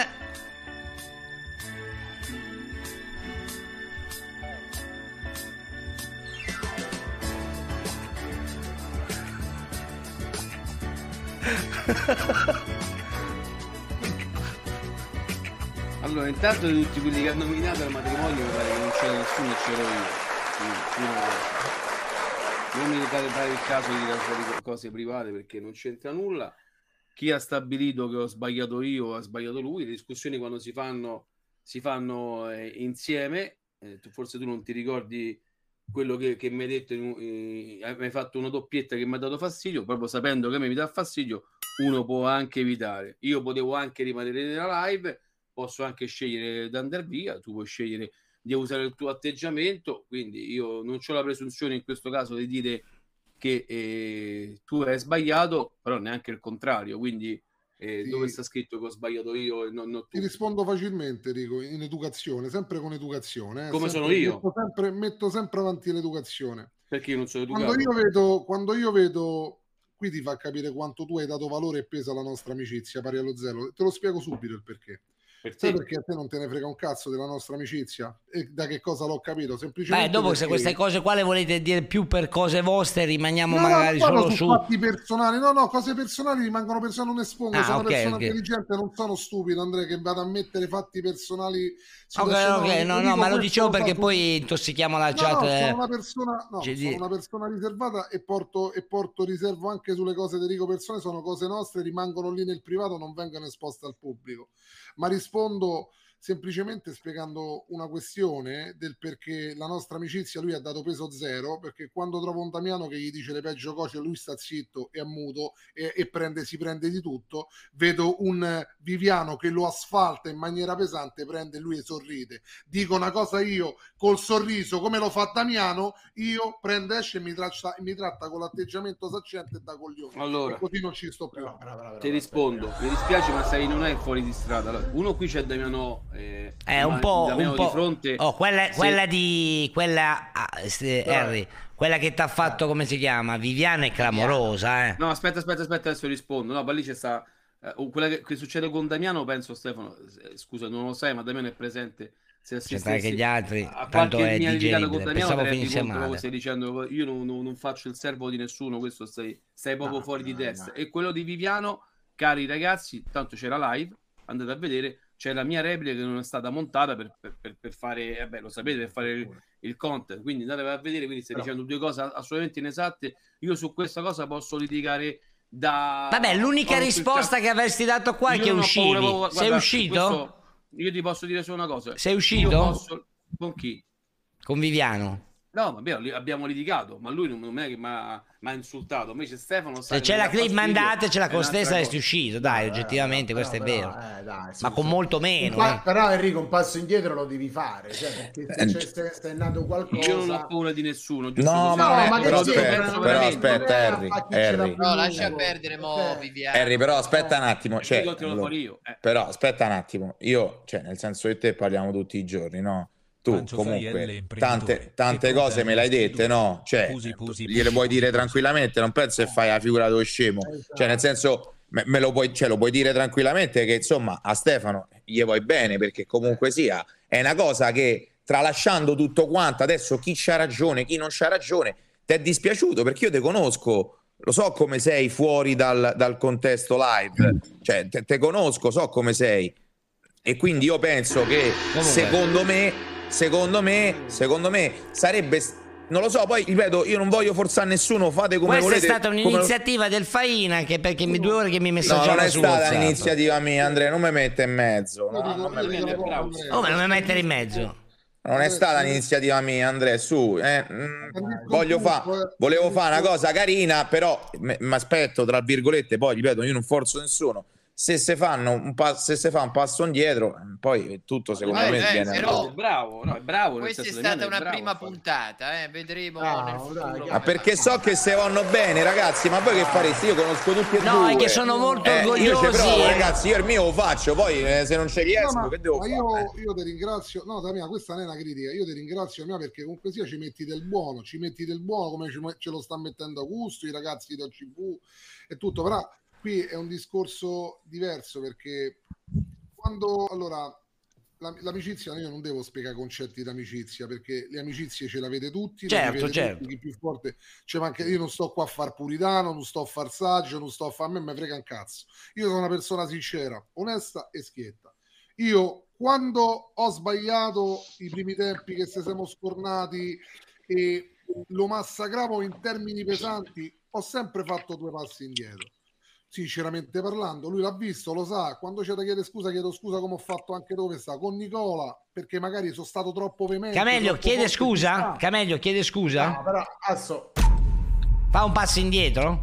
Allora, intanto di tutti quelli che hanno nominato al matrimonio mi pare che non c'era nessuno e c'ero io. Quindi, prima cosa. Non mi date fare il caso di tirare fuori cose private perché non c'entra nulla. Chi ha stabilito che ho sbagliato io ha sbagliato lui. Le discussioni quando si fanno si fanno eh, insieme. Eh, tu, forse tu non ti ricordi quello che, che mi hai detto, in, eh, mi hai fatto una doppietta che mi ha dato fastidio, proprio sapendo che a me mi dà fastidio, uno può anche evitare. Io potevo anche rimanere nella live, posso anche scegliere di andare via, tu puoi scegliere di usare il tuo atteggiamento, quindi io non ho la presunzione in questo caso di dire che eh, tu hai sbagliato, però neanche il contrario, quindi E Sì. dove sta scritto che ho sbagliato io e non, non tu? Ti rispondo facilmente, Rico, in educazione, sempre con educazione. eh, Come sempre- sono io? Metto sempre, metto sempre avanti l'educazione. Perché io non sono Quando educato? io vedo, quando io vedo, qui ti fa capire quanto tu hai dato valore e peso alla nostra amicizia, pari allo zero. Te lo spiego subito il perché. Per Sai te? perché a te non te ne frega un cazzo della nostra amicizia? E da che cosa l'ho capito? Semplicemente Beh, dopo perché... se queste cose qua le volete dire più per cose vostre, rimaniamo No, no, magari non parlo solo su su... fatti personali, no, no, cose personali rimangono persone, non espongo, Ah, sono ok, una persona ok. intelligente, non sono stupido, Andrea, che vado a mettere fatti personali. Ok, situazionali. ok, no, no, Dico, ma lo questo dicevo lo fa perché tu- poi intossichiamo la No, chat. no, eh. sono una persona, no, Cioè, sono di- una persona riservata e porto, e porto riservo anche sulle cose di Rico Persone, sono cose nostre, rimangono lì nel privato, non vengono esposte al pubblico. Ma rispondo semplicemente spiegando una questione del perché la nostra amicizia lui ha dato peso zero, perché quando trovo un Damiano che gli dice le peggio cose lui sta zitto e è muto e, e prende, si prende di tutto, vedo un Viviano che lo asfalta in maniera pesante, prende lui e sorride, dico una cosa io col sorriso come lo fa Damiano, io prendo, esce e mi tratta, mi tratta con l'atteggiamento saccente e da coglione. Allora. E così non ci sto più. Ti rispondo, mi dispiace ma sei non è fuori di strada. Allora, uno qui c'è Damiano, eh, È un ma- po', Damiano un po'... di fronte. Oh, quella, Se- quella di... Quella... ah, se- Dai. Harry, quella che ti ha fatto, come si chiama? Viviana è clamorosa, eh. No, aspetta, aspetta, aspetta, adesso rispondo. No, ma lì c'è sta eh, oh, quella che, che succede con Damiano, penso Stefano, eh, scusa, non lo sai, ma Damiano è presente. Se C'entra anche gli altri, a tanto qualche è mia litigata con digeribile. Damiano, Pensavo ti rendi finisse conto male. che stai dicendo io non, non- non faccio il servo di nessuno, questo stai, stai proprio No, fuori di no, testa. no. E quello di Viviano, cari ragazzi, tanto c'era live, andate a vedere, c'è la mia replica che non è stata montata per, per- per- per fare, eh beh, lo sapete, per fare il, il content, quindi andate a vedere, quindi stai Però- dicendo due cose assolutamente inesatte. Io su questa cosa posso litigare da... Vabbè, l'unica ho rotto il risposta cazzo. che avresti dato qua è Io che non ho uscivi. paura, guarda, Sei uscito? questo- io ti posso dire solo una cosa. Sei Io uscito? posso- Con chi? Con Viviano. No, ma abbiamo, abbiamo litigato, ma lui non, non è che mi ha mi ha insultato. Invece Stefano sa Se che c'è mi la dà clip fastidio, mandate, la è con un'altra stessa saresti cosa. uscito. Dai, Eh, oggettivamente, però- questo però, è vero. eh, dai, su- Ma con su- molto un meno, pa- eh. Però Enrico un passo indietro lo devi fare, cioè, perché se c'è se, se è nato qualcosa. Io non ho paura di nessuno. giusto No, così. ma, non è- ma che però c'entra? aspetta, Non però è- aspetta, non è Harry, a chi ce l'ha Harry, più No, lascia lungo. perdere mo Eh. Viviano. Harry, però aspetta un attimo, cioè, Io te lo farò io, eh. però aspetta un attimo, io, cioè, nel senso che te parliamo tutti i giorni, no? Tu Pancio Fraielle, comunque imprenditore, tante, tante che cose me l'hai dette, no? Cioè, Pusi, pusi, gliele pusi, puoi dire pusi. tranquillamente, non penso che fai la figura dello scemo. Cioè, nel senso, me, me lo puoi, cioè, lo puoi dire tranquillamente che insomma a Stefano gli vuoi bene, perché comunque sia è una cosa che, tralasciando tutto quanto, adesso chi c'ha ragione, chi non c'ha ragione, ti è dispiaciuto perché io te conosco, lo so come sei fuori dal, dal contesto live, cioè te, te conosco, so come sei, e quindi io penso che secondo me secondo me secondo me sarebbe, non lo so, poi ripeto, io non voglio forzare nessuno, fate come Questa volete. è stata come- un'iniziativa del Faina, anche perché mi due ore che mi No, messaggiava non è su stata WhatsApp. l'iniziativa mia, Andrea, non mi mette in mezzo. no, non mi mette- Oh, ma non mi mettere in mezzo. Non è stata l'iniziativa mia, Andrea, su. eh, mm, voglio fa, volevo fare una cosa carina, però mi aspetto, tra virgolette, poi ripeto, io non forzo nessuno. Se si fanno un passo, se si fa un passo indietro, poi tutto secondo Eh, me eh, viene. però- È bravo, no, è bravo. nel Questa è senso, stata Damiano è una bravo prima a fare- puntata, eh. vedremo Bravo, nel futuro. dai, come Ma perché va. so che se vanno bene, ragazzi, ma voi che fareste? Io conosco tutti e No, due. è che sono molto Eh, io ci orgogliosi. provo, ragazzi, io il mio lo faccio, poi eh, se non ci No, riesco, ma, che devo ma fare? io, io ti ringrazio, no Damia, questa non è una critica, io ti ringrazio Damia, perché comunque sia ci metti del buono, ci metti del buono come ci- ce lo sta mettendo Augusto, i ragazzi di O C V e tutto, però qui è un discorso diverso perché quando, allora, la- l'amicizia, io non devo spiegare concetti di amicizia perché le amicizie ce l'avete tutti, le Certo, vivete certo. tutti, chi più forte, cioè, ma anche io non sto qua a far puritano, non sto a far saggio, non sto a far, a me me frega un cazzo, io sono una persona sincera, onesta e schietta. Io quando ho sbagliato i primi tempi che se siamo scornati e lo massacravo in termini pesanti, ho sempre fatto due passi indietro. Sinceramente parlando, lui l'ha visto, lo sa, quando c'è da chiedere scusa, chiedo scusa come ho fatto anche dove sta, con Nicola, perché magari sono stato troppo veemente. Cameglio, troppo chiede forte, ci scusa? sta. Cameglio, chiede scusa? No, però adesso Fa un passo indietro?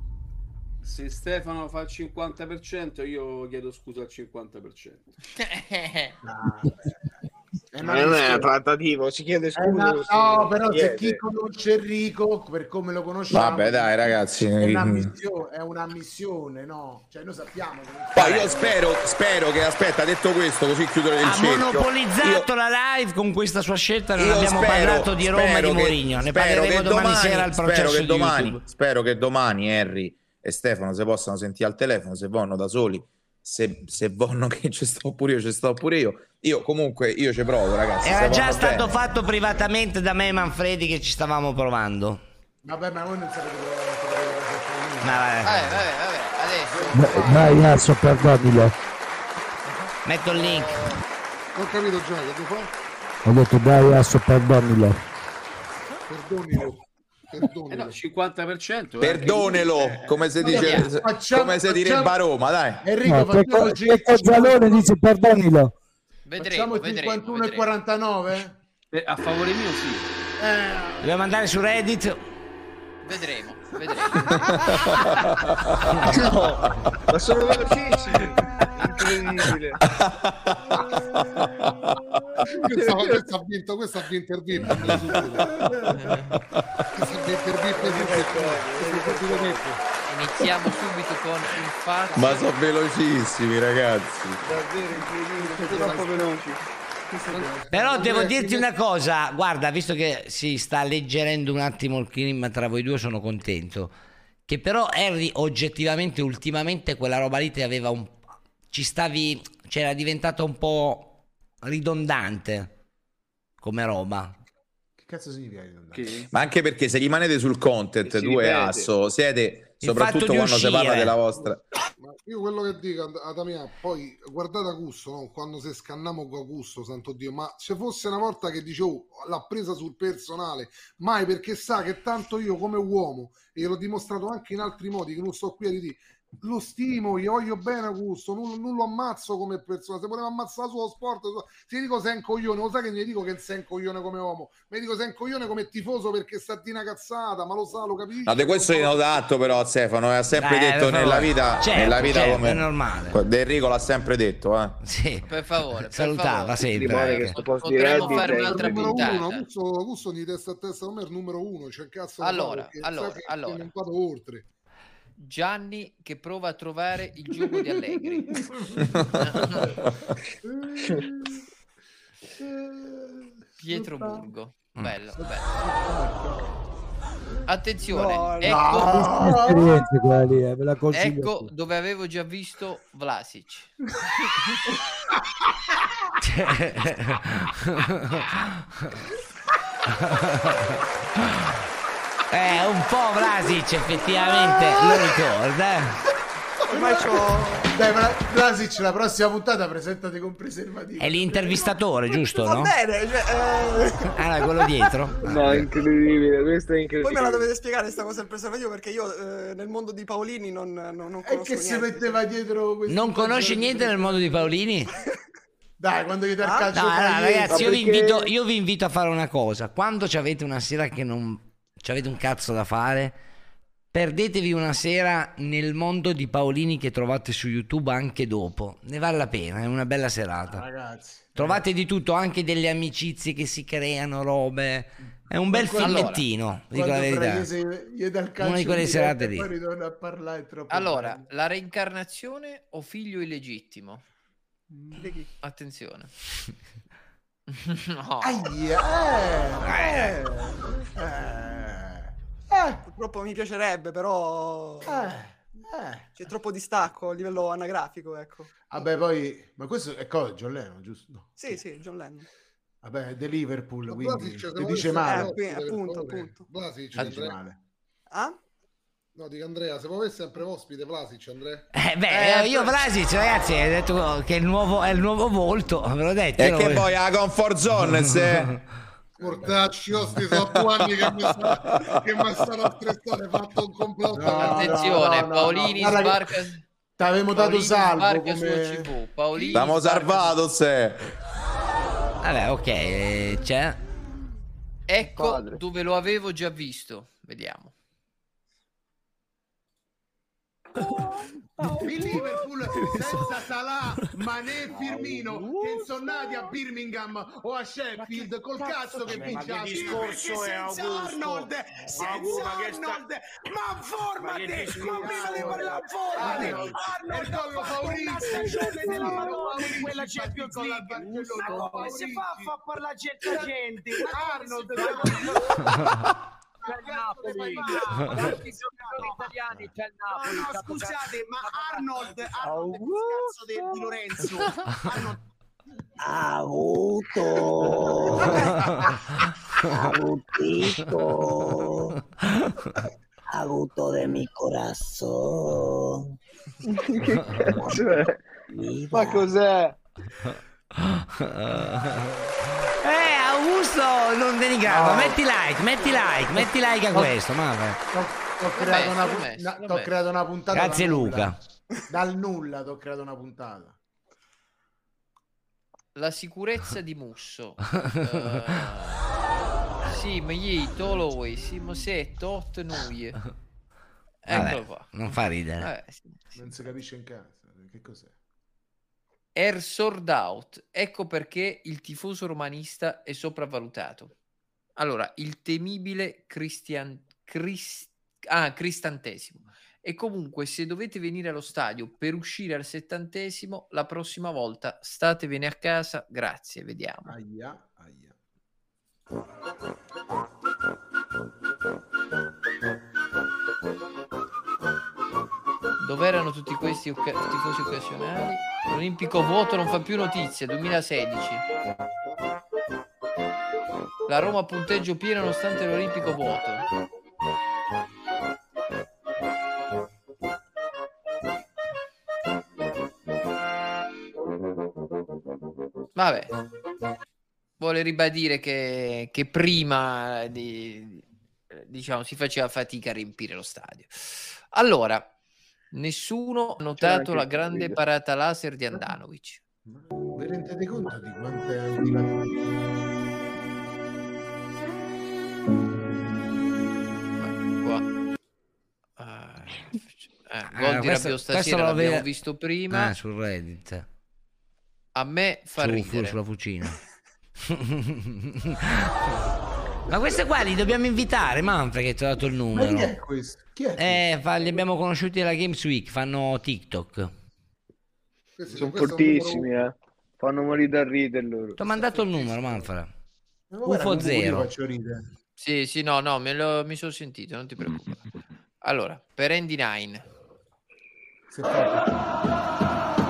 Se Stefano fa il cinquanta per cento, io chiedo scusa al cinquanta per cento. eh, È Ma non è trattativo, si chiede scusa. Una... si No, però chiede. se chi conosce Enrico, per come lo conosciamo, Vabbè, dai, ragazzi. è una missione, è una missione, no? Cioè noi sappiamo che... Poi io spero, spero che, aspetta, detto questo, così chiudo il Ha cerchio. monopolizzato Io- la live con questa sua scelta. Non Io abbiamo spero- parlato di Roma e spero di che- Mourinho. Ne spero parleremo che domani, sera al spero processo che di domani, YouTube. spero che domani Harry e Stefano si possano sentire al telefono, se vanno da soli, se, se vanno che ci sto pure io, ci sto pure io. Io comunque, io ci provo, ragazzi. Era se già vanno stato bene. fatto privatamente da me e Manfredi che ci stavamo provando. Vabbè, ma voi non sapete cosa Ma vabbè. Vabbè, vabbè, vabbè, adesso. Dai, Azzo, perdonilo. Metto il link. Non ho capito già che tu fai. Ho detto dai, Azzo, perdonilo. Perdonilo. Perdonilo. Eh no, cinquanta per cento. Perdonelo, come si dice, Facciamo- come si facciamo- direbbe a Roma, dai. Enrico, No, facciamo Pecco, Pecco Zalone dice perdonilo. Vedremo, facciamo il vedremo, cinquantuno e quarantanove? Eh, a favore mio sì. Eh, Dobbiamo andare su Reddit. Vedremo, vedremo. No, ma sono velocissimi. Incredibile. Questa, questa ha vinto, questa ha vinto il V I P. Questa ha vinto il V I P. Iniziamo subito con il fatto. Ma sono velocissimi, ragazzi. Davvero incredibile, troppo veloci. Però devo dirti una cosa, guarda, visto che si sta alleggerendo un attimo il clima tra voi due, sono contento. Che però Harry oggettivamente ultimamente quella roba lì ti aveva un... ci stavi... cioè era diventato un po' ridondante come roba. che cazzo significa? Che? Ma anche perché se rimanete sul content, Si due ripete. asso, siete, Il soprattutto fatto di quando si parla uscire. della vostra... Ma io quello che dico ad Adamia, poi guardate Augusto, no? Quando se scannamo con Augusto, santo Dio, ma se fosse una volta che dice oh, l'ha presa sul personale, mai, perché sa che tanto io come uomo, e l'ho dimostrato anche in altri modi, che non sto qui a dire, lo stimo, gli voglio bene Augusto, non, non lo ammazzo come persona, se voleva ammazzare il suo sport, se gli dico sei un coglione, lo sai che gli dico che sei un coglione come uomo, mi dico sei un coglione come tifoso perché sta di una cazzata, ma lo sa, lo capisci? No, di questo io ho dato però a Stefano, ha sempre Eh, detto per nella favore. vita, Certo, nella vita certo, come... è normale. De Enrico l'ha sempre detto, eh. Sì. Per favore, per Salutava favore. sempre. Rimane che anche. sto posto di Potremmo Reddit fare è un'altra Il numero puntata. uno, Augusto, Augusto di testa a testa come è il numero uno, c'è cazzo da Allora, fare, perché allora, sa che- che allora. non vado oltre. Gianni che prova a trovare il gioco di Allegri. Pietroburgo. Bello, bello. Attenzione, No, no. ecco, Esperienze quella lì, eh, ve la consiglio. ecco dove avevo già visto Vlasic. Eh, un po' Vlasic effettivamente lo ricorda. eh. Ormai c'ho... Dai, ma Vlasic, la prossima puntata presentati con preservativo. È l'intervistatore, giusto, Va no? bene, cioè, eh, Ah, no, quello dietro. No, incredibile, questo è poi incredibile. me la dovete spiegare sta cosa del preservativo perché io eh, nel mondo di Paolini non, non, non E conosco che si niente. metteva dietro questo Non conosci niente nel mondo di Paolini? Dai, quando gli dai il Ah, calcio No, tra allora, gli- ragazzi, io vi, perché- invito, io vi invito a fare una cosa. Quando ci avete una sera che non ci avete un cazzo da fare, perdetevi una sera nel mondo di Paolini che trovate su YouTube anche dopo. Ne vale la pena, è una bella serata. Ragazzi, Trovate di tutto, anche delle amicizie che si creano, robe. È un bel Allora, filmettino, dico la quando verità. Fraghese gli dà il calcio Una di quelle in serate diretta e lì. poi ritorna a parlare, è troppo Allora, bello. la reincarnazione o figlio illegittimo? Di chi? Attenzione. No. Aia, eh, eh, eh, Purtroppo mi piacerebbe, però eh, eh. c'è troppo distacco a livello anagrafico, ecco. Vabbè, poi, ma questo è cosa? John Lennon, giusto? No. Sì, sì, John Lennon. Vabbè, è The Liverpool, Ma quindi Vlasic, se ti volesse dice fare male. Eh, ospite, qui- per appunto, favore. appunto. Vlasic, Ti dice Andrea. male. Ah? No, dico Andrea, se vuoi sempre ospite Vlasic, Andrea. Eh, beh, Eh, io però- Vlasic, ragazzi, hai detto che è il nuovo, è il nuovo volto, ve l'ho detto. E io che lo- poi la comfort zone, se... Mortacci, io sti sono due anni che mi sta- che mi stanno a stressare, hai fatto un complotto. No, Attenzione, no, no, Paolini no. Guarda che sbarca. T'avevamo dato Paolini salvo sbarca su come... C V. Paolini Stiamo sbarca- salvato, se... Vabbè, ok, eh, c'è. Ecco Padre. dove lo avevo già visto. Vediamo. Il Liverpool senza Salah, Mané, Firmino che sono nati a Birmingham o a Sheffield col cazzo che vince. Ma che discorso è senza Augusto? Arnold, senza Augusto, ma che sta- Arnold, ma formate, Ma che ma discorso prima di è? parlare formate. Arnold, Arnold il collo ha fatto una Faurizi. stagione della Madonna Faurizi, in quella Champions con la League. Barcellona. Ma come si fa a far parlare certa gente? Arnold, C'è il Napoli, tanti giocatori italiani, c'è il Napoli. No, no, scusate, ma Arnold, Arnold è il cazzo di, di Lorenzo. Arnold... Avuto, avutito, avuto de mi corazón. Che cazzo è? Ma cos'è? Eh, Augusto, non denigrarlo. No. Metti like, metti like, metti like a No. questo. Ma... Ho creato, una, l'ho messo, na- l'ho t'ho messo. creato una puntata Grazie, dal Luca. nulla. Dal nulla ti ho creato una puntata. La sicurezza di Musso. Eh, sì, ma gli toloi, sì, ma se tot noi. Eccolo Vabbè, qua. non fa ridere. Eh, sì. Non si capisce in casa. Che cos'è? Air sold out. Ecco perché il tifoso romanista è sopravvalutato. Allora, il temibile Cristian... Crist... ah, cristantesimo. E comunque, se dovete venire allo stadio per uscire al settantesimo, la prossima volta statevene a casa. Grazie, vediamo. Aia, aia. Dov'erano tutti questi occa- tifosi occasionali? L'Olimpico vuoto non fa più notizie, duemilasedici. La Roma a punteggio pieno nonostante l'Olimpico vuoto. Vabbè, vuole ribadire che, che prima di, diciamo, si faceva fatica a riempire lo stadio. Allora, nessuno ha notato la grande parata laser di Andanovic. Vi rendete conto di quanto è antilatino? Qua. Ah, eh, Ah, gol di questo- Rabiot questo stasera lo l'abbiamo vede- visto prima. Ah, sul Reddit. A me fa Su- ridere. sulla fucina. Ma questi qua li dobbiamo invitare, Manfred, che ti ho dato il Ma numero. chi è questo? Chi è Eh, fa- li abbiamo conosciuti alla Games Week, fanno TikTok. questo? Sono Questo è un numero- fortissimi, eh. Fanno morire da ridere loro. Ti ho mandato il numero, Manfred. Ma guarda, UFO comunque io zero. faccio ridere. Sì, sì, no, no, me lo, mi sono sentito, non ti preoccupare. Allora, per Andy Nine. Si è fatto.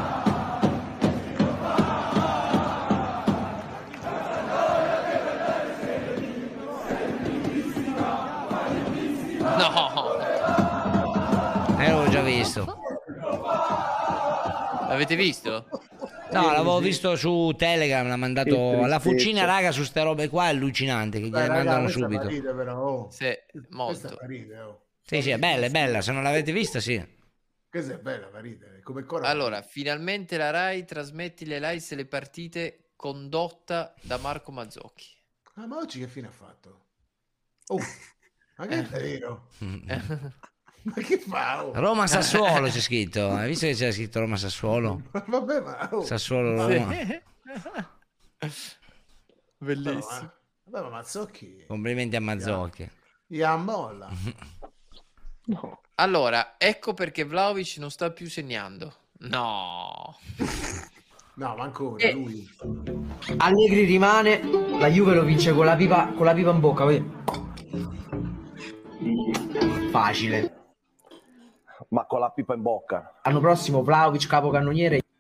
No! Eh, l'ho già visto. L'avete visto? No, l'avevo visto su Telegram, l'ha mandato Che alla fucina, tristezza. raga, su ste robe qua è allucinante, che Dai, gliele raga, mandano questa subito. fa ridere, però, oh. Sì, Questa molto. fa ridere, oh. Sì, sì, è bella, è bella, se non l'avete vista, sì. Questa è bella, fa ridere. Come cora. Allora, finalmente la Rai trasmette le live e le partite condotta da Marco Mazzocchi. Ah, ma oggi che fine ha fatto? Oh, ma che è vero? Ma che fa? Oh? Roma Sassuolo c'è scritto, hai visto che c'è scritto Roma Sassuolo? Vabbè, ma oh. Sassuolo Roma. Bellissimo. Vabbè, ma Mazzocchi Complimenti a Mazzocchi. gli ammolla. No. Allora, ecco perché Vlahovic non sta più segnando. No. No, ma ancora Eh. lui. Allegri rimane, la Juve lo vince con la pipa, con la pipa in bocca. vedi? Facile. Ma con la pipa in bocca. L'anno prossimo Vlahovic capocannoniere. E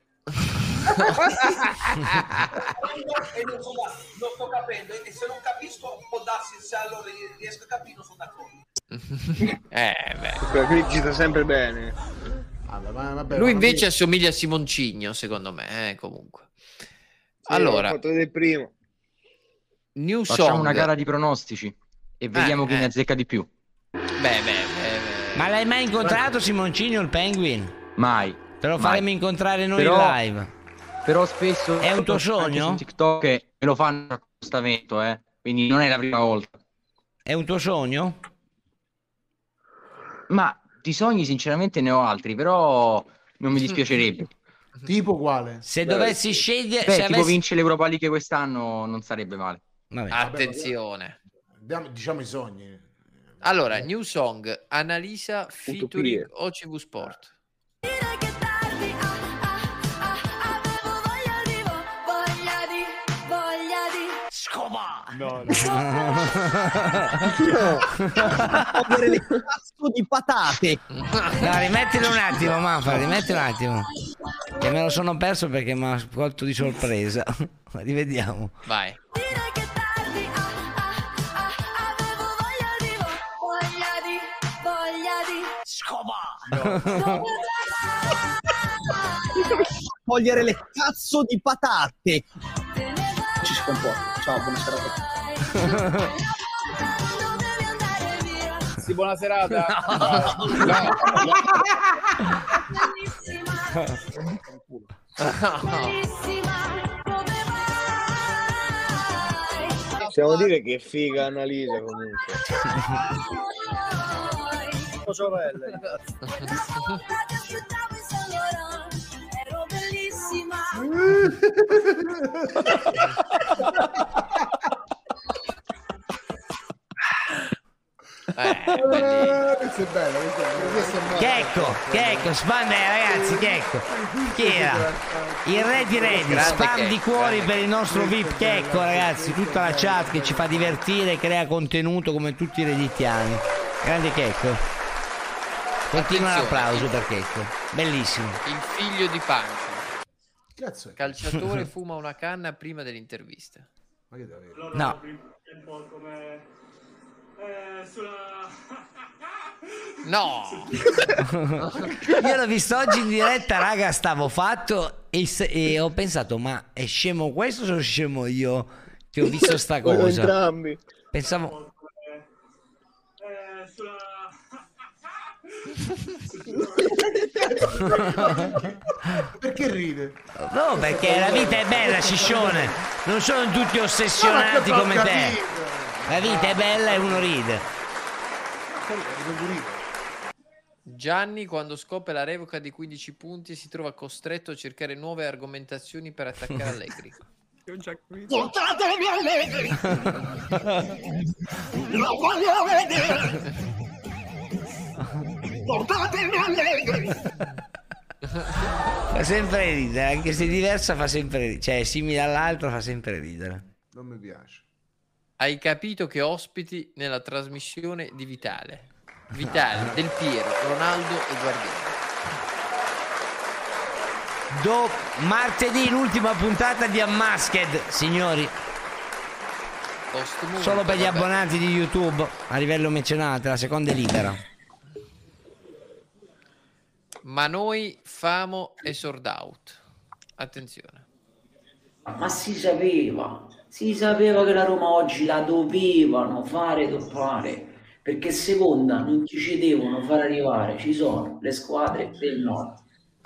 non, so, non sto capendo, e se non capisco può darsi, se allora riesco a capire non sono d'accordo. Eh, beh. Qui ci sta sempre bene. Vabbè, ma- vabbè, Lui ma invece non- assomiglia a Simoncigno, secondo me, eh, comunque. Sì, Allora, l'ho fatto vedere prima. New Facciamo Song. una gara di pronostici e vediamo chi eh. ne azzecca di più. Beh, beh, beh, beh. Ma l'hai mai incontrato Simoncino il Penguin? Mai. Te lo Mai. faremo incontrare noi Però- in live. Però spesso È un tuo anche sogno? su TikTok me lo fanno accostamento, eh. Quindi non è la prima volta. È un tuo sogno? Ma di sogni sinceramente ne ho altri, però non mi dispiacerebbe. Tipo quale? Se dovessi scegliere... Beh, se tipo avessi- vince l'Europa League quest'anno non sarebbe male. Vabbè. Attenzione. Diamo- diciamo i sogni. Allora, new song, Annalisa featuring O C V Sport. No, Togliere le cazzo di patate. No, rimettilo un attimo, Manfra, rimettilo un attimo. Che me lo sono perso perché mi ha colto di sorpresa. Rivediamo. Vai. Togliere le cazzo di patate. Ci si comporta. Ciao, buona serata. Sì, buona serata. Possiamo dire che è figa Annalisa comunque. Sorelle. Eh, questo è bello, questo è bello, questo è bello. Checco, Checco, spam eh, ragazzi, Checco. Chi era? Il Ready Ready, Grande spam Checco, di cuori grande per il nostro V I P Checco, ragazzi. Tutta la chat che ci fa divertire, crea contenuto come tutti i redditiani. Grande Checco. Continua Attenzione. l'applauso per Checco. Bellissimo. Il figlio di Pancio. Cazzo è? Calciatore fuma una canna prima dell'intervista. Ma che davvero? No. No. Io l'ho visto oggi in diretta, raga, stavo fatto e, s- e ho pensato, ma è scemo questo o sono scemo io che ho visto sta Quello cosa? entrambi. Pensavo... Perché ride? No, perché la vita è bella, Ciccione. Non sono tutti ossessionati No, ma come ho te. capito. La vita è bella e uno ride. Gianni, quando scopre la revoca di quindici punti, si trova costretto a cercare nuove argomentazioni per attaccare Allegri. Portatemi Allegri. Lo voglio vedere. Portatemi Allegri. Fa sempre ridere, anche se è diversa fa sempre ridere. Cioè, è simile all'altro, fa sempre ridere. Non mi piace. Hai capito che ospiti nella trasmissione di Vitale? Vitale, Del Piero, Ronaldo e Guardiola. Do martedì l'ultima puntata di Unmasked, signori. Post-munto, Solo per gli vabbè. abbonati di YouTube a livello mecenato, la seconda è libera. Ma noi famo e sold out. Attenzione. Ma si sapeva, si sapeva che la Roma oggi la dovevano fare toppare, perché seconda non ci ci devono far arrivare, ci sono le squadre del nord.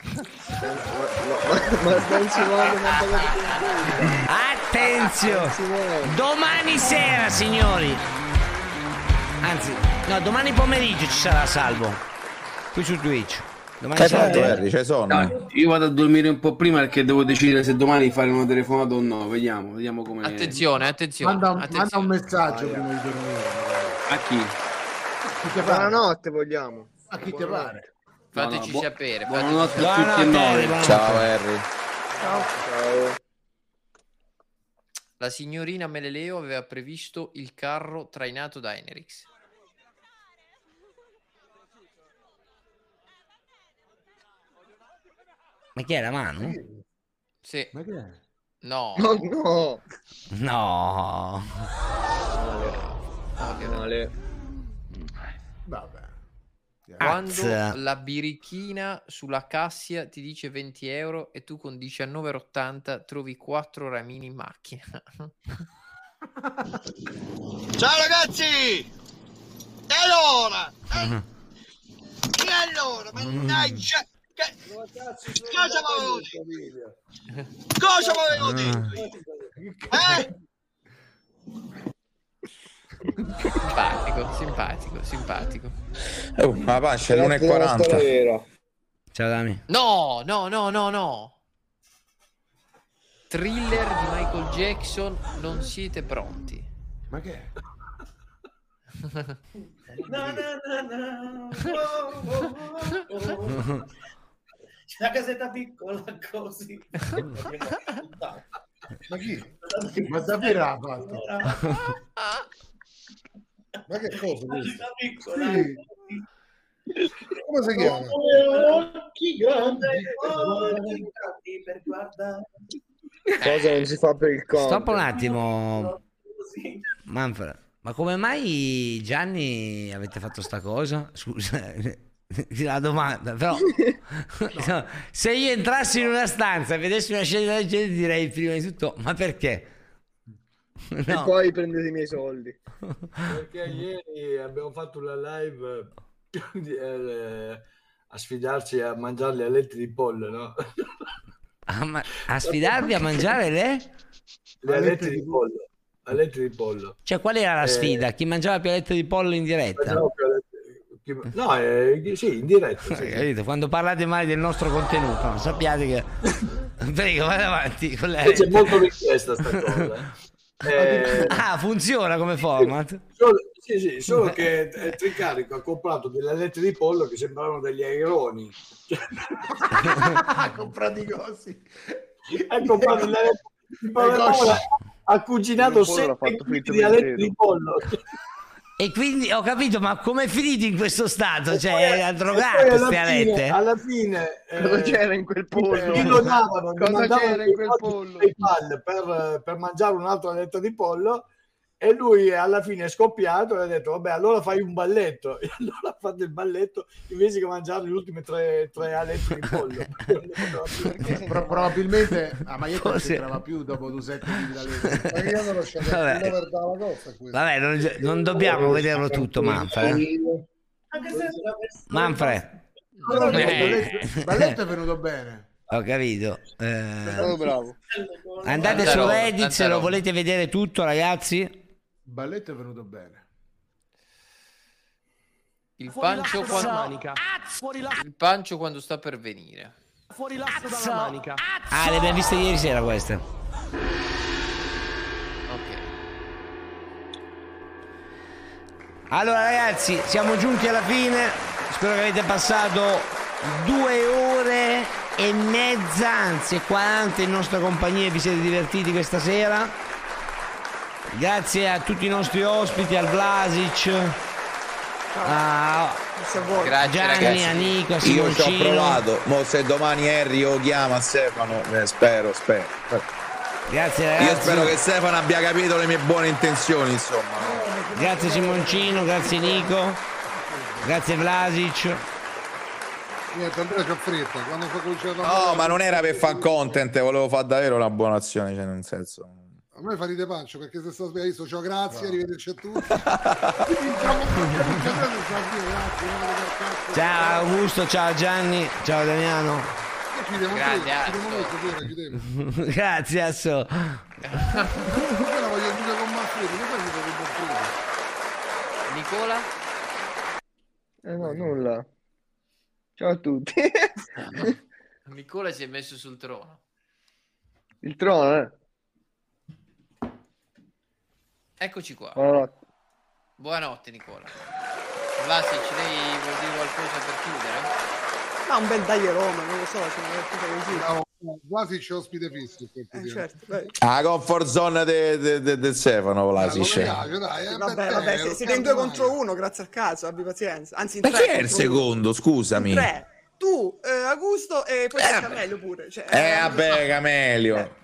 Ma Ben Simone non ha pagato più. Attenzione! Domani sera, signori. Anzi, no, domani pomeriggio ci sarà Salvo. Qui su Twitch. Domani Hai sera. fatto, Harry? C'è sonno? Dai, io vado a dormire un po' prima perché devo decidere se domani fare una telefonata o no. Vediamo, vediamo come. Attenzione, attenzione. Manda, un- attenzione. manda un messaggio prima di dormire. A chi? Chi ti pare? Buonanotte vogliamo. A chi ti pare? Fateci No, no, sapere. buonanotte fateci a tutti e noi. Ciao Harry. Ciao. La signorina Meleleo aveva previsto il carro trainato da Enerix. Ma chi è la mano? Sì. Ma che è? No. No, no. No. Male. Vabbè. Quando Azza. la birichina sulla Cassia ti dice venti euro e tu con diciannove e ottanta trovi quattro ramini in macchina. Ciao ragazzi! E allora? Eh? E allora? Mannaggia! Che... Cosa avevo detto? Cosa avevo detto? Eh? Simpatico, simpatico, simpatico. Oh, ma pancia è l'una e quaranta. Ciao Dami. No, no, no, no, no. Thriller di Michael Jackson, non siete pronti. Ma che è? Na, na, na, na. Oh, oh, oh, oh. C'è una casetta piccola così. Ma chi? Ma davvero ha fatto? Ma che cosa questo? Sì. Come si chiama? Occhi grandi, occhi grandi per guardare. Cosa non si fa per il conto? Stop un attimo, Manfred. Ma come mai Gianni avete fatto sta cosa? Scusa, la domanda, però no, se io entrassi in una stanza e vedessi una scena del genere direi prima di tutto, ma perché? E No. poi prendete i miei soldi. Perché ieri abbiamo fatto una live eh, a sfidarci a mangiare le alette di pollo, no? A, ma- a sfidarvi a mangiare le? Le alette di pollo. Alette di pollo. Cioè, qual era la Eh, sfida? Chi mangiava più alette di pollo in diretta? No, no eh, sì, in diretta. Sì. Capito? Quando parlate male del nostro contenuto, no? Sappiate che prego, vado avanti con le C'è molto richiesta sta cosa. Eh, ah, funziona come format? Solo, sì, sì, solo che eh, Tricarico ha comprato delle alette di pollo che sembravano degli aironi. Ha comprato i cosi. Ha comprato delle alette di pollo. Ha cucinato sette chili di alette di pollo. E quindi ho capito, ma come è finito in questo stato? E Cioè, poi- ha e drogato poi alla queste fine- alette? alla fine Cosa eh, c'era in quel pollo? gli donavano, gli Cosa mandavano c'era in dei quel soldi pollo? su PayPal per, per mangiare un'altra aletta di pollo, e lui alla fine è scoppiato e ha detto vabbè, allora fai un balletto. E allora ha fatto il balletto invece che mangiare le ultime tre, tre alette di pollo. Pro- probabilmente a Maietta non Forse- c'entrava più dopo due sette di da lei. Ma io non lascio Vabbè. per dalla cosa questo. Vabbè, non, non dobbiamo vederlo tutto, Manfred. eh. Manfred. Però il Eh. balletto- il balletto è venuto bene. Ho capito. Eh, Oh, bravo. andate Tanta su roba, Reddit tanta se lo roba. volete vedere tutto, ragazzi. Il balletto è venuto bene. Il pancio quando... Il pancio quando sta per venire. Fuori l'asso dalla manica. Ah, le abbiamo viste ieri sera queste. Ok. Allora ragazzi, siamo giunti alla fine. Spero che avete passato due ore e mezza, anzi quaranta in nostra compagnia e vi siete divertiti questa sera. Grazie a tutti i nostri ospiti, al Vlasic, a Grazie, Gianni, ragazzi. a Nico, a Io ci ho Simoncino. provato, mo se domani Harry lo chiama Stefano, eh, spero, spero. Grazie ragazzi. Io spero che Stefano abbia capito le mie buone intenzioni, insomma. Grazie Simoncino, grazie Nico, grazie Vlasic. Niente, Andrea c'ha fretta. Quando fa cominciato No, ma non era per fan content, volevo fare davvero una buona azione, cioè nel senso. A me fa ride pancio perché se sto sbagliando, ciao, grazie, arrivederci a tutti. Ciao Augusto, ciao Gianni, ciao Damiano. Chiudiamo Grande qui, Asso. chiudiamo questo, pure, chiudiamo. Grazie Asso. Io la voglio dire con Manfredo, lo fai con Manfredo? Nicola? Eh, no, nulla. Ciao a tutti. Nicola si è messo sul trono. Il trono, eh. Eccoci qua. Buonanotte. Buonanotte Nicola. Vlasic, lei vuol dire qualcosa per chiudere? No, un bel dai Roma, non lo so, c'è qualcosa così. No, quasi c'è ospite fisso. Eh, certo, dai. Ah, comfort zone de, de, de, de Stefano, Vlasic. Dai, dai, eh, Vabbè, beh, vabbè, eh, se- lo siete in due contro uno, grazie al caso, abbi pazienza. Anzi, in Ma tre chi è il contro uno. secondo? Scusami. In tre. Tu, eh, Augusto e poi c'è Camello pure. Cioè, Eh, vabbè, Camelio. vabbè,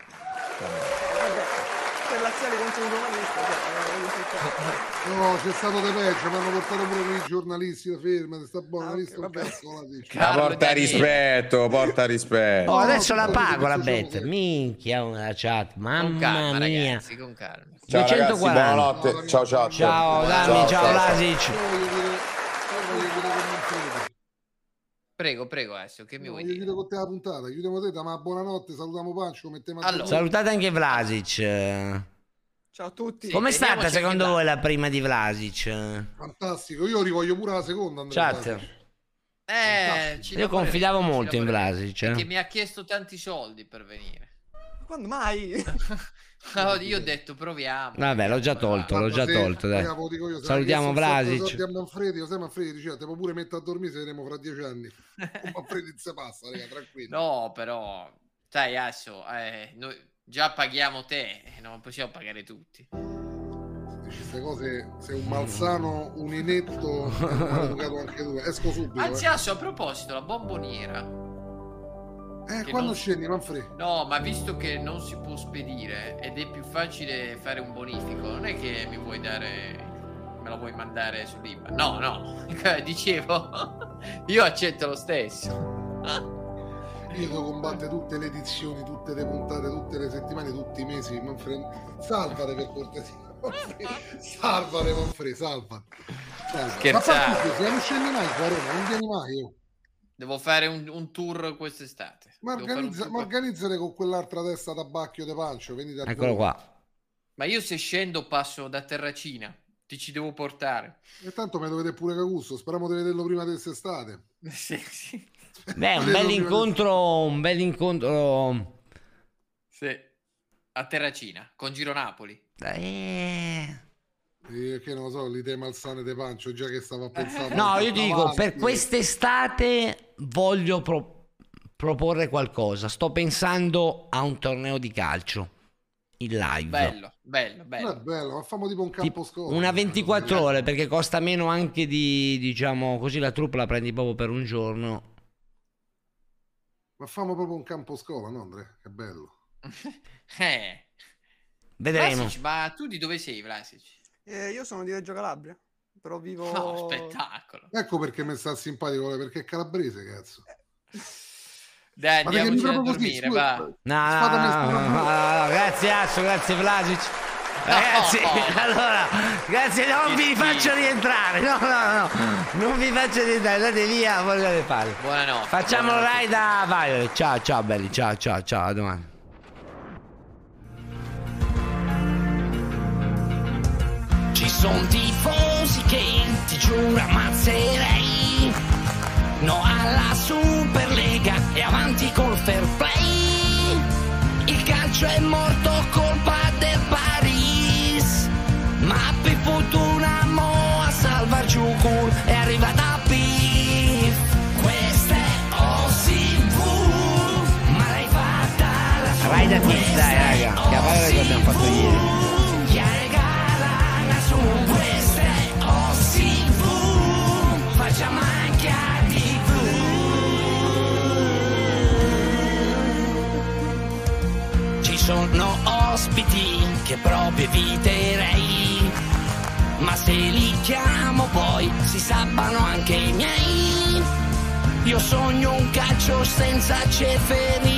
per laziale contro un romanista. Cioè, eh, No, c'è stato De peggio, mi hanno portato pure quei giornalisti da ferma, sta buona, Ah, visto ok, un vabbè. cazzo la dice. Ma Carlo porta Daniele. rispetto, porta rispetto. Oh, adesso la no, pago la questo bet. gioco- Minchia una chat, Con mamma calma, mia. ragazzi, con calma. Ciao ragazzi, duecentoquaranta. buonanotte. Ciao ciao. Ciao Dami, ciao Vlasic. Io voglio dire, io voglio dire con Manfredo. Prego, prego, Alessio, che mi No, vuoi voglio dire? dire con te la puntata, chiudiamo te, ma buonanotte, salutiamo Pancio, mettiamo a Allora. Salutate anche Vlasic. eh. Ciao a tutti. Com'è vediamo stata se secondo chi voi la prima di Vlasic? Fantastico, io rivoglio pure la seconda. Andrea Chat. Vlasic. Eh, ci Io lavoreremo, confidavo ci molto in lavoreremo. Vlasic. Perché eh. mi ha chiesto tanti soldi per venire. Quando mai? No, io ho detto proviamo. Vabbè, l'ho già tolto, l'ho già Se- tolto, dai. Raga, lo dico io, se Salutiamo avessi fatto Vlasic. soldi a Manfredi, lo sai Manfredi diceva, te può pure mettere a dormire se vedremo fra dieci anni. Con Manfredi se passa, raga, tranquillo. No, però, sai, adesso, eh, noi già paghiamo te, eh, non possiamo pagare tutti. Dici queste cose, sei un malsano, un inetto, maleducato anche tu. Esco subito. Anzi, eh. adesso, a proposito, la bomboniera. Eh, che quando non- scendi, Manfredi? No, ma visto che non si può spedire ed è più facile fare un bonifico, non è che mi vuoi dare, me la vuoi mandare su l'I B A? No, no, dicevo, io accetto lo stesso. Io devo combattere tutte le edizioni, tutte le puntate, tutte le settimane, tutti i mesi. Manfredi, salvate per cortesia. Manfredi, salvate, Manfredi, salvate. salvate. Scherzate. Ma fa tutto, se non scendi mai qua a Roma, non vieni mai io. Devo fare un, un tour quest'estate. Ma, Devo fare un organizza, tour ma que- organizzate con quell'altra testa tabacchio de Pancio. Venite a Eccolo Roma. qua. Ma io se scendo passo da Terracina, ti ci devo portare. E tanto mi dovete pure Cagusto. Speriamo di vederlo prima di quest'estate. Sì, sì. Beh, un bel incontro, un bel incontro. Sì. A Terracina, con Giro Napoli. Eh. Eh, che non lo so, l'idea malsane de Pancio, già che stava pensando. No, io dico, avanti. per quest'estate voglio pro- proporre qualcosa. Sto pensando a un torneo di calcio in live. Bello, bello, Non bello. è bello, ma famo tipo un campo scorso. Una ventiquattro ore, perché costa meno anche di, diciamo, così la troupe la prendi proprio per un giorno. Ma famo proprio un campo scuola, no Andrea? Che bello. Eh. Vedremo. Vlasic, ma tu di dove sei, Vlasic? Eh, io sono di Reggio Calabria, però vivo... No, spettacolo. Ecco perché mi sta simpatico, perché è calabrese, cazzo. Dai, Ma perché andiamoci mi a proprio così, dormire, scusa, va. No, no, Sfatami no, sta no, no, roba. no, grazie Asso, grazie Vlasic. Ragazzi, allora, grazie, non vi faccio rientrare. No, no, no, non vi faccio rientrare, andate via, volete fare. Buonanotte. Facciamo il buonanotte. ride a Violet. Ciao, ciao belli, ciao, ciao, ciao, a domani. Ci sono tifosi che ti giuro ammazzerei. No alla Superlega e avanti col fair play. Il calcio è morto, colpa del Paris. Ma per fortuna mo a salvar Giucur è arrivata Pif. Questa è O S I V, ma l'hai fatta la sua. Ride a Tiz, dai raga, che a Violet che abbiamo fatto ieri. Questa è O S I V, facciamo anche a tivù. Ci sono ospiti che proprio eviterei, ma se li chiamo poi si sabbano anche i miei. Io sogno un calcio senza ceferi,